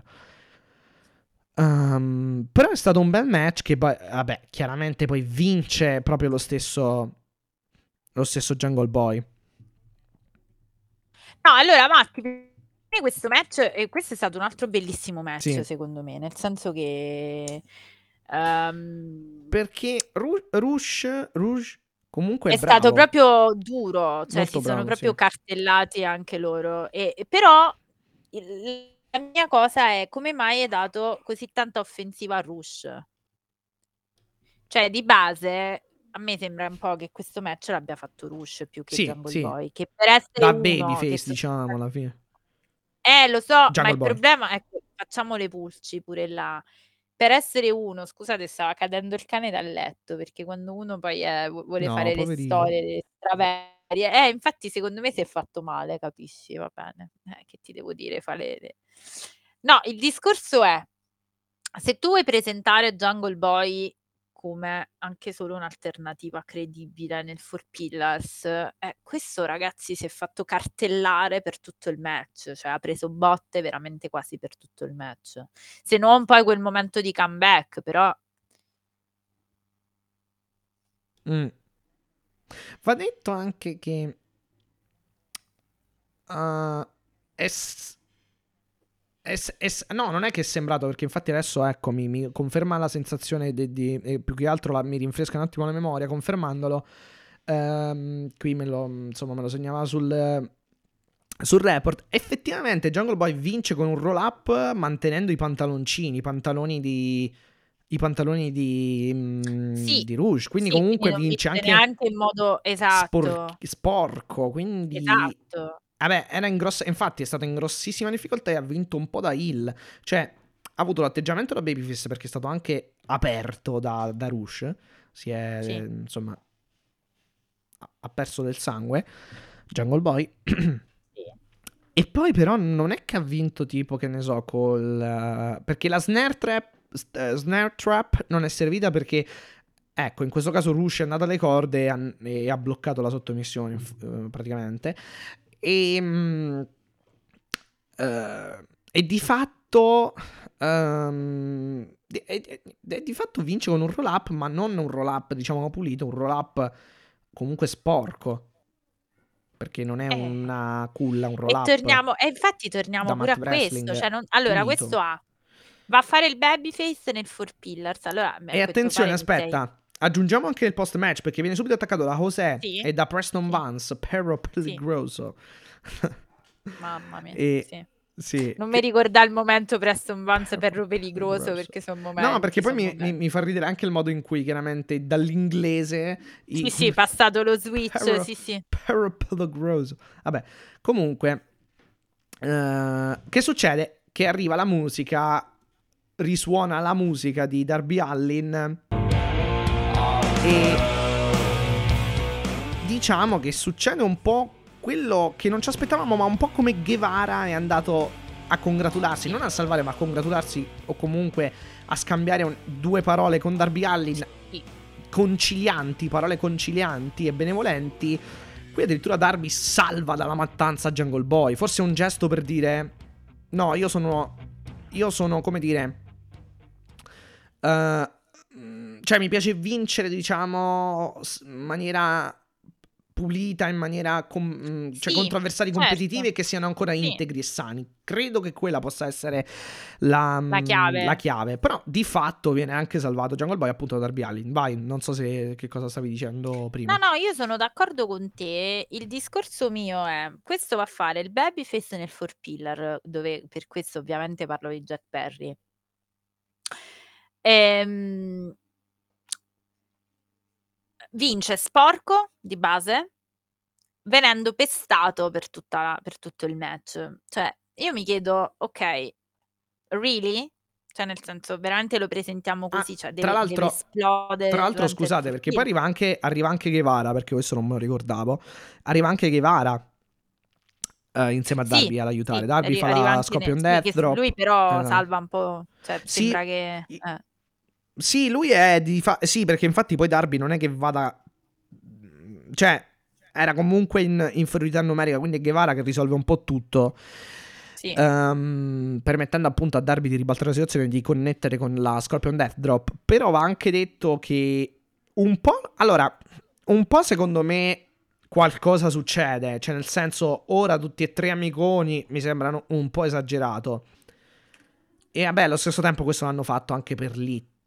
Però è stato un bel match che poi, vabbè, chiaramente poi vince proprio lo stesso Jungle Boy. No, allora Matti, per me questo match, e questo è stato un altro bellissimo match, Sì. secondo me, nel senso che Perché Rush comunque è è stato bravo. proprio duro, cioè Molto si sono bravo, proprio sì. cartellati anche loro. Però la mia cosa è come mai hai dato così tanta offensiva a Rush? Cioè di base a me sembra un po' che questo match l'abbia fatto Rush più che Sì, Jungle sì. Boy, che per essere Da uno che babyface, diciamo, alla fine. lo so, ma Jungle il Boy. problema è che facciamo le pulci pure là. Per essere uno, scusate, stava cadendo il cane dal letto, perché quando uno poi vuole No, fare le poverino. storie, le straverie, infatti secondo me si è fatto male, capisci? Va bene, che ti devo dire, fa no, il discorso è, se tu vuoi presentare Jungle Boy come anche solo un'alternativa credibile nel Four Pillars, questo ragazzi si è fatto cartellare per tutto il match, cioè ha preso botte veramente quasi per tutto il match. Se non poi quel momento di comeback, però Va detto anche che no, non è che è sembrato, perché infatti adesso ecco mi conferma la sensazione più che altro mi rinfresca un attimo la memoria confermandolo. Qui me lo segnava sul report. Effettivamente Jungle Boy vince con un roll up mantenendo i pantaloncini, i pantaloni sì, di Rouge, quindi sì, quindi comunque non vince viste anche neanche in modo esatto, sporco, quindi esatto. vabbè, era in grossa, infatti è stato in grossissima difficoltà e ha vinto un po' da heel, cioè ha avuto l'atteggiamento da babyface perché è stato anche aperto da Rouge, si è Sì. insomma ha perso del sangue Jungle Boy. Sì. E poi però non è che ha vinto tipo, che ne so, perché la snare trap non è servita perché, ecco, in questo caso Rush è andato alle corde e ha bloccato la sottomissione praticamente. E di fatto... di fatto vince con un roll up, ma non un roll up diciamo pulito, un roll up comunque sporco. Perché non è una culla, un roll E up infatti torniamo da pure mat a questo, wrestling cioè allora pulito. questo va a fare il babyface nel Four Pillars, allora E questo attenzione, fare mi sei aspetta, aggiungiamo anche il post match perché viene subito attaccato da José sì? e da Preston Sì, Vance, Pero sì, Peligroso. mamma mia, E sì. sì, Non mi ricorda il momento Preston Vance Pero Perro Peligroso Peligroso. perché son No, perché momenti, poi son momenti. mi fa ridere anche il modo in cui chiaramente dall'inglese Sì, sì, passato lo switch, sì, sì. Pero Peligroso. Vabbè, comunque che succede? Che arriva la musica, risuona la musica di Darby Allin e diciamo che succede un po' quello che non ci aspettavamo, ma un po' come Guevara è andato a congratularsi, non a salvare, ma a congratularsi o comunque a scambiare due parole con Darby Allin, concilianti, parole concilianti e benevolenti. Qui addirittura Darby salva dalla mattanza Jungle Boy. Forse è un gesto per dire: no, io sono, come dire, cioè mi piace vincere, diciamo, in maniera pulita, in maniera cioè contro avversari competitivi e che siano ancora integri e sani. Credo che quella possa essere la chiave. Però di fatto viene anche salvato Jungle Boy appunto da Darby Allin. Vai, non so che cosa stavi dicendo prima. No, io sono d'accordo con te. Il discorso mio è: questo va a fare il babyface nel 4-pillar, dove per questo ovviamente parlo di Jack Perry. Vince sporco di base, venendo pestato per tutto il match. Cioè, io mi chiedo, ok, really? Cioè, nel senso, veramente lo presentiamo così? Cioè, deve esplodere. Tra l'altro, scusate, perché poi arriva anche Guevara, perché questo non me lo ricordavo. Arriva anche Guevara insieme a Darby ad aiutare. Darby fa la Scorpion Death Drop. Lui però salva un po', cioè sembra che... Sì, lui è sì, perché infatti poi Darby non è che vada... Cioè, era comunque in inferiorità numerica, quindi è Guevara che risolve un po' tutto. Sì. Permettendo appunto a Darby di ribaltare la situazione, di connettere con la Scorpion Death Drop. Però va anche detto che un po'... Allora, un po' secondo me qualcosa succede. Cioè, nel senso, ora tutti e tre amiconi mi sembrano un po' esagerato. E vabbè, allo stesso tempo questo l'hanno fatto anche per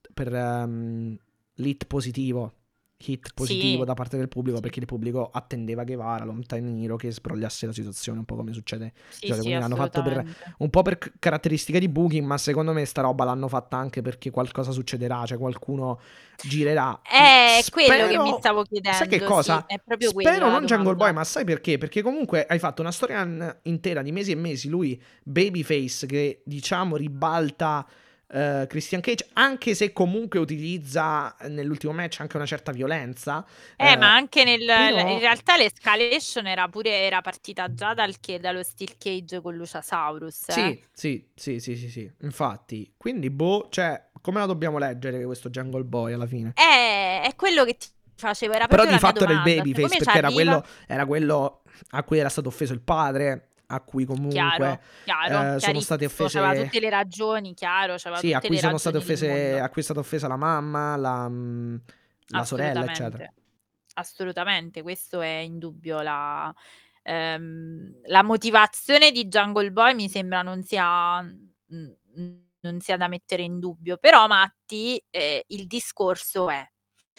l'hit positivo. Hit positivo da parte del pubblico, perché il pubblico attendeva Guevara, Long Hero, che sbrogliasse la situazione, un po' come succede. Quindi l'hanno fatto un po' per caratteristiche di booking, ma secondo me sta roba l'hanno fatta anche perché qualcosa succederà, cioè qualcuno girerà. È quello che mi stavo chiedendo. Sai che cosa? È proprio spero non Jungle Boy, ma sai perché? Perché comunque hai fatto una storia intera di mesi e mesi, lui babyface che diciamo ribalta Christian Cage, anche se comunque utilizza nell'ultimo match anche una certa violenza, ma anche però... in realtà l'escalation era partita già dallo Steel Cage con Luchasaurus. Sì, infatti, quindi cioè come la dobbiamo leggere questo Jungle Boy alla fine? È quello che ti facevo, era però proprio di fatto era il domanda. babyface, perché era quello a cui era stato offeso il padre, a cui comunque sono state offese, c'aveva tutte le ragioni, sì, a cui sono state offese, a cui è stata offesa la mamma, la sorella, eccetera. Assolutamente, questo è indubbio. La motivazione di Jungle Boy mi sembra non sia da mettere in dubbio, però Matti, il discorso è: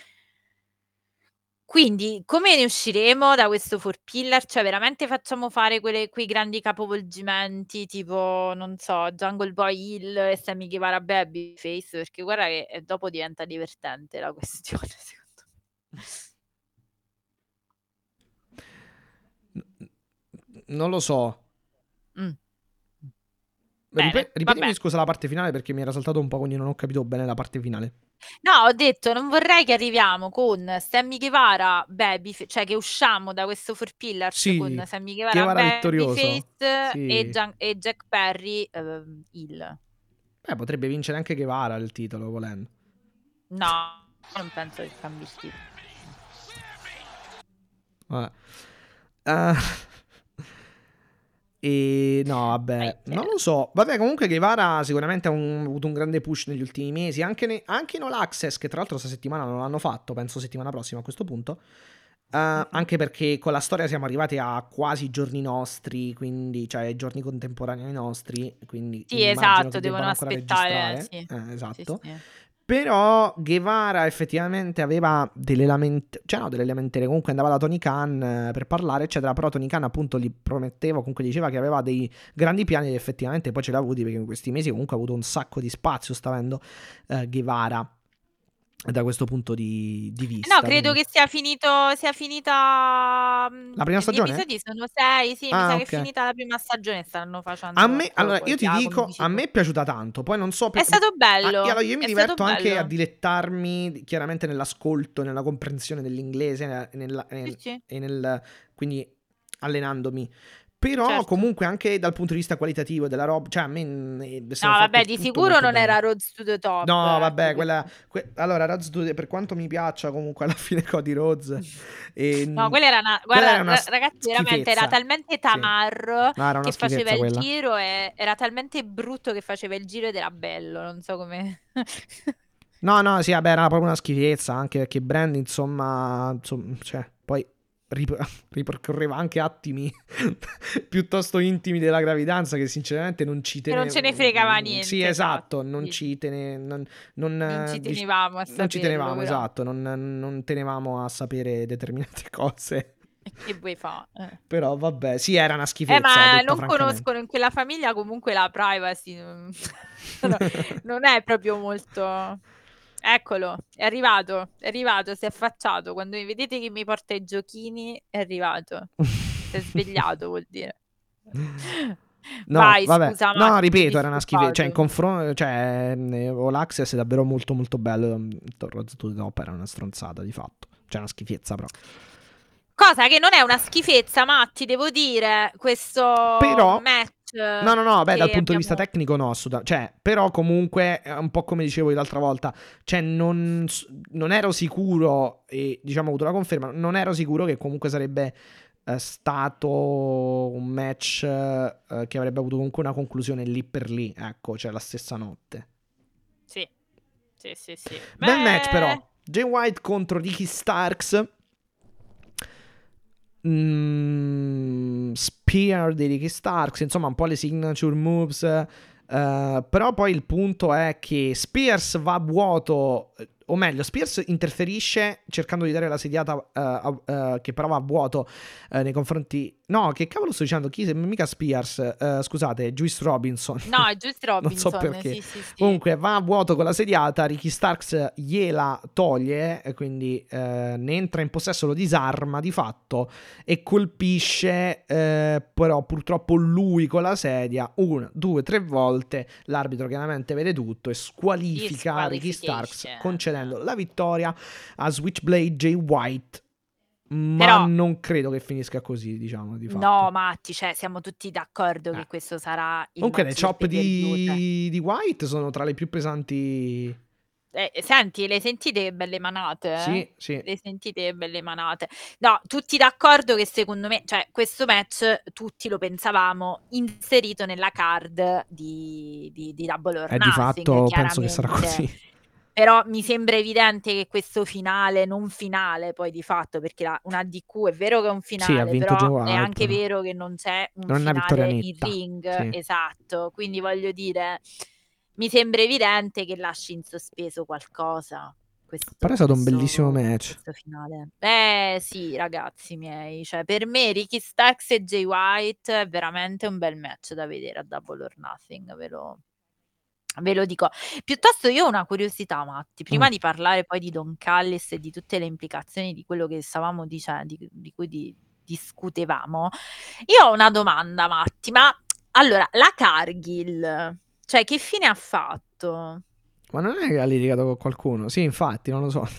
quindi come ne usciremo da questo 4-pillar? Cioè veramente facciamo fare quei grandi capovolgimenti tipo, non so, Jungle Boy Hill e Sammy Guevara babyface? Perché guarda che dopo diventa divertente la questione, secondo me. Non lo so. Ripetimi scusa la parte finale, perché mi era saltato un po', quindi non ho capito bene la parte finale. No, ho detto, non vorrei che arriviamo con Sammy Guevara cioè che usciamo da questo 4-pillar con Sammy Guevara babyface e Jack Perry heel. Potrebbe vincere anche Guevara il titolo, volendo. No, non penso che cambi il titolo. E no, vabbè, non lo so. Vabbè, comunque Guevara sicuramente ha avuto un grande push negli ultimi mesi, anche in All Access, che tra l'altro questa settimana non l'hanno fatto, penso settimana prossima a questo punto. Anche perché con la storia siamo arrivati a quasi i giorni nostri, quindi, cioè ai giorni contemporanei ai nostri, quindi sì, esatto, devono aspettare. Sì. Esatto. Sì. Però Guevara effettivamente aveva delle lamentele, comunque andava da Tony Khan per parlare, eccetera, però Tony Khan appunto gli prometteva, comunque diceva che aveva dei grandi piani, ed effettivamente poi ce l'ha avuti, perché in questi mesi comunque ha avuto un sacco di spazio, sta avendo Guevara da questo punto di vista. No, credo che sia finita la prima stagione? Gli episodi sono 6, sì, mi sa che è finita la prima stagione, stanno facendo. Allora io ti dico, a me è piaciuata tanto, poi non so è stato bello. Allora io mi diverto anche a dilettarmi chiaramente nell'ascolto, nella comprensione dell'inglese e quindi allenandomi. Però Certo. comunque anche dal punto di vista qualitativo della roba, cioè a me No, fatto vabbè, di tutto sicuro molto non bene. era Road to the Top. No, vabbè, ecco, quella allora Rhodes, per quanto mi piaccia comunque alla fine Cody Rhodes, No, quella era una quella guarda, era una ragazzi, veramente era schifezza. talmente Sì. tamarro No, era una che faceva schifezza il quella. giro e era talmente brutto che faceva il giro ed era bello, non so come. No, sì, vabbè, era proprio una schifezza, anche perché Brand, insomma, cioè, poi ripercorreva anche attimi piuttosto intimi della gravidanza che sinceramente non ci Che non ce ne fregava niente, Sì, esatto, esatto, non sì. ci non, Non ci tenevamo a non ci saperlo, tenevamo, però. esatto, non tenevamo a sapere determinate cose. E che vuoi fa? Però vabbè, sì, era una schifezza, Ma detta non francamente. conoscono in quella famiglia comunque la privacy, no, non è proprio molto. Eccolo, è arrivato, si è affacciato. Quando mi vedete che mi porta i giochini, è arrivato. Si è svegliato, vuol dire. No, Vai, vabbè. scusa No, Matti, ti ho ripeto, era una schifezza. Cioè, in disturbato. confronto, cioè, All Access è davvero molto molto bello. Road to the Top era una stronzata di fatto. Cioè, una schifezza proprio. Cosa che non è una schifezza, Matti, devo dire, questo Però match no, beh, dal che punto di vista abbiamo. tecnico no, cioè, però comunque è un po' come dicevo io l'altra volta, cioè non ero sicuro e diciamo ho avuto la conferma, non ero sicuro che comunque sarebbe stato un match che avrebbe avuto comunque una conclusione lì per lì, ecco, cioè la stessa notte. Sì. Bel match però, Beh, Jay White contro Ricky Starks. Spear di Ricky Starks, insomma un po' le signature moves, però poi il punto è che Spears va a vuoto, o meglio Spears interferisce cercando di dare la sediata che però va a vuoto nei confronti, no, che cavolo sto dicendo, mica Spears, scusate, Juice Robinson. no, è Juice Non so Robinson, perché. sì. Comunque va a vuoto con la sediata, Ricky Starks gliela toglie, e quindi ne entra in possesso, lo disarma di fatto e colpisce, però purtroppo lui con la sedia 1, 2, 3 volte. L'arbitro chiaramente vede tutto e squalifica Ricky Starks concedendo la vittoria a Switchblade Jay White. Ma Però non credo che finisca così, diciamo, di fatto. no, Matti, cioè siamo tutti d'accordo che questo sarà il Comunque le match del chop pay-per-view, cioè. di White sono tra le più pesanti. Senti, le sentite che belle manate? Sì. Le sentite che belle manate? No, tutti d'accordo che secondo me, cioè questo match tutti lo pensavamo inserito nella card di Double or Di Nothing, fatto penso che sarà chiaramente. così. Però mi sembra evidente che questo finale, non finale poi di fatto, perché una DQ è vero che è un Sì, ha finale, vinto Jay però è White, anche però. vero che non c'è un Non è una vittoria finale in netta. ring, Sì. esatto. Quindi voglio dire, mi sembra evidente che lasci in sospeso qualcosa Però è stato un bellissimo match. questo finale. Sì, ragazzi miei, cioè per me Ricky Starks e Jay White è veramente un bel match da vedere a Double or Nothing, ve lo dico. Piuttosto io ho una curiosità, Matti, prima di parlare poi di Don Callis e di tutte le implicazioni di quello che stavamo dicendo, di cui discutevamo, io ho una domanda, Matti, ma allora, la Cargill, cioè che fine ha fatto? Ma non è che ha litigato con qualcuno? Sì, infatti, non lo so.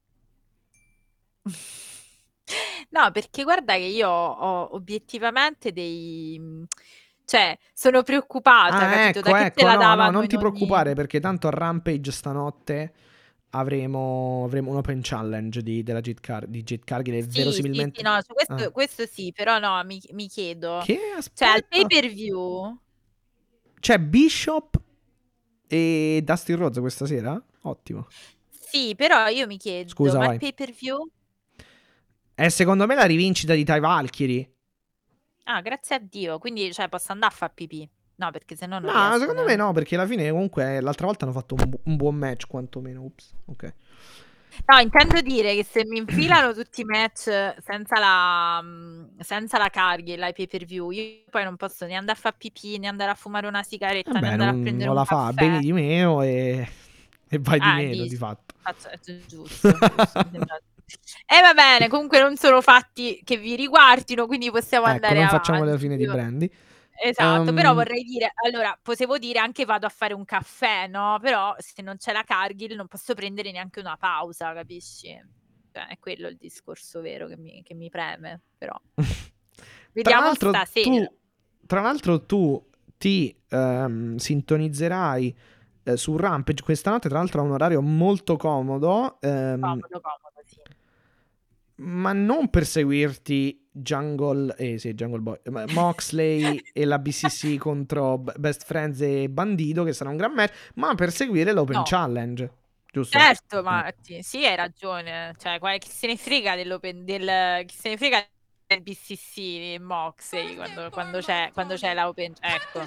No, perché guarda che io ho obiettivamente cioè sono preoccupata, capito? Da che te ecco, la no, davano non in ti ogni. preoccupare perché tanto a Rampage stanotte avremo un open challenge di Jade Cargill e Sì, verosimilmente. no, su Ah. questo sì, però no, mi chiedo, Che cioè al aspetta. pay-per-view. C'è Bishop e Dustin Rhodes questa sera? Ottimo. Sì, però io mi chiedo, Scusa, ma il vai. pay-per-view? È secondo me la rivincita di Ty Valkyrie. Ah, grazie a Dio, quindi cioè posso andare a far pipì. No, perché sennò non No, riesco. secondo me no, perché alla fine comunque l'altra volta hanno fatto un buon match, quantomeno. Ups, ok. No, intendo dire che se mi infilano tutti i match senza la Cargill ai pay-per-view, io poi non posso né andare a far pipì, né andare a fumare una sigaretta, né Vabbè, andare a prendere non un la fa, caffè. bevi di meno e vai di meno, di Dici, fatto. giusto, mi sembra. E va bene, comunque non sono fatti che vi riguardino, quindi possiamo Ecco, andare non facciamo la avanti. fine di Brandy. Esatto, però vorrei dire, allora, potevo dire anche vado a fare un caffè, no? Però se non c'è la Cargill non posso prendere neanche una pausa, capisci? Cioè, è quello il discorso vero che mi preme, però. Vediamo stasera. Tra l'altro tu ti sintonizzerai su Rampage questa notte, tra l'altro a un orario molto comodo, Comodo, sì. ma non per seguirti Jungle Boy, Moxley e la BCC contro Best Friends e Bandido, che sarà un gran match, ma per seguire l'Open No. Challenge, giusto? Certo, ma sì, hai ragione. Cioè, chi se ne frega chi se ne frega del BCC Moxley quando c'è la Open, ecco.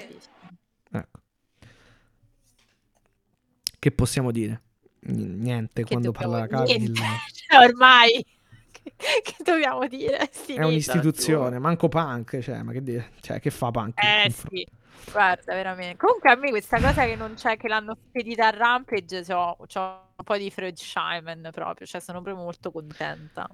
Che possiamo dire? Niente, quando parla Cavill ormai che dobbiamo dire? è un'istituzione, manco Punk, cioè, ma che dire? Cioè, che fa Punk? Sì, guarda, veramente. Comunque a me questa cosa che non c'è, che l'hanno spedita a Rampage, c'ho un po' di Freud-Scheimen proprio, cioè sono proprio molto contenta.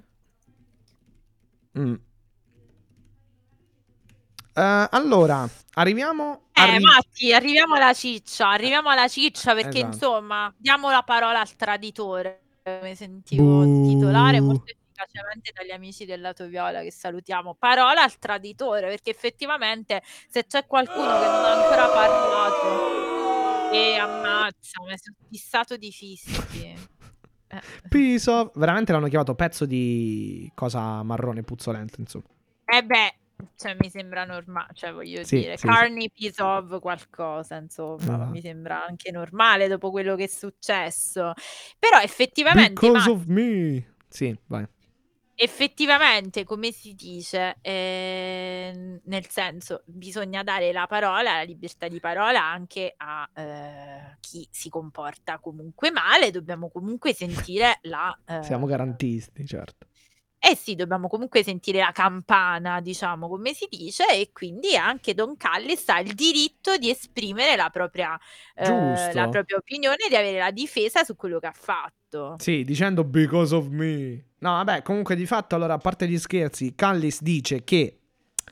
Allora, arriviamo Matti, arriviamo alla ciccia perché esatto. insomma diamo la parola al traditore, come sentivo titolare molto efficacemente dagli amici del Lato Viola, che salutiamo. Parola al traditore, perché effettivamente se c'è qualcuno che non ha ancora parlato, ammazza, mi sono fissato di fischi. Piso, veramente l'hanno chiamato pezzo di cosa marrone puzzolente, insomma. Cioè mi sembra normale, cioè voglio dire, sì, carny piece of qualcosa, insomma, mi sembra anche normale dopo quello che è successo. Però effettivamente, Because of me. Sì, vai. Effettivamente, come si dice, nel senso, bisogna dare la parola, la libertà di parola anche a chi si comporta comunque male, dobbiamo comunque sentire Siamo garantisti, certo. Sì, dobbiamo comunque sentire la campana, diciamo, come si dice, e quindi anche Don Callis ha il diritto di esprimere la propria opinione, di avere la difesa su quello che ha fatto. Sì, dicendo because of me. No, vabbè, comunque di fatto, allora, a parte gli scherzi, Callis dice che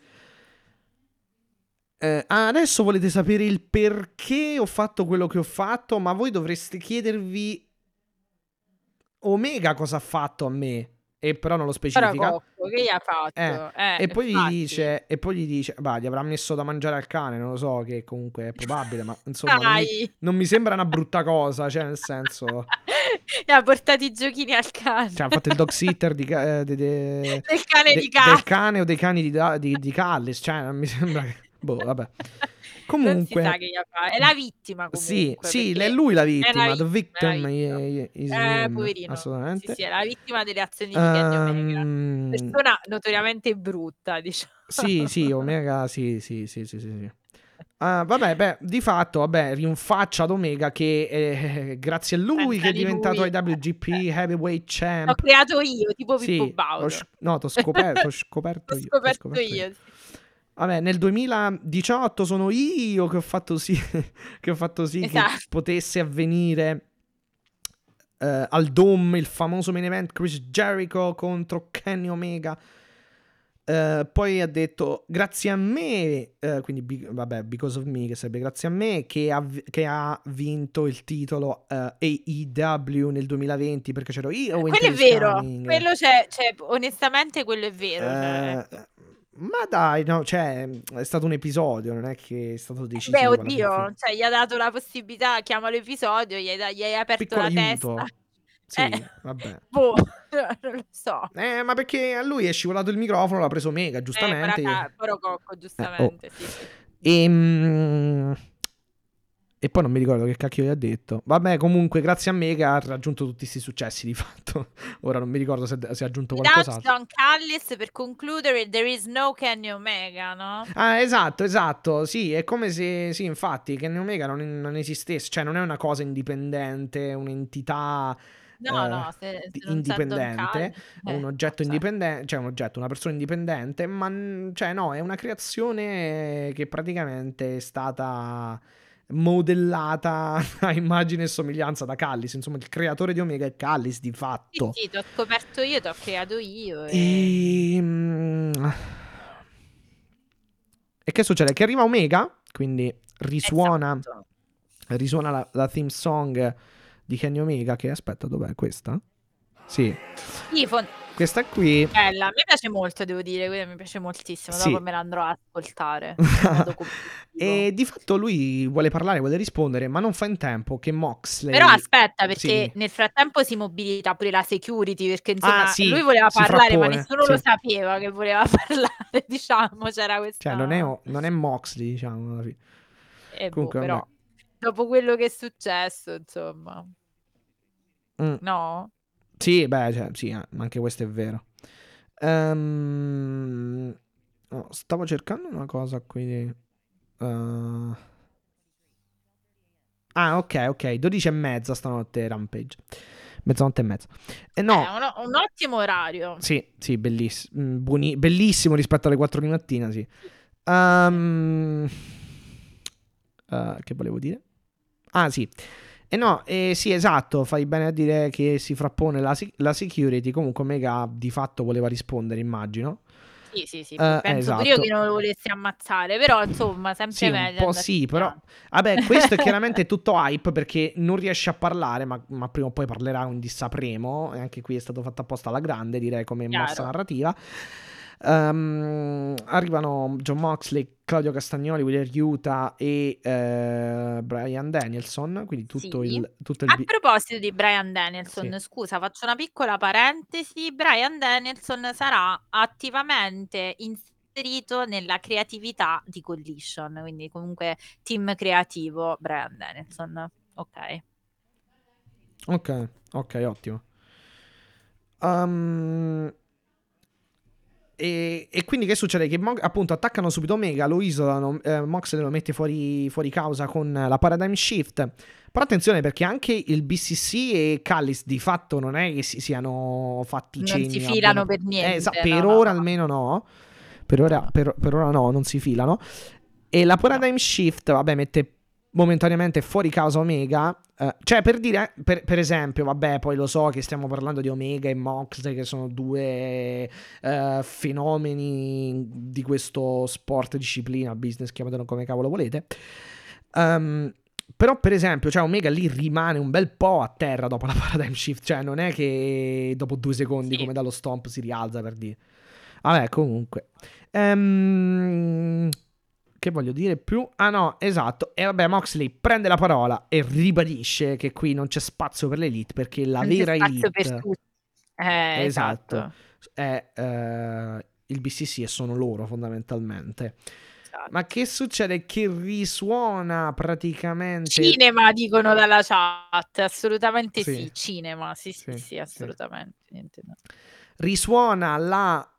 adesso volete sapere il perché ho fatto quello che ho fatto, ma voi dovreste chiedervi Omega cosa ha fatto a me. E però non lo specifica. Cocco, che gli ha fatto? E poi gli dice, bah, gli avrà messo da mangiare al cane, non lo so, che comunque è probabile, ma insomma non mi sembra una brutta cosa, cioè nel senso e ha portato i giochini al cane, cioè ha fatto il dog sitter del cane del cane o dei cani di Callis, cioè non mi sembra che vabbè. Comunque non si sa che gli ha fatto. È la vittima comunque. Sì, è lui la vittima. The victim is him, poverino. assolutamente. Sì, è la vittima delle azioni di Kenny Omega. Persona notoriamente brutta, diciamo. Sì, Omega, sì. Vabbè, di fatto, rinfaccia ad Omega che grazie a lui che è diventato IWGP Heavyweight Champ. L'ho creato io, tipo Pippo Baudo. T'ho scoperto io. Vabbè, nel 2018 sono io che ho fatto sì Esatto. che potesse avvenire al Dome il famoso main event Chris Jericho contro Kenny Omega. Poi ha detto grazie a me, quindi because of me, che sarebbe grazie a me, che ha vinto il titolo AEW nel 2020, perché c'ero io. Quello è vero, quello c'è, onestamente quello è vero. Ma dai, no, cioè, è stato un episodio, non è che è stato decisivo. Oddio, cioè, gli ha dato la possibilità, chiamalo episodio, gli hai aperto piccolo la aiuto. testa. Sì, vabbè. Non lo so. Ma perché a lui è scivolato il microfono, l'ha preso Omega, giustamente. Cocco, giustamente, sì. E poi non mi ricordo che cacchio gli ha detto. Vabbè, comunque, grazie a Omega ha raggiunto tutti questi successi di fatto. Ora non mi ricordo se ha aggiunto qualcos'altro. Don Callis, per concludere, there is no Kenny Omega, no? Ah, esatto. Sì, è come se, sì, infatti, Kenny Omega non esistesse. Cioè, non è una cosa indipendente, un'entità... indipendente, un oggetto indipendente, cioè una persona indipendente, ma cioè no, è una creazione che praticamente è stata modellata a immagine e somiglianza da Callis. Insomma, il creatore di Omega è Callis di fatto. Sì, t'ho scoperto io, t'ho creato io. E che succede? Che arriva Omega, quindi risuona la theme song di Kenny Omega, che aspetta, dov'è questa? Sì. Questa qui Bella, a me piace molto, devo dire, quindi mi piace moltissimo, sì. dopo me la andrò a ascoltare in modo complessivo. E di fatto lui vuole parlare, vuole rispondere, ma non fa in tempo che Moxley... Però aspetta, Sì, perché dimmi. nel frattempo si mobilita pure la security, perché insomma sì, lui voleva si parlare, ma frappone, nessuno sì. lo sapeva che voleva parlare, diciamo, c'era questa... Cioè, non è Moxley, diciamo. Alla fine. Comunque, però, vabbè. dopo quello che è successo, insomma... Mm. No? Sì, beh, cioè, sì, anche questo è vero. No, stavo cercando una cosa qui. Ok, 12 e mezza stanotte Rampage. Mezzanotte e mezza. No, Un ottimo orario. sì, bellissimo. Bellissimo rispetto alle 4 di mattina, sì. Che volevo dire? Ah, sì. No, sì, esatto, fai bene a dire che si frappone la security. Comunque Omega di fatto voleva rispondere, immagino. Sì, penso pure io esatto. che non lo volessi ammazzare, però insomma, sempre Sì, un meglio po' andarci sì, però... piano. Vabbè, questo è chiaramente tutto hype perché non riesce a parlare, ma prima o poi parlerà, quindi sapremo. E anche qui è stato fatto apposta alla grande, direi, come mossa Chiaro. narrativa. Arrivano John Moxley, Claudio Castagnoli, Wheeler Yuta e Bryan Danielson, quindi tutto Sì. il A proposito di Bryan Danielson, Sì. scusa, faccio una piccola parentesi. Bryan Danielson sarà attivamente inserito nella creatività di Collision, quindi comunque team creativo Bryan Danielson. Ok. Ok, ottimo. E quindi che succede? Che appunto attaccano subito Omega, lo isolano, Moxley lo mette fuori causa con la Paradigm Shift. Però attenzione, perché anche il BCC e Callis di fatto non è che si siano fatti Non cenni, si filano per niente. per no, ora no. almeno no. Per ora, No. per ora no, non si filano. E la Paradigm Shift, vabbè, mette momentaneamente fuori causa Omega. Cioè, per dire, per esempio, vabbè, poi lo so che stiamo parlando di Omega e Moxley, che sono due fenomeni di questo sport, disciplina, business, chiamatelo come cavolo volete. Però, per esempio, cioè, Omega lì rimane un bel po' a terra dopo la Paradigm Shift. Cioè, non è che dopo 2 secondi, Sì. come dallo stomp, si rialza, per dire. Vabbè, comunque. Che voglio dire più? Ah no, esatto. E vabbè, Moxley prende la parola e ribadisce che qui non c'è spazio per l'elite, perché la Non c'è vera spazio per elite... tutti. Esatto. Esatto. È il BCC e sono loro fondamentalmente. Esatto. Ma che succede? Che risuona praticamente... Cinema, dicono dalla chat. Assolutamente Sì. sì. Cinema, sì, assolutamente. Niente, no. Risuona la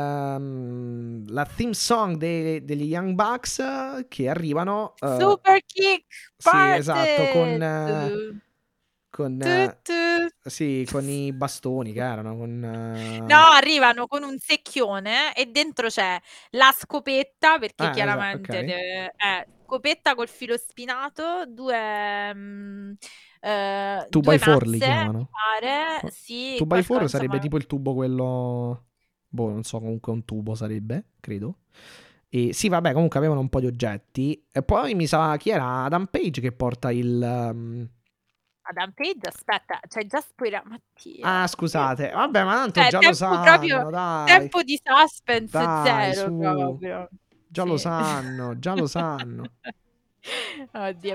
theme song degli Young Bucks che arrivano... Super Kick sì, Party! esatto, Tu. sì, con i bastoni che erano. No, arrivano con un secchione e dentro c'è la scopetta, perché chiaramente ok. scopetta col filo spinato, 2 2x4 li mazze, chiamano. mi pare, sì, 2x4 sarebbe insomma. tipo il tubo quello... Boh, non so, comunque un tubo sarebbe, credo. E sì, vabbè, comunque avevano un po' di oggetti. E poi mi sa chi era Adam Page che porta il... Adam Page, aspetta, c'hai già spoilerato, Mattia. Ah, scusate. Vabbè, ma tanto Cioè, già lo tempo proprio, sanno, dai. tempo di suspense Dai, zero su. proprio. Già Sì. lo sanno, già lo sanno. Oddio,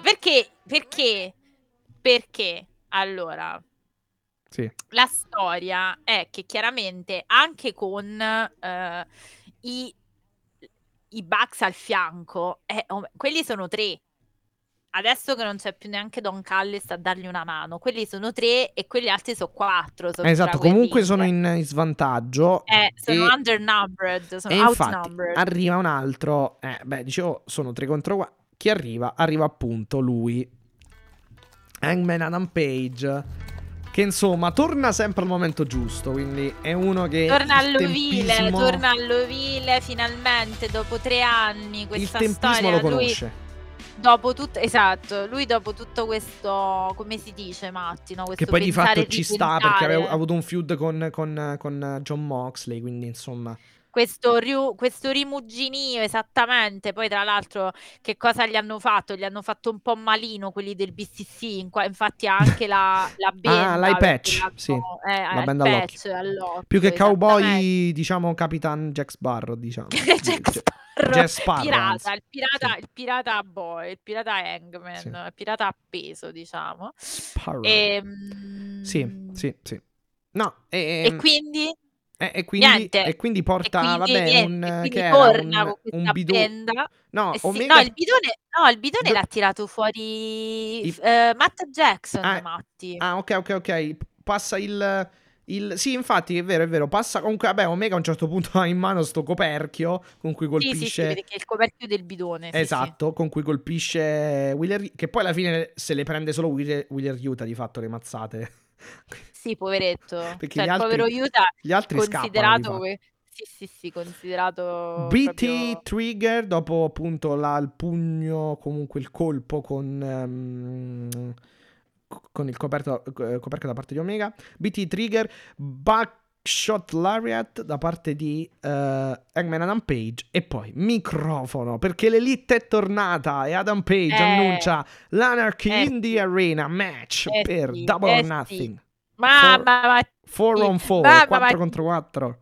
perché? Allora, Sì. la storia è che chiaramente anche con i Bucks al fianco, quelli sono 3. Adesso che non c'è più neanche Don Callis a dargli una mano, quelli sono 3 e quelli altri sono 4 sotto Esatto, la quel comunque ring. sono in svantaggio. Sono undernumbered, sono E infatti outnumbered. arriva un altro. Dicevo, sono 3 contro 4. Chi arriva? Arriva appunto lui, Hangman Adam Page. Che insomma torna sempre al momento giusto. Quindi è uno che torna all'ovile finalmente dopo 3 anni. Questa il tempismo storia lo conosce. Dopo tutto, esatto, lui dopo tutto questo, come si dice, Matti, no? Questo che poi di fatto ci sta perché ripensare. aveva avuto un feud con John Moxley. Quindi insomma questo rimuginio, esattamente. Poi tra l'altro che cosa gli hanno fatto? Gli hanno fatto un po' malino quelli del BCC, infatti ha anche la l'eye benda, perché patch, sì, la ha il benda all'occhio. patch Più all'occhio, che esattamente. cowboy, diciamo Capitan Jack Sparrow, diciamo. Jack Sparrow, Jack Sparrow, anzi. Sì, il pirata boy, il pirata Hangman, sì. il pirata appeso, diciamo. Sparrow. Sì, Ehm, sì, sì. No, E quindi e quindi, niente, e quindi porta, vabbè, e che quindi era torna con un questa bidone. benda. No, Eh sì, Omega. no, il bidone do- l'ha tirato fuori i- Matt Jackson, ah, Matti. ok, ok, ok. Passa sì, infatti, è vero. Passa comunque, vabbè, Omega a un certo punto ha in mano sto coperchio con cui Sì, sì, sì, colpisce. perché è il coperchio del bidone, sì, sì. Esatto, con cui colpisce Wheeler, che poi alla fine se le prende solo Wheeler Yuta di fatto le mazzate. Sì, poveretto. Perché Cioè, il povero Yuta gli altri scappano di considerato fatto. come... Sì, sì, sì, considerato BT proprio... Trigger, dopo appunto il pugno, comunque il colpo con il coperchio da parte di Omega. BT Trigger, Buckshot Lariat da parte di Hangman Adam Page. E poi microfono, perché l'Elite è tornata e Adam Page Eh, annuncia l'Anarchy in the sì, Arena match per sì, Double or sì. Nothing. 4 Mamma mia, on 4, mamma 4 mia. contro 4.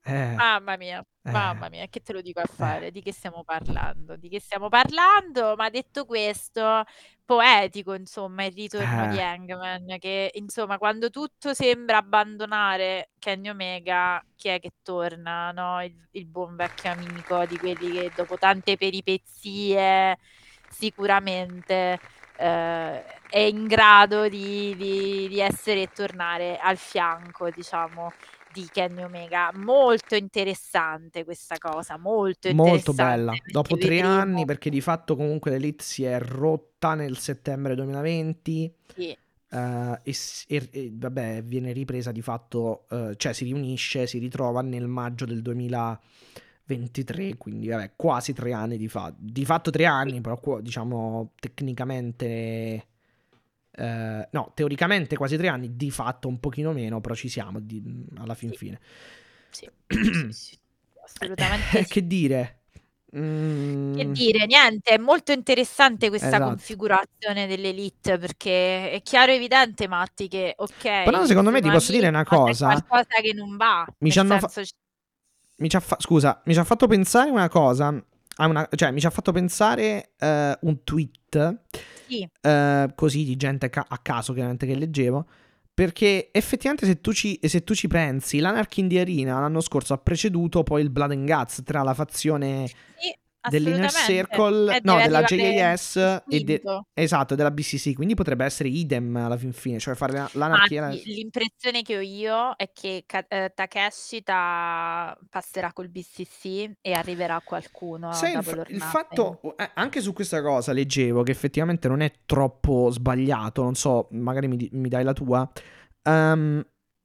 Eh. Mamma mia, che te lo dico a Eh. fare? Di che stiamo parlando? Di che stiamo parlando? Ma detto questo, poetico, insomma, il ritorno di Eh. Hangman, che insomma, quando tutto sembra abbandonare Kenny Omega, chi è che torna? No? Il buon vecchio amico di quelli che dopo tante peripezie sicuramente è in grado di essere e tornare al fianco, diciamo, di Kenny Omega. Molto interessante questa cosa, molto Molto interessante, bella. perché Dopo 3 anni, vedremo. perché di fatto comunque l'Elite si è rotta nel settembre 2020. Sì, Vabbè, viene ripresa di fatto, cioè si riunisce, si ritrova nel maggio del 2023, quindi vabbè, quasi 3 anni di fatto 3 anni, però diciamo tecnicamente, no, teoricamente quasi 3 anni, di fatto un pochino meno, però ci siamo alla fin sì, fine. sì, sì, sì, sì, assolutamente sì. Che dire? Che Mm, dire, niente, è molto interessante questa esatto. configurazione dell'Elite, perché è chiaro e evidente, Matti, che ok, Però secondo me ti sono posso dire amici, una ma c'è cosa. qualcosa che non va, Mi ci nel hanno senso, Scusa, mi ci ha fatto pensare una cosa. Cioè, mi ci ha fatto pensare un tweet sì, così di gente a caso, chiaramente, che leggevo. Perché effettivamente, se tu ci pensi, l'Anarchy in the Arena l'anno scorso ha preceduto poi il Blood and Guts tra la fazione sì, dell'Inner assolutamente, Circle, e no, deve della arrivare il JAS quinto. esatto, della BCC. Quindi potrebbe essere idem alla fin fine, cioè fare l'Anarchy e la... Anzi, l'impressione che ho io è che Takeshi passerà col BCC e arriverà qualcuno a Sai Double or il Nothing. fatto, anche su questa cosa leggevo che effettivamente non è troppo sbagliato, non so, magari mi dai la tua. Ehm,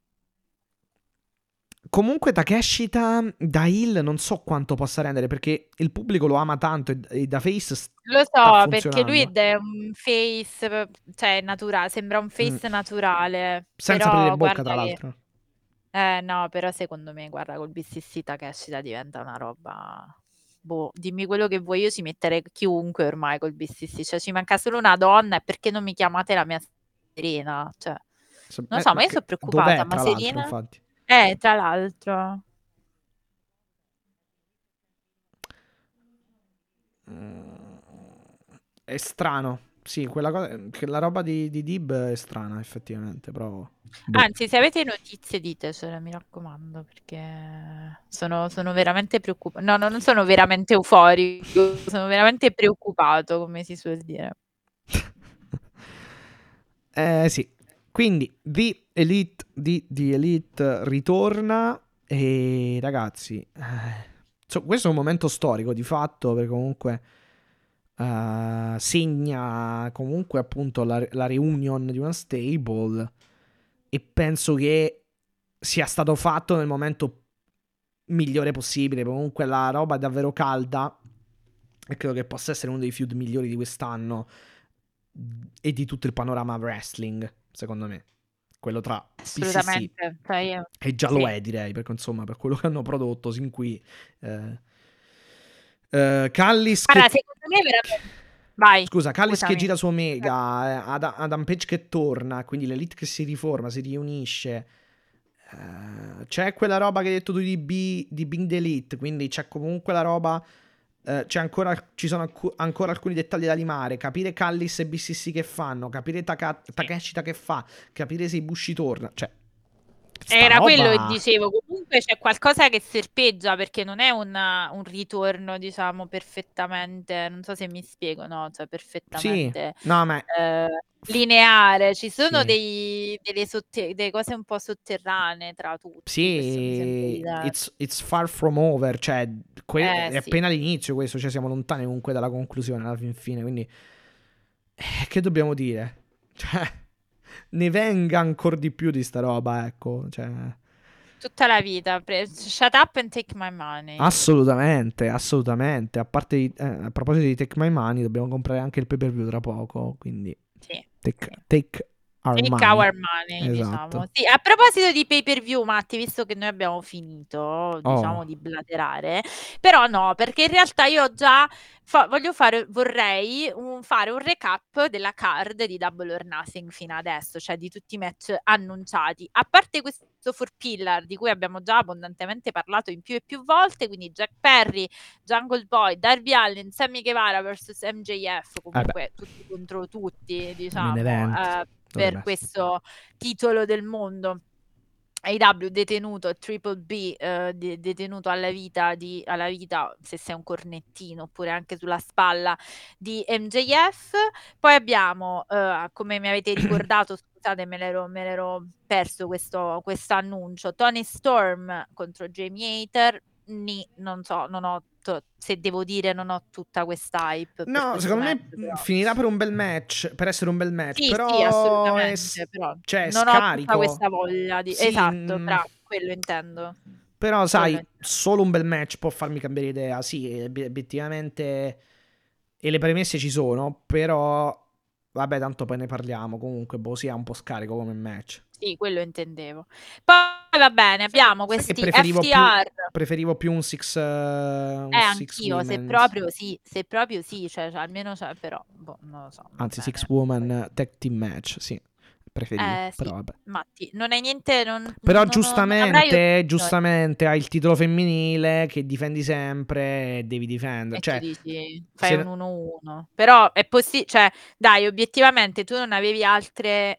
Comunque Takeshi da heel non so quanto possa rendere perché il pubblico lo ama tanto e da face Lo sta so, perché lui funzionando. è un face, cioè naturale, sembra un Mm. face naturale, Senza aprire però bocca, guarda tra che l'altro. no, però secondo me, guarda, col BCC Takeshi diventa una roba. Boh, dimmi quello che vuoi, io ci metterei chiunque ormai col BCC, cioè ci manca solo una donna e perché non mi chiamate la mia Serena? Cioè, non so, ma io sono preoccupata, Dov'è, ma tra l'altro, Serena? infatti? Tra l'altro. Mm, È strano. Sì, quella cosa, che la roba di Dib è strana, effettivamente, però... Boh. Anzi, se avete notizie ditecele, mi raccomando, perché sono veramente preoccupato. No, no, non sono veramente euforico, sono veramente preoccupato, come si suol dire. Sì. Quindi The Elite di The Elite ritorna e ragazzi, questo è un momento storico di fatto perché comunque segna comunque appunto la reunion di una stable e penso che sia stato fatto nel momento migliore possibile. Comunque la roba è davvero calda e credo che possa essere uno dei feud migliori di quest'anno e di tutto il panorama wrestling, secondo me. quello tra PCC, assolutamente. Cioè io... e già lo Sì. è, direi, perché insomma, per quello che hanno prodotto sin qui. Callis Guarda, che... secondo me veramente... Vai, Scusa, Callis che scusami. gira su Omega, Adam Page che torna, quindi l'Elite che si riforma, si riunisce. C'è quella roba che hai detto tu di Being the Elite, quindi c'è comunque la roba. Ci sono ancora alcuni dettagli da limare. Capire Callis e BCC che fanno, capire Takeshita che fa, capire se Ibushi torna. Cioè, sta Era quello che roba. dicevo, comunque c'è qualcosa che serpeggia perché non è un ritorno, diciamo, perfettamente, non so se mi spiego, no? Cioè Sì, perfettamente no, ma lineare, ci sono sì. delle cose un po' sotterranee tra tutti, questo mi sembra Sì, di dare. it's far from over, cioè è Sì. appena l'inizio questo, cioè siamo lontani comunque dalla conclusione alla fin fine, quindi che dobbiamo dire? Cioè, ne venga ancora di più di sta roba, ecco, cioè Tutta la vita, shut up and take my money. assolutamente, assolutamente, a proposito di Take My Money, dobbiamo comprare anche il pay-per-view tra poco, quindi Sì, take sì. our Take money. our money, diciamo. Esatto. Sì, a proposito di pay per view, Matti, visto che noi abbiamo finito, diciamo, Oh, di blaterare, però no, perché in realtà io già vorrei fare un recap della card di Double or Nothing fino adesso, cioè di tutti i match annunciati. A parte questo Four Pillar di cui abbiamo già abbondantemente parlato in più e più volte, quindi Jack Perry, Jungle Boy, Darby Allin, Sammy Guevara vs MJF, beh, comunque tutti contro tutti, main diciamo, event per dovrebbe essere. questo titolo del mondo. AEW detenuto, Triple B detenuto alla vita, se sei un cornettino, oppure anche sulla spalla di MJF. Poi abbiamo, come mi avete ricordato, scusate, me l'ero perso questo annuncio, Tony Storm contro Jamie Hater. Non so, non ho se devo dire, non ho tutta questa hype per No, questo secondo match, me però. finirà per un bel match, per essere un bel match, Sì, sì, però assolutamente, però cioè, non ho tutta questa scarico. voglia di... Sì, Esatto, bravo, quello intendo. però Quello sai, intendo. solo un bel match può farmi cambiare idea. Sì, obiettivamente e le premesse ci sono, però vabbè, tanto poi ne parliamo. Comunque, boh, sia un po' scarico come match. Sì, quello intendevo. Poi va bene, abbiamo Sai che questi FTR. preferivo più un six Anch'io, women's, se proprio sì, cioè, almeno, cioè, però, boh, non lo so, va anzi six bene. woman tag team match, sì, preferivo, Sì, però vabbè. Matti, non hai niente, Però non avrai opinioni. giustamente hai il titolo femminile che difendi sempre e devi difendere. E tu Cioè, dici, fai un se... 1-1. Però è possibile, cioè, dai, obiettivamente tu non avevi altre,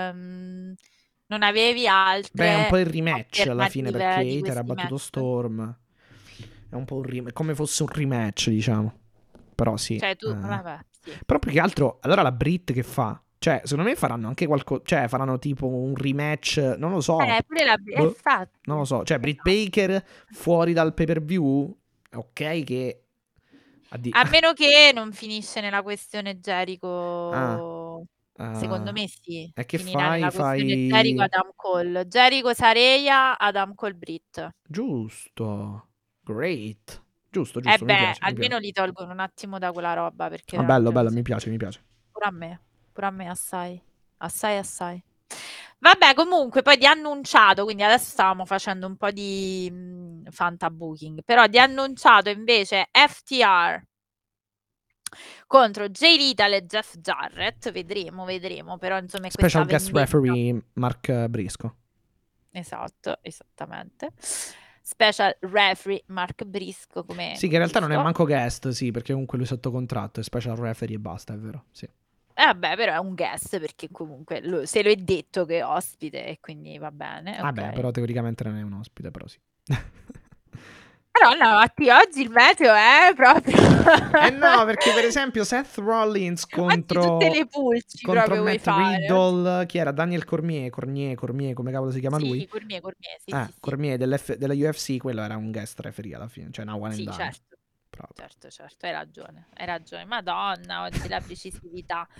Beh, è un po' il rematch alla fine perché alternative di Hater ha questi battuto match? Storm. È un po' un come fosse un rematch, diciamo. Però sì. Cioè, tu, vabbè, sì. Però più che altro, allora la Brit che fa? Cioè, secondo me faranno anche qualcosa. Cioè, faranno tipo un rematch. Non lo so. Pure la, Boh, non lo infatti, so. Cioè, Britt esatto. Baker fuori dal pay per view. Ok, che. A meno che non finisce nella questione Ah, Jericho, secondo me sì, e che finirà fai? nella questione Jericho Fai. Adam Cole. Jericho Sareia, Adam Cole Britt. Giusto. Great. Giusto, giusto, mi Beh, piace, mi piace. almeno li tolgono un attimo da quella roba perché Ah, bello, veramente bello, così. mi piace, mi piace. Pure a me assai, assai, assai. Vabbè, comunque poi di annunciato, quindi adesso stavamo facendo un po' di fantabooking, però di annunciato invece FTR contro Jay Lethal e Jeff Jarrett, vedremo, però insomma è questa Special guest vendetta. referee Mark Briscoe. Esatto, esattamente. Special referee Mark Briscoe, come Sì, che in realtà non è giusto. manco guest, sì, perché comunque lui è sotto contratto, è special referee e basta, è vero, sì. Vabbè, però è un guest perché comunque se lo è detto che è ospite e quindi va bene, Vabbè, ok. però teoricamente non è un ospite, però sì. Però no, Matti, oggi il meteo è proprio... Eh no, perché per esempio Seth Rollins Oggi tutte le contro, pulci contro proprio vuoi Matt fare. Riddle, chi era? Daniel Cormier, come cavolo si chiama lui? Sì, Cormier, sì, sì, sì. Cormier della UFC, quello era un guest referee alla fine, cioè una one and Sì, done. certo. Proprio. Certo, hai ragione. Madonna, oggi la precisività.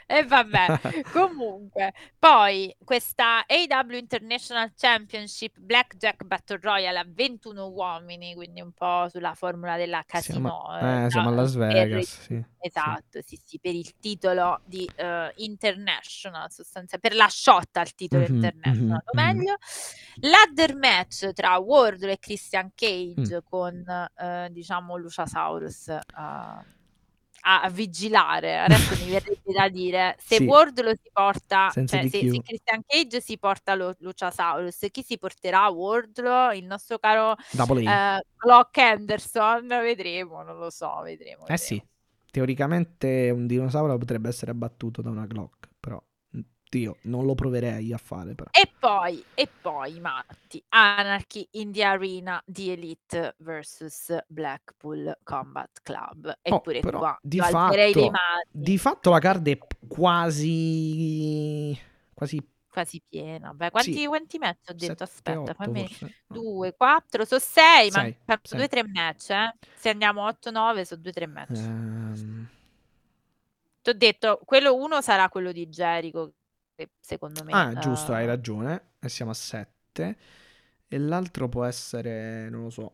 E vabbè, comunque, poi questa AW International Championship Blackjack Battle Royale a 21 uomini, quindi un po' sulla formula della Siamo, casino, siamo a Las Vegas, sì. esatto, sì, per il titolo di International, per la shot al titolo International, o meglio. Ladder match tra Wardlow e Christian Cage con, diciamo, Luchasaurus a vigilare. Adesso mi verrebbe da dire, se Sì. Wardlow si porta, Senza cioè DQ. se Christian Cage si porta Luchasaurus, chi si porterà Wardlow? Il nostro caro Double A. Glock Henderson? Vedremo, non lo so, vedremo. Sì, teoricamente un dinosauro potrebbe essere abbattuto da una Glock, però io non lo proverei a fare. Però. E poi, Matti, Anarchy in the Arena di Elite vs Blackpool Combat Club. Eppure però, qua di io alzerei le fatto, mani. di fatto la card è quasi piena. Beh, quanti match ho detto? 7, Aspetta, 8 fammi forse. 2, 4, sono 6, Sei, mancano sei. 2-3 match, Se andiamo 8-9 sono 2-3 match. Ti ho detto, quello 1 sarà quello di Jericho, che secondo me... giusto, hai ragione. E siamo a 7. E l'altro può essere, non lo so.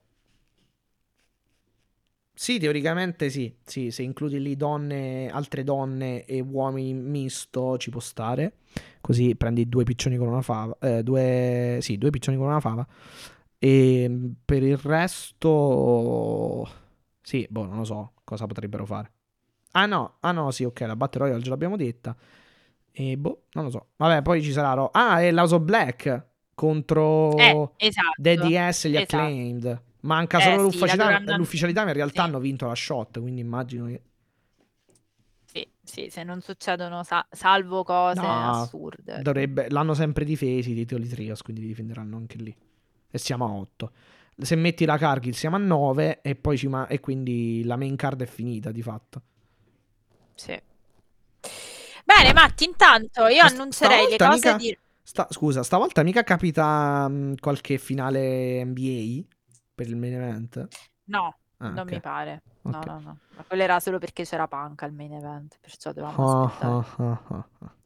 Sì, teoricamente sì. Sì, se includi lì donne, altre donne e uomini misto ci può stare. Così prendi 2 piccioni con una fava. 2 piccioni con una fava. E per il resto... Sì, non lo so cosa potrebbero fare. Ah no, sì, ok, la Battle Royale ce l'abbiamo detta. E non lo so. Vabbè, poi ci sarà... e l'House of Black contro esatto, Daddy S e gli esatto. Acclaimed. Manca solo Sì, la dovranno... l'ufficialità, ma in realtà sì. hanno vinto la shot, quindi immagino che... Sì, se non succedono salvo cose assurde. L'hanno sempre difesi i titoli trios, quindi li difenderanno anche lì. E siamo a 8. Se metti la Cargill siamo a 9 e poi e quindi la main card è finita di fatto. Sì. Bene, Matti, intanto io annuncerei le cose di... Scusa, stavolta mica capita qualche finale NBA per il main event? No, non okay. mi pare. Okay. No. Ma quello era solo perché c'era Punk al main event, perciò dovevamo aspettare.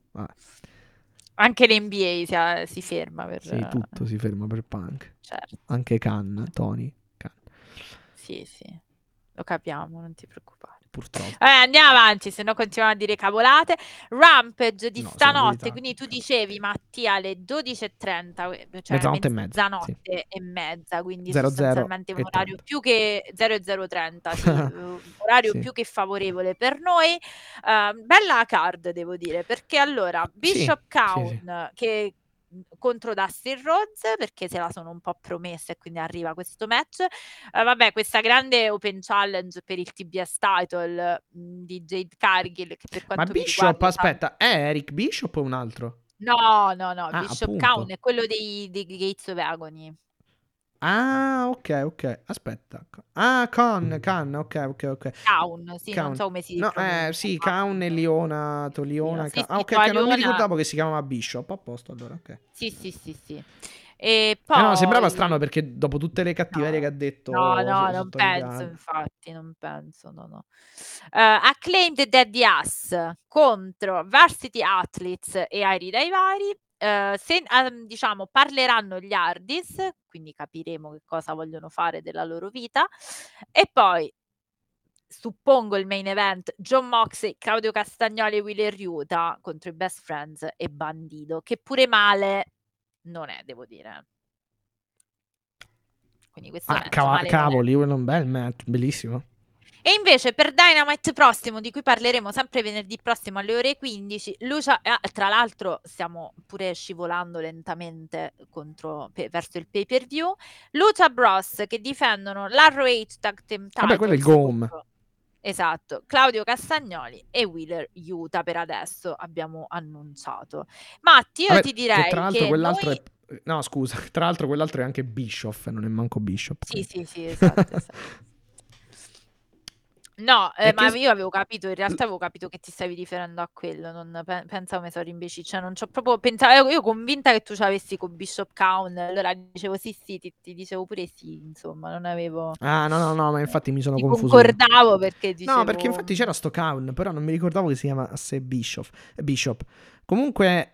Anche l'NBA si ferma per... Sì, tutto si ferma per Punk. Certo. Anche Tony Khan. Sì, lo capiamo, non ti preoccupare. Purtroppo. Andiamo avanti, se no continuiamo a dire cavolate. Rampage di stanotte, quindi tu dicevi, Mattia, alle 12:30, cioè mezzanotte e mezza, quindi 00 sostanzialmente un orario 30. più che 00:30, sì, un orario più che favorevole per noi. Bella card, devo dire, perché allora Bishop Kaun che contro Dustin Rhodes, perché se la sono un po' promessa e quindi arriva questo match. Vabbè, questa grande open challenge per il TBS title di Jade Cargill, che per quanto mi riguarda... aspetta, è Eric Bishop o un altro? No, Bishop appunto. Kaun è quello dei Gates of Agony. Ok, aspetta. Khan, ok. Kaun, sì, non so come si pronuncia. Sì, Kaun e Liona, Toliona. Sì, ok, non mi ricordavo che si chiamava Bishop, a posto allora, ok. Sì. E poi... no, sembrava strano perché dopo tutte le cattiverie che ha detto... No, non penso, infatti, non penso, no. Acclaimed Daddy Ass contro Varsity Athletes e Airi Daivari. Diciamo, parleranno gli Hardys, quindi capiremo che cosa vogliono fare della loro vita. E poi, suppongo il main event, John Moxley, Claudio Castagnoli e Wheeler Yuta contro i Best Friends e Bandido, che pure male non è, devo dire. Quindi questo cavoli, quello è un bel match, bellissimo. E invece per Dynamite prossimo, di cui parleremo sempre venerdì prossimo alle ore 15, tra l'altro stiamo pure scivolando lentamente verso il pay per view, Lucha Bros che difendono l'ROH Tag Team Titles. Vabbè, quello è il GOM. Esatto, Claudio Castagnoli e Wheeler Yuta per adesso abbiamo annunciato. Matti, io ti direi che tra l'altro quell'altro noi... No, scusa, tra l'altro quell'altro è anche Bischoff, non è manco Bishop. Sì, esatto. No, E ma che... io avevo capito, in realtà avevo capito che ti stavi riferendo a quello, non pensa come sono rimbecille, cioè non c'ho proprio pensato, io convinta che tu ce l'avessi con Bishop Count, allora dicevo sì, ti dicevo pure sì, insomma, non avevo Ah, no, ma infatti mi sono ti confuso io. concordavo perché No, perché dicevo infatti c'era sto Kaun, però non mi ricordavo che si chiamasse Bishop. Comunque,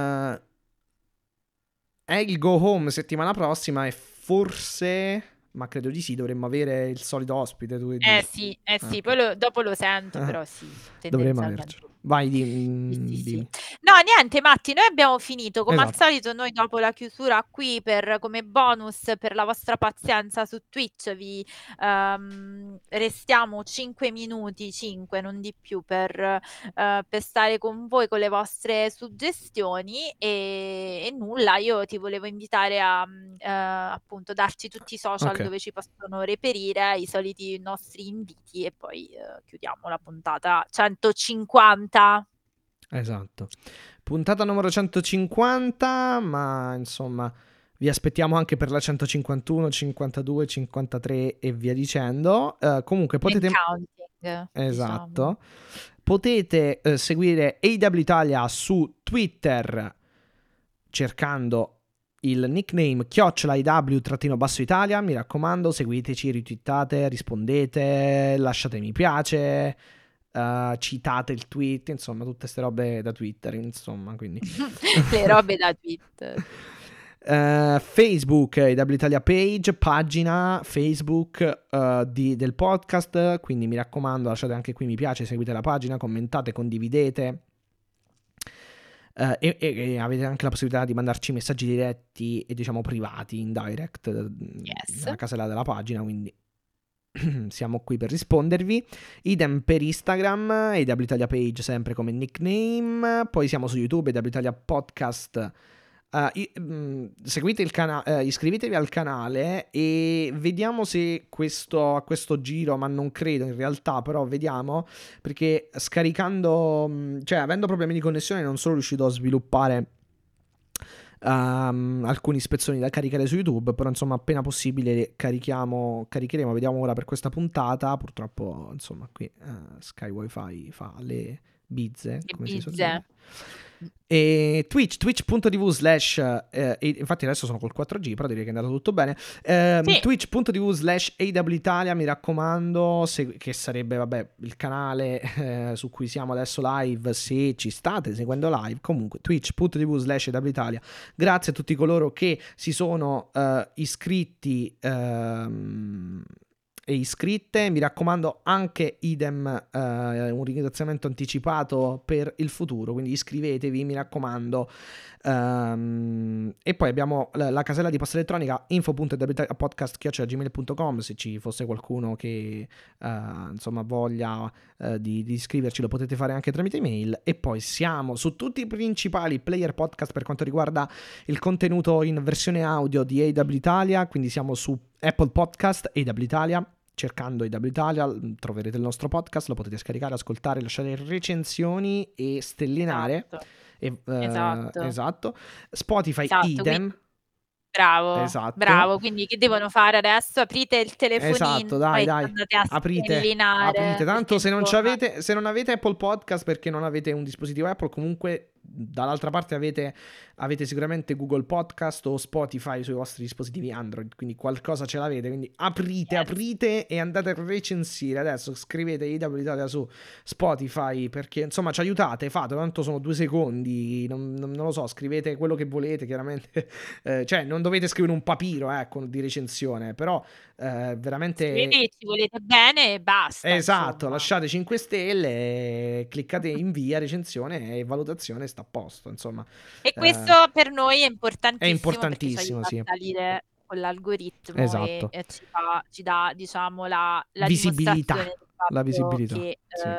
è il go home settimana prossima e forse, ma credo di sì, dovremmo avere il solito ospite, tu che dici? sì, Ok. poi dopo lo sento, però sì, Dovremmo tendenzialmente avercelo. Vai, sì. dimmi. No, niente, Matti, noi abbiamo finito. Come al Esatto. solito, noi dopo la chiusura qui come bonus per la vostra pazienza su Twitch vi restiamo 5 minuti, 5, non di più, per stare con voi con le vostre suggestioni e nulla, io ti volevo invitare a appunto darci tutti i social Ok. dove ci possono reperire i soliti nostri inviti e poi chiudiamo la puntata 150. Esatto. Puntata numero 150, ma insomma, vi aspettiamo anche per la 151, 52, 53 e via dicendo. Comunque And potete... counting, diciamo. Esatto. Potete seguire AW Italia su Twitter cercando il nickname @IW_Italia. Mi raccomando, seguiteci, retweetate, rispondete, lasciate mi piace, citate il tweet, insomma, tutte queste robe da Twitter, insomma, quindi. Le robe da Twitter. Facebook, AW Italia page, pagina Facebook del podcast, quindi mi raccomando, lasciate anche qui mi piace, seguite la pagina, commentate, condividete. E avete anche la possibilità di mandarci messaggi diretti e diciamo privati in direct Yes. nella casella della pagina, quindi siamo qui per rispondervi. Idem per Instagram, AW Italia page sempre come nickname, poi siamo su YouTube, AW Italia podcast. Seguite il canale, iscrivetevi al canale e vediamo se a questo giro, ma non credo in realtà, però vediamo, perché scaricando, cioè avendo problemi di connessione non sono riuscito a sviluppare alcuni spezzoni da caricare su YouTube, però insomma appena possibile caricheremo, vediamo ora per questa puntata, purtroppo insomma qui Sky Wi-Fi fa le bizze, Che come si suol bizze. dire. E twitch.tv/ infatti adesso sono col 4G, però direi che è andato tutto bene. Sì. Twitch.tv/ AW Italia, mi raccomando, che sarebbe vabbè il canale su cui siamo adesso live, se ci state seguendo live. Comunque twitch.tv/ AW Italia. Grazie a tutti coloro che si sono iscritti e iscritte, mi raccomando anche idem un ringraziamento anticipato per il futuro, quindi iscrivetevi, mi raccomando. E poi abbiamo la casella di posta elettronica info.podcast@gmail.com, se ci fosse qualcuno che insomma voglia di iscriverci, lo potete fare anche tramite email. E poi siamo su tutti i principali player podcast per quanto riguarda il contenuto in versione audio di AW Italia, quindi siamo su Apple Podcast, AW Italia. Cercando AW Italia troverete il nostro podcast, lo potete scaricare, ascoltare, lasciare recensioni e stellinare. Esatto. Spotify idem. Quindi, bravo, Esatto. bravo. Quindi che devono fare adesso? Aprite il Esatto, telefonino dai. e andate a Aprite. stellinare, Tanto perché se non insomma avete Apple Podcast perché non avete un dispositivo Apple, comunque dall'altra parte avete sicuramente Google Podcast o Spotify sui vostri dispositivi Android, quindi qualcosa ce l'avete, quindi aprite e andate a recensire. Adesso scrivete AW Italia su Spotify perché insomma ci aiutate, fate, tanto sono 2 secondi, non lo so, scrivete quello che volete chiaramente, cioè non dovete scrivere un papiro di recensione, però veramente scrivete che ci volete bene e basta. esatto, Insomma. lasciate 5 stelle, cliccate invia recensione e valutazione, sta a posto, insomma. E questo per noi è È importantissimo perché ci importantissimo, aiuta a sì. salire con l'algoritmo e Esatto. ci dà diciamo la Visibilità. dimostrazione del La fatto visibilità, che sì.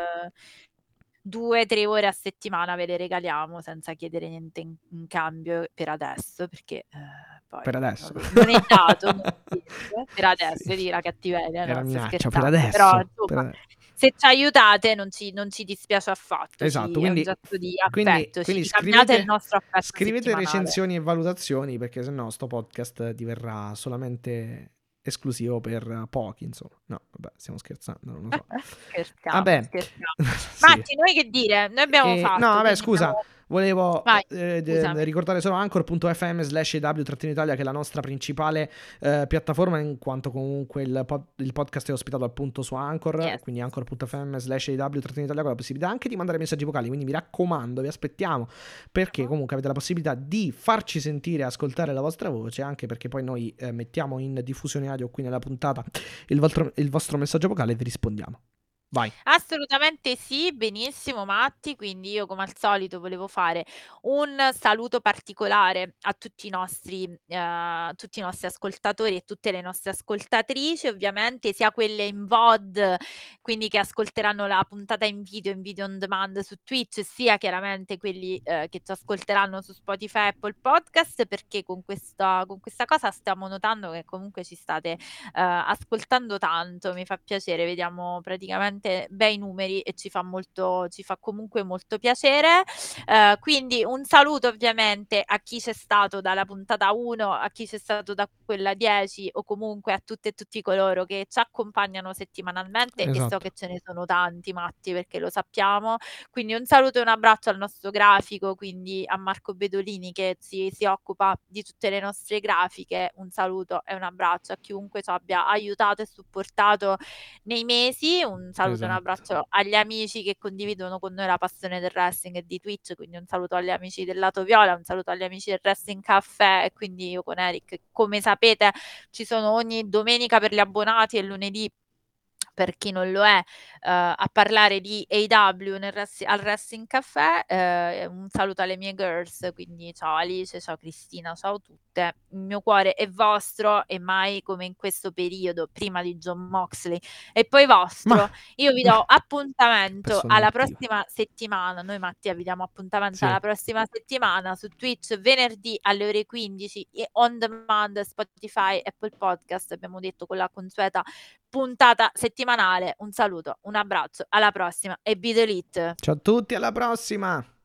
2-3 ore a settimana ve le regaliamo senza chiedere niente in cambio per adesso, perché poi Per adesso. non è dato, non esiste, per adesso, Sì. vedi la cattiveria, Era no, sto minaccia, per scherzando, però adesso. insomma se ci aiutate non ci dispiace affatto, Esatto, è un quindi gesto di affetto, ci quindi ricambiate il nostro affetto scrivete settimanale. recensioni e valutazioni perché sennò sto podcast diverrà solamente esclusivo per pochi, insomma. No, vabbè, stiamo scherzando, non lo so. Scherziamo, Vabbè, scherziamo. sì. Matti, noi che dire? Noi abbiamo No, fatto, vabbè, quindi scusa, abbiamo... volevo Vai, scusami. ricordare solo anchor.fm/EW-Italia, che è la nostra principale piattaforma, in quanto comunque il podcast è ospitato appunto su Anchor, Yes. quindi anchor.fm/EW-Italia, con la possibilità anche di mandare messaggi vocali, quindi mi raccomando, vi aspettiamo, perché comunque avete la possibilità di farci sentire e ascoltare la vostra voce, anche perché poi noi mettiamo in diffusione audio qui nella puntata il vostro messaggio vocale e vi rispondiamo. Vai. Assolutamente sì, benissimo Matti, quindi io come al solito volevo fare un saluto particolare a tutti i nostri ascoltatori e tutte le nostre ascoltatrici, ovviamente sia quelle in VOD, quindi che ascolteranno la puntata in video on demand su Twitch, sia chiaramente quelli che ci ascolteranno su Spotify e Apple Podcast, perché con questa cosa stiamo notando che comunque ci state ascoltando tanto, mi fa piacere, vediamo praticamente bei numeri e ci fa comunque molto piacere. Quindi un saluto ovviamente a chi c'è stato dalla puntata 1, a chi c'è stato da quella 10 o comunque a tutte e tutti coloro che ci accompagnano settimanalmente, e so Esatto. che ce ne sono tanti, Matti, perché lo sappiamo. Quindi un saluto e un abbraccio al nostro grafico, quindi a Marco Bedolini, che si occupa di tutte le nostre grafiche. Un saluto e un abbraccio a chiunque ci abbia aiutato e supportato nei mesi. Un saluto e un Esatto. abbraccio agli amici che condividono con noi la passione del wrestling e di Twitch, quindi un saluto agli amici del Lato Viola, un saluto agli amici del Wrestling Caffè, e quindi io con Eric, come sapete, ci sono ogni domenica per gli abbonati e lunedì per chi non lo è, a parlare di AEW al Wrestling Caffè. Un saluto alle mie girls, quindi ciao Alice, ciao Cristina, ciao tutte. Il mio cuore è vostro, e mai come in questo periodo, prima di Jon Moxley e poi vostro. Io vi do appuntamento persone alla cattive. prossima settimana. Noi Mattia vi diamo appuntamento Sì. alla prossima settimana su Twitch, venerdì alle ore 15 e on demand Spotify, Apple Podcast, abbiamo detto, con la consueta puntata settimanale. Un saluto, un abbraccio, alla prossima e Be The Elite. Ciao a tutti, alla prossima!